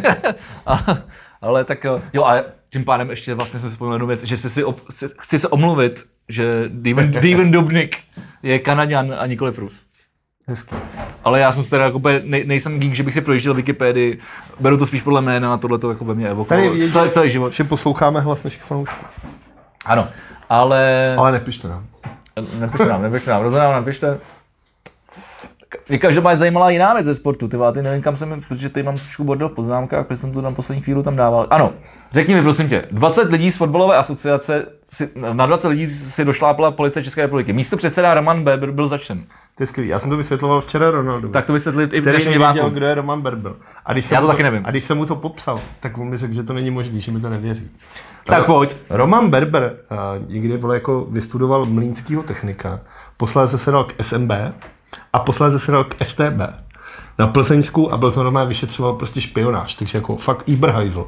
ale tak jo, a tím pádem ještě vlastně jsem si vzpomněl jednu věc, že chci se omluvit, že Steven Dubnyk je Kanaďan a nikoli Rus. Hezky. Ale já jsem teda jako nejsem geek, že bych si projížděl Wikipedii, beru to spíš podle jména a tohle to jako ve mně evokovalo celý život. Že posloucháme hlas našich fanoušků. Ano, ale nepište nám. Nepište nám, rozhodně nám nepište. Mě každopádně zajímala jiná věc ze sportu, ty nevím kam jsem, protože tady mám trošku bordel v poznámkách, protože jsem to tam poslední chvíli tam dával. Ano, řekni mi prosím tě, 20 lidí z fotbalové asociace, na 20 lidí si došlápla policie České republiky. Místo předseda Roman Berber byl začten. To je skvělý, já jsem to vysvětloval včera Ronaldovi. Tak to vysvětlit i v dnešním diváku. divákům. Kdo je Roman Berber. Já to taky nevím. A když jsem mu to popsal, tak on mi řekl, že to není možný, že mi to nevěří. Tak pojď. Roman Berber někdy jako vystudoval mlýnskýho technika, posléze se dal k SMB a posléze se dal k STB na Plzeňsku a byl to normálně vyšetřoval prostě špionáž, takže jako fakt Iberhajzl.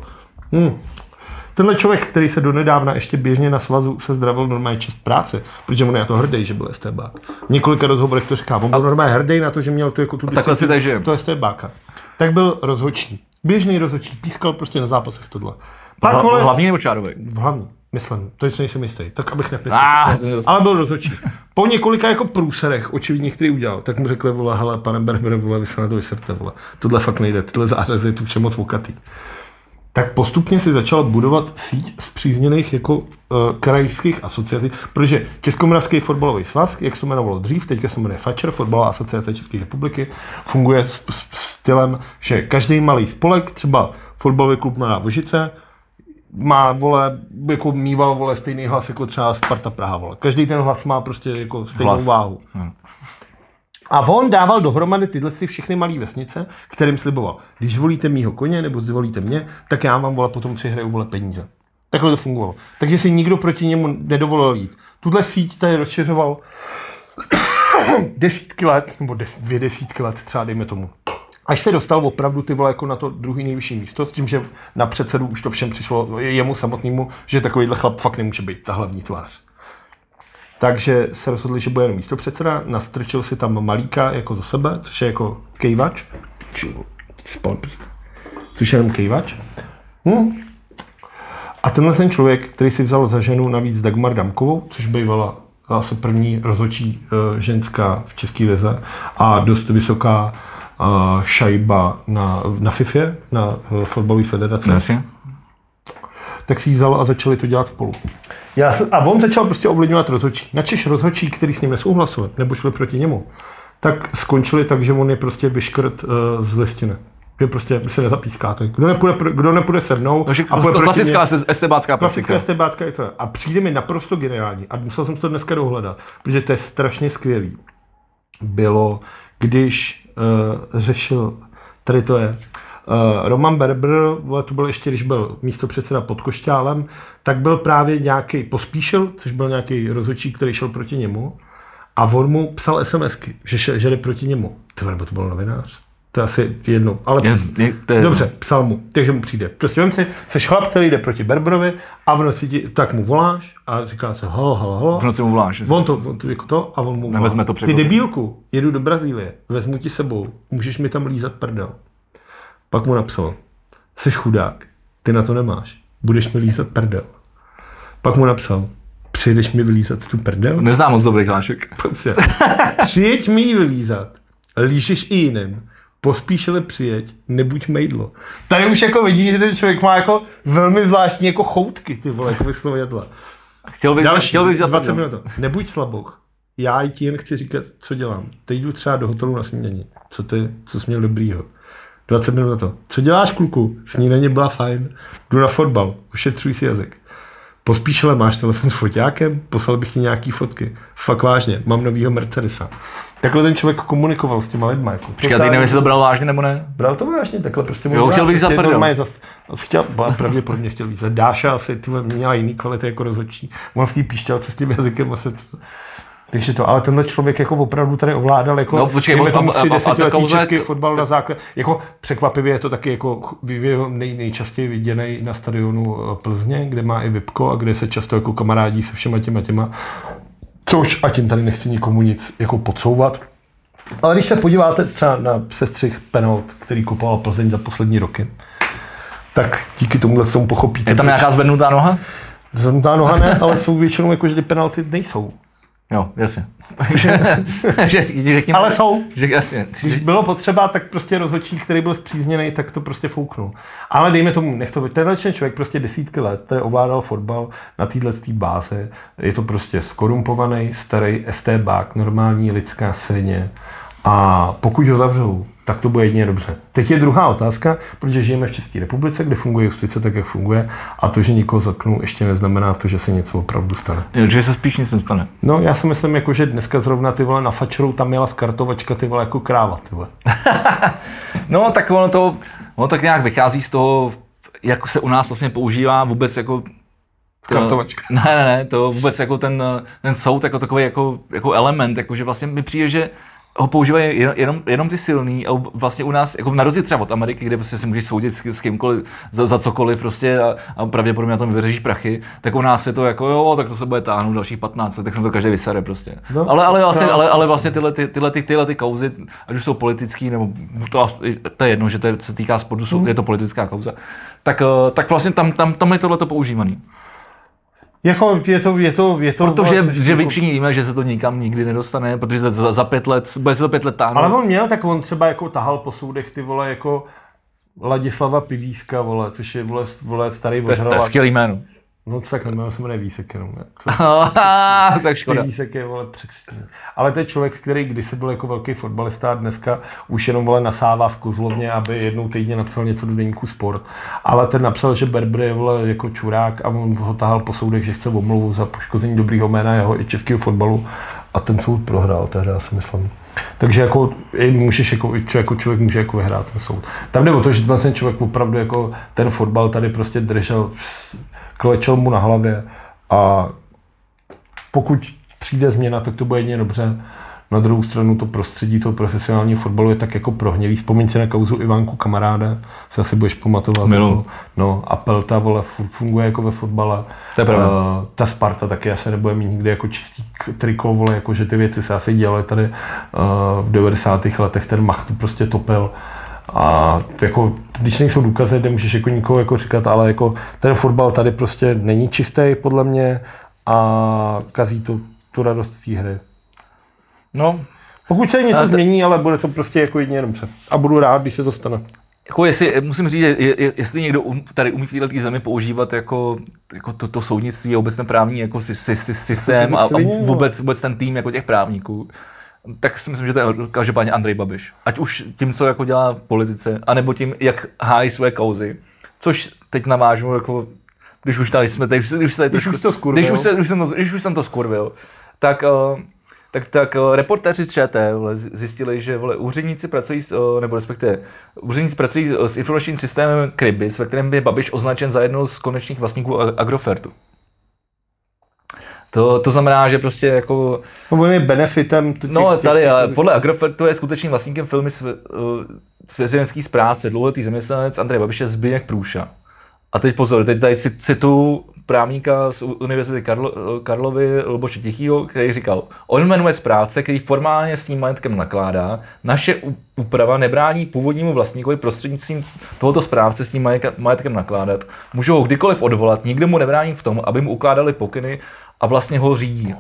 Tenhle člověk, který se donedávna ještě běžně na svazu se zdravil normálně čest práce, protože on je na to hrdý, že byl STB. V několika rozhovorech to říká, on byl normálně hrdý na to, že měl tu jako tu to STBáka. Tak byl rozhodčí. Běžný rozhodčí, pískal prostě na zápasech tohle. Pak hlavní nebo čárový? Hlavní, myslím, to nejsem jistý, tak abych nepěstil. Ale byl rozhodčí. Po několika jako průserech, očividně, který udělal, tak mu řekli, vole, hele, pane Berber, vole, vy se na to vyserte, vole. Tohle fakt nejde, tyhle zářezy tu všemoc vokatý. Tak postupně si začal budovat síť spřízněných jako krajských asociací, protože Českomoravský fotbalový svaz, jak se to jmenovalo dřív, teďka se jmenuje FAČR, Fotbalová asociace České republiky, funguje s stylem, že každý malý spolek, třeba fotbalový klub Mladá Vožice, má, vole, jako mýval, vole, stejný hlas jako třeba Sparta Praha, vole. Každý ten hlas má prostě jako stejnou váhu. A on dával dohromady tyhle všechny malé vesnice, kterým sliboval, když zvolíte mýho koně nebo zvolíte mě, tak já vám vole potom přihraju vole peníze. Takhle to fungovalo. Takže si nikdo proti němu nedovolil jít. Tuhle síť tady rozšiřoval desítky let, nebo 2 let třeba, dejme tomu. Až se dostal opravdu ty vole jako na to druhý nejvyšší místo, s tím, že na předsedu už to všem přišlo jemu samotnému, že takovýhle chlap fakt nemůže být ta hlavní tvář. Takže se rozhodli, že bude jenom místopředseda, nastrčil si tam Malíka jako za sebe, což je jako kejvač. Což je jenom kejvač. A tenhle ten člověk, který si vzal za ženu navíc Dagmar Damkovou, což bývala asi první rozhodčí ženská v České lize a dost vysoká šajba na FIFA, na fotbalové federaci. Jasně. Tak si ji vzal a začali to dělat spolu. A on začal prostě ovlivňovat rozhodčí. Načež rozhodčí, který s ním nesouhlasili, nebo šli proti němu, tak skončili tak, že on je prostě vyškrt z listiny. Že prostě se nezapískáte. Kdo nepůjde se mnou a půjde klasická estebácká klasická estebácká. A přijde mi naprosto geniální. A musel jsem to dneska dohledat, protože to je strašně skvělý. Bylo, když řešil, tady to je, Roman Berber, to byl ještě, když byl místopředseda pod Košťálem, tak byl právě nějaký Pospíšil, což byl nějaký rozhodčí, který šel proti němu a on mu psal SMSky, že jde proti němu. To byl novinář. To je asi jedno, ale dobře, psal mu, takže mu přijde. Prostě vem si, seš chlap, který jde proti Berberovi a v noci tak mu voláš a říká se halo. V noci mu voláš. On to jako to a on mu volá. Ty debílku, jedu do Brazílie, vezmu ti sebou, můžeš mi tam lízat prdel. Pak mu napsal, seš chudák, ty na to nemáš, budeš mi lízat prdel. Pak mu napsal, přijedeš mi vylízat tu prdel? Neznám moc dobrý hlášek. Přijeď mi ji vylízat, lížeš i jiným. Pospíšile přijeď, nebuď mejdlo. Tady už jako vidíš, že ten člověk má jako velmi zvláštní jako choutky, ty vole, jako vyslovně tohle. Chtěl bych 20 minut. Nebuď slaboch. Já ti jen chci říkat, co dělám. Teď jdu třeba do hotelu na snídani. Co jsi měl dobrýho? 20 minut na to. Co děláš, kluku? Snídaně byla fajn. Jdu na fotbal. Ošetřuj si jazyk. Pospíšile máš telefon s foťákem? Poslal bych ti nějaký fotky. Fakt vážně, mám novýho Mercedesa. Takhle ten člověk komunikoval s těma lidma. Jako. Počkej, teď nevím, jestli to bral vážně nebo ne? Bral to vážně, takhle prostě jo, chtěl víc za prdel. Pravděpodobně chtěl víc. Dáša asi měla jiný kvality jako rozhodčí. On v té píšťalce s tím jazykem asi... Takže to, ale tenhle člověk jako opravdu tady ovládal jako no, počkej, tomu 30letý český fotbal na základě. Jako překvapivě je to taky jako nejčastěji viděný na stadionu Plzně, kde má i Vipko a kde se často jako kamarádí se všema těma. Což a tím tady nechci nikomu nic jako podsouvat. Ale když se podíváte třeba na sestřih penalt, který kupoval Plzeň za poslední roky, tak díky tomuhle tomu pochopíte. Je tam nějaká zvednutá noha? Zvednutá noha ne, ale jsou většinou jako, že ty penalty nejsou. Jo, jasně. Ale jsou. Že jasně. Když bylo potřeba, tak prostě rozhodčí, který byl zpřízněný, tak to prostě fouknul. Ale dejme tomu, nech to být. Tenhle člověk prostě desítky let, který ovládal fotbal na této báze. Je to prostě skorumpovaný, starý estébák, normální lidská svině. A pokud ho zavřou, tak to bude jedině dobře. Teď je druhá otázka, protože žijeme v České republice, kde funguje justice tak, jak funguje, a to, že někoho zatknou, ještě neznamená to, že se něco opravdu stane. Že se spíš nic nestane. No, já si myslím, jako, že dneska zrovna ty vole na Fačerou tam jela skartovačka, ty vole jako kráva, ty vole. No, tak ono tak nějak vychází z toho, jak se u nás vlastně používá vůbec jako skartovačka. Ne, to vůbec jako ten soud jako takový jako element, jako že vlastně mi přijde, že ho používají jenom ty silný a vlastně u nás, jako na rozdíl třeba od Ameriky, kde prostě si můžeš soudit s kýmkoliv za cokoliv prostě a pravděpodobně na tom vyřešíš prachy, tak u nás je to jako jo, tak to se bude táhnout dalších 15 let, tak se to každý vysere prostě. No, ale vlastně tyhle ty kauzy, ať už jsou politický, nebo to je jedno, že to se týká sportu, je to politická kauza, tak vlastně tam je tohleto používaný. Jako je to protože vy všichni víme, že se to nikam nikdy nedostane, protože za 5 let, bude se to 5 let táhnout. Ale on měl, tak on třeba jako tahal po soudech ty vole jako Ladislava Pivíska, vole, což je vole starý vožralák. To je skvělý jméno. No tak neměl se jmenuje Vísek jenom. Tak škoda. Vísek je vole překřičný. Ale to je člověk, který kdysi byl jako velký fotbalista a dneska už jenom vole nasává v Kozlovně, aby jednou týdně napsal něco do deníku Sport. Ale ten napsal, že Berber je vole jako čurák a on ho tahal po soudech, že chce omluvu za poškození dobrýho jména jeho i českého fotbalu. a ten soud prohrál, tehdy já si myslím. Takže jako, můžeš jako člověk může jako vyhrát ten soud. Tam jde o to, že ten člověk opravdu jako ten fotbal tady prostě držel, klečel mu na hlavě a pokud přijde změna, tak to bude jedině dobře. Na druhou stranu to prostředí toho profesionálního fotbalu je tak jako prohnilý. Vzpomeň si na kauzu Ivánku Kamaráda, se asi budeš pamatovat. Jako, no, Apelta, vole, funguje jako ve fotbale. Ta Sparta taky asi nebude mít nikdy jako čistý triko, vole, jako že ty věci se asi dělaly tady v 90. letech, ten Mach to prostě topil. A jako, když nejsou důkazy, nemůžeš jako nikoho jako říkat, ale jako ten fotbal tady prostě není čistý podle mě a kazí tu radost té hry. No, pokud se něco změní, ale bude to prostě jako jedině dobře. A budu rád, když se to stane. Jako musím říct, jestli někdo tady umí v této zemi používat jako to soudnictví a vůbec ten právní jako systém a vůbec ten tým jako těch právníků, tak si myslím, že to je každopádně Andrej Babiš. Ať už tím, co jako dělá v politice, anebo tím, jak hájí své kauzy. Což teď navážu, jako, když už jsem to skurvil, tak reportéři z ČT zjistili, že úředníci pracují s informačním systémem Cribis, ve kterém je Babiš označen za jednoho z konečných vlastníků Agrofertu. To znamená, že prostě jako... On je benefitem... Podle Agrofertu je skutečným vlastníkem firmy svěřenský správce, dlouholetý zaměstnanec Andrej Babiše Zbyněk Průša. A teď pozor, teď tady cituju právníka z Univerzity Karlovy Luboše Tichýho, který říkal: on jmenuje správce, který formálně s tím majetkem nakládá. Naše úprava nebrání původnímu vlastníkovi prostřednictvím tohoto správce s tím majetkem nakládat. Můžou ho kdykoliv odvolat, nikdo mu nebrání v tom, aby mu ukládali pokyny a vlastně ho řídí.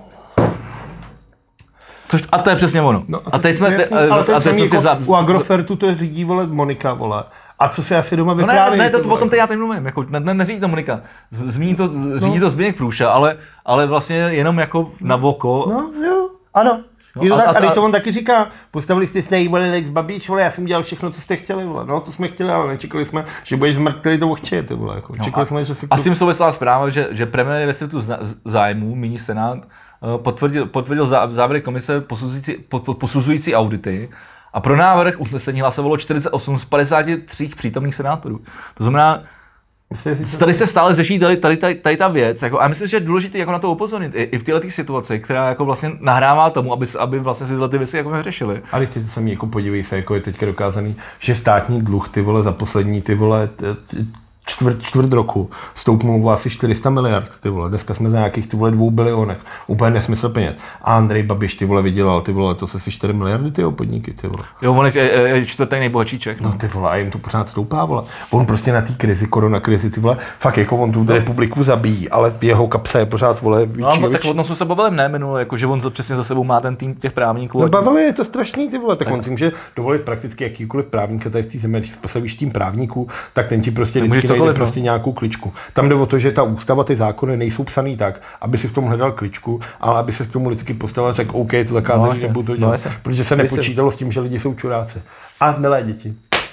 A to je přesně ono. No, a teď jsme... U Agrofertu to je řídí, vole, Monika, vole. A co se asi doma vypráví? Ne, o tom teď já teď mluvím, jako, neřídí to Monika. Řídí to Zbyněk Průša, ale vlastně jenom jako na oko. No, jo, ano. A to on taky říká, postavili jste si vole Lex Babiš, vole, já jsem dělal všechno, co jste chtěli, vole. No, to jsme chtěli, ale nečekali jsme, že budeš zmrtvili to ochtěje, ty vole, jako. Čekali jsme, že si... A s tím souvisela zpráva, že premiér ve střetu zájmů, míní Senát, potvrdil závěry komise posuzující audity a pro návrh usnesení hlasovalo 48 z 53 přítomných senátorů. To znamená, tady se stále řeší tady ta věc, jako, a myslím, že je důležité jako na to upozornit i v této situaci, která jako vlastně nahrává tomu, aby vlastně si tyhle ty věci jako neřešily. Ale ty to samý, jako podívej se, jako je teďka dokázaný, že státní dluh, ty vole, za poslední, ty vole, čtvrt roku stoupnul asi 400 miliard, ty vole. Dneska jsme za nějakých, ty vole, 2 bilionech. Úplně nesmysl peněz. A Andrej Babiš, ty vole, vydělal, ty vole, to se si 4 miliardy, ty podniky, ty vole. Jo, on je čtvrtý nejbohatší Čech. No ty vole, a jim to pořád stoupá, vole. On prostě na té krizi, koronakrizi, ty vole, fakt jako on tu republiku zabíjí, ale jeho kapsa je pořád, vole, víčí. No, tak o tom jsme se bavili minule, jako že on přesně za sebou má ten tým těch právníků. No bavili, je to strašný, ty vole, tak on si může dovolit prakticky jakýkoliv právníka tady v té zemi, když postavíš tým právníků, tak ten ti prostě vždycky najde prostě nějakou kličku. Tam jde o to, že ta ústava, ty zákony nejsou psaný tak, aby si v tom hledal kličku, ale aby se k tomu lidsky postavil a řekl, OK, to zakázaný, nebudu to dělat, protože se nepočítalo s tím, že lidi jsou čuráci. A milé děti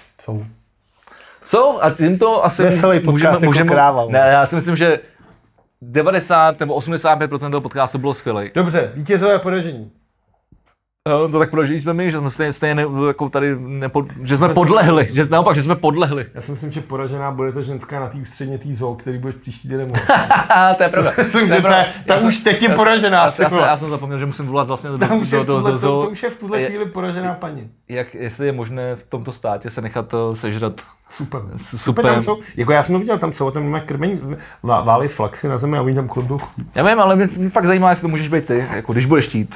jsou a tímto asi můžeme kráva. Ne, já si myslím, že 90 nebo 85% toho podcastu bylo skvělej. Dobře, vítězové poražení. No tak prožili jsme my, že jsme stejně jako tady že jsme podlehli, že jsme podlehli. Já si myslím, že poražená bude ta ženská na té ústředně tý zoo, který budeš příští týden. To je pravda. Ta už teď je poražená. Já jsem zapomněl, že musím volat vlastně do zoo. To už je v tuhle chvíli poražená paní. Jestli je možné v tomto státě se nechat sežrat Super. Tam jsou, jako já jsem to viděl, tam jsou tam krmení, válí flaxy na zemi a oni tam kondou. Já vím, ale mě fakt zajímá, jestli to můžeš být ty, jako když budeš chtít.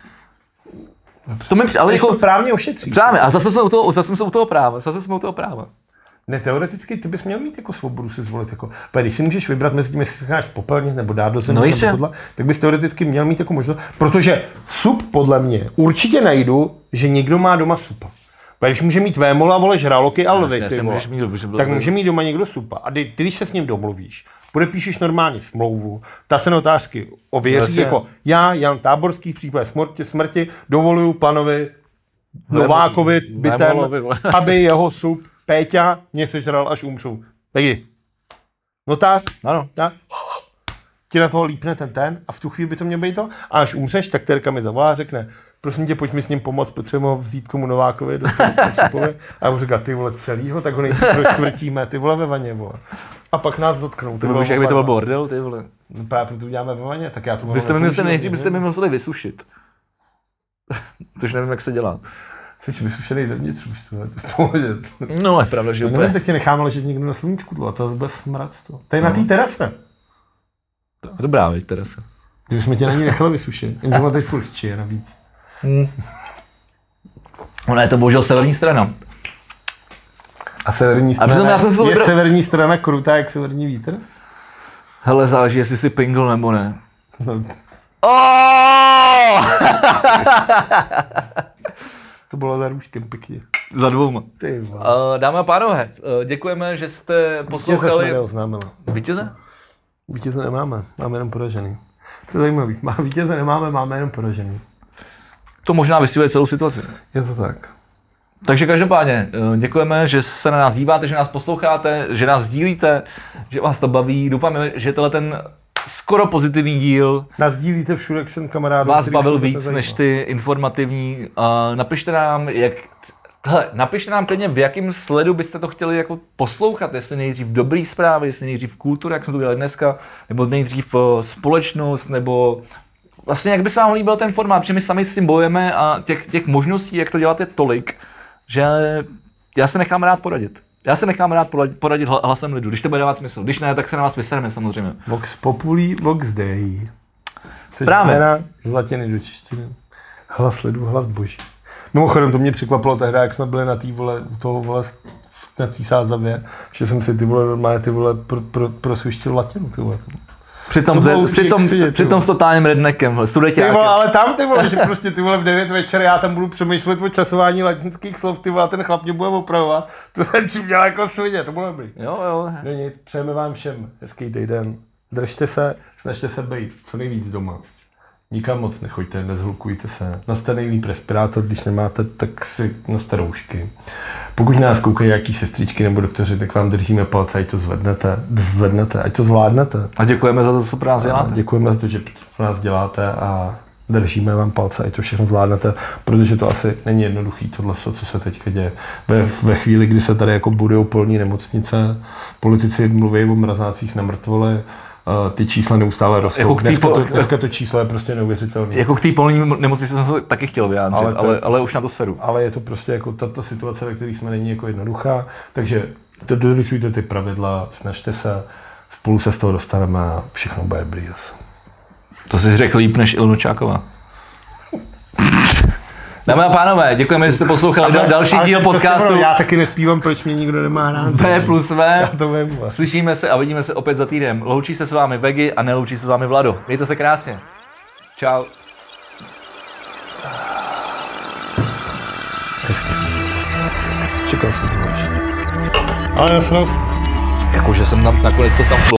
Ale jako právně ošetří. Právě, a zase jsme u toho práva. Ne, teoreticky ty bys měl mít jako svobodu si zvolit. Jako, když si můžeš vybrat mezi tím, jestli se necháš v popelně nebo dát do země, nebo tohle, tak bys teoreticky měl mít jako možnost. Protože sup podle mě určitě najdu, že někdo má doma supa. Když může mít vémola, vole, žraloky a lvy, tak může mít doma někdo supa. A ty, když se s ním domluvíš, podepíšeš normálně smlouvu, ta se notářsky ověří, jako já, Jan Táborský, v případě smrti, dovoluju panovi Novákovi bytem, aby jeho sup Péťa mě sežral, až umřu. Taky. Notář? Ano. ti na toho lípne ten a v tu chvíli by to mělo být to. A až umřeš, tak Terka mi zavolá a řekne, prosím tě, pojď mi s ním pomoct, potřebujeme ho vzít komu Novákovi do Čipovi. A já mu říká, ty vole, celýho, tak ho nejdřív pročtvrtíme, ty vole ve vaně, vole. A pak nás zatknou. To víš, jak by to byl bordel, ty vole. No právě proto uděláme ve vaně, tak já to nejdřív byste mi museli vysušit. Což nevím, jak se dělá. Jsi vysušený zevnitř už, to je v pohodě. No, je pravda, že No, úplně. nevím, tak tě necháme ležet někdo na sluníčku, to je bez smrad. Tady na té terase. Dobrá, veď, terasa. Kdybychom tě na ní nechali vysušit, jenže má teď furt chčije navíc. Ona je to bohužel severní strana. A severní strana, přitom já jsem si je vybral- severní strana krutá jak severní vítr? Hele, záleží, jestli jsi pingl nebo ne. No, Oh! to bylo za růžkem pěkně. Za dvouma. Ty vole. Dámy a pánové, děkujeme, že jste Vítěze jsme poslouchali. neoznámili. Vítěze? Vítěze nemáme, máme jenom poražený. To je zajímavý. Vítěze nemáme, máme jenom poražený. To možná vystihuje celou situaci. Je to tak. Takže každopádně děkujeme, že se na nás díváte, že nás posloucháte, že nás sdílíte, že vás to baví. Doufáme, že tenhle ten skoro pozitivní díl Nás dílíte všude, všem kamarádům. vás který bavil všude se víc zajímá. než ty informativní. Napište nám, napište nám klidně, v jakém sledu byste to chtěli jako poslouchat, jestli nejdřív dobrý zprávy, jestli nejdřív kultura, jak jsme to dělali dneska, nebo nejdřív společnost, nebo vlastně jak by se vám líbil ten formát, protože my sami s tím bojujeme a těch možností, jak to dělat, je tolik, že já se nechám rád poradit. Já se nechám rád poradit hlasem lidu, když to bude dávat smysl. Když ne, tak se na vás vysereme samozřejmě. Vox populi, vox dei. Což Právě. znamená z latiny do češtiny. Hlas lidu, hlas boží. Mimochodem, to mě překvapilo tehdy, jak jsme byli na té vole, u toho vole, na té Sázavě, že jsem si ty vole normálně ty vole prosvištil latinu, ty vole. Přitom s totálním redneckem, Ty vole, studeťákem. ale tam ty vole, že prostě ty vole v 9 večer já tam budu přemýšlet o časování latinských slov, ty vole, a ten chlap mě bude opravovat. To jsem čím dělal jako svině, to bylo dobrý. Jo. No nic, přejeme vám všem hezký týden. Držte se, snažte se být co nejvíc doma. Nikam moc nechoďte, nezhlukujte se. Noste nejlíp respirátor, když nemáte, tak si noste roušky. Pokud nás koukají nějaký sestřičky nebo doktoři, tak vám držíme palce, ať to zvednete, ať to zvládnete. A děkujeme za to, co pro nás A děláte. děkujeme za to, že pro nás děláte a držíme vám palce, ať to všechno zvládnete, protože to asi není jednoduchý, tohle, co se teďka děje. Ve chvíli, kdy se tady jako budou polní nemocnice, politici mluví o mrazácích na mrtvole, ty čísla neustále rostou. Jako Dneska to číslo je prostě neuvěřitelné. Jako k té polní nemocnici jsem se taky chtěl vyjádřit, ale už na to seru. Ale je to prostě jako tato situace, ve které jsme, není jako jednoduchá, takže dodržujte ty pravidla, snažte se, spolu se z toho dostaneme a všechno bude dobrý zase. To jsi řekl líp než Ilona Čáková. Dámy a pánové, děkujeme, že jste poslouchali další díl podcastu Já taky nespívám, proč mě nikdo nemá rád. V+V. Já to vím. Slyšíme se a vidíme se opět za týden. Loučí se s vámi Vegy a neloučí se s vámi Vlado. Mějte se krásně. Čau. Hezky jsme. Čekal jsem to. Ale já jsem Jakože jsem tam nakonec to tam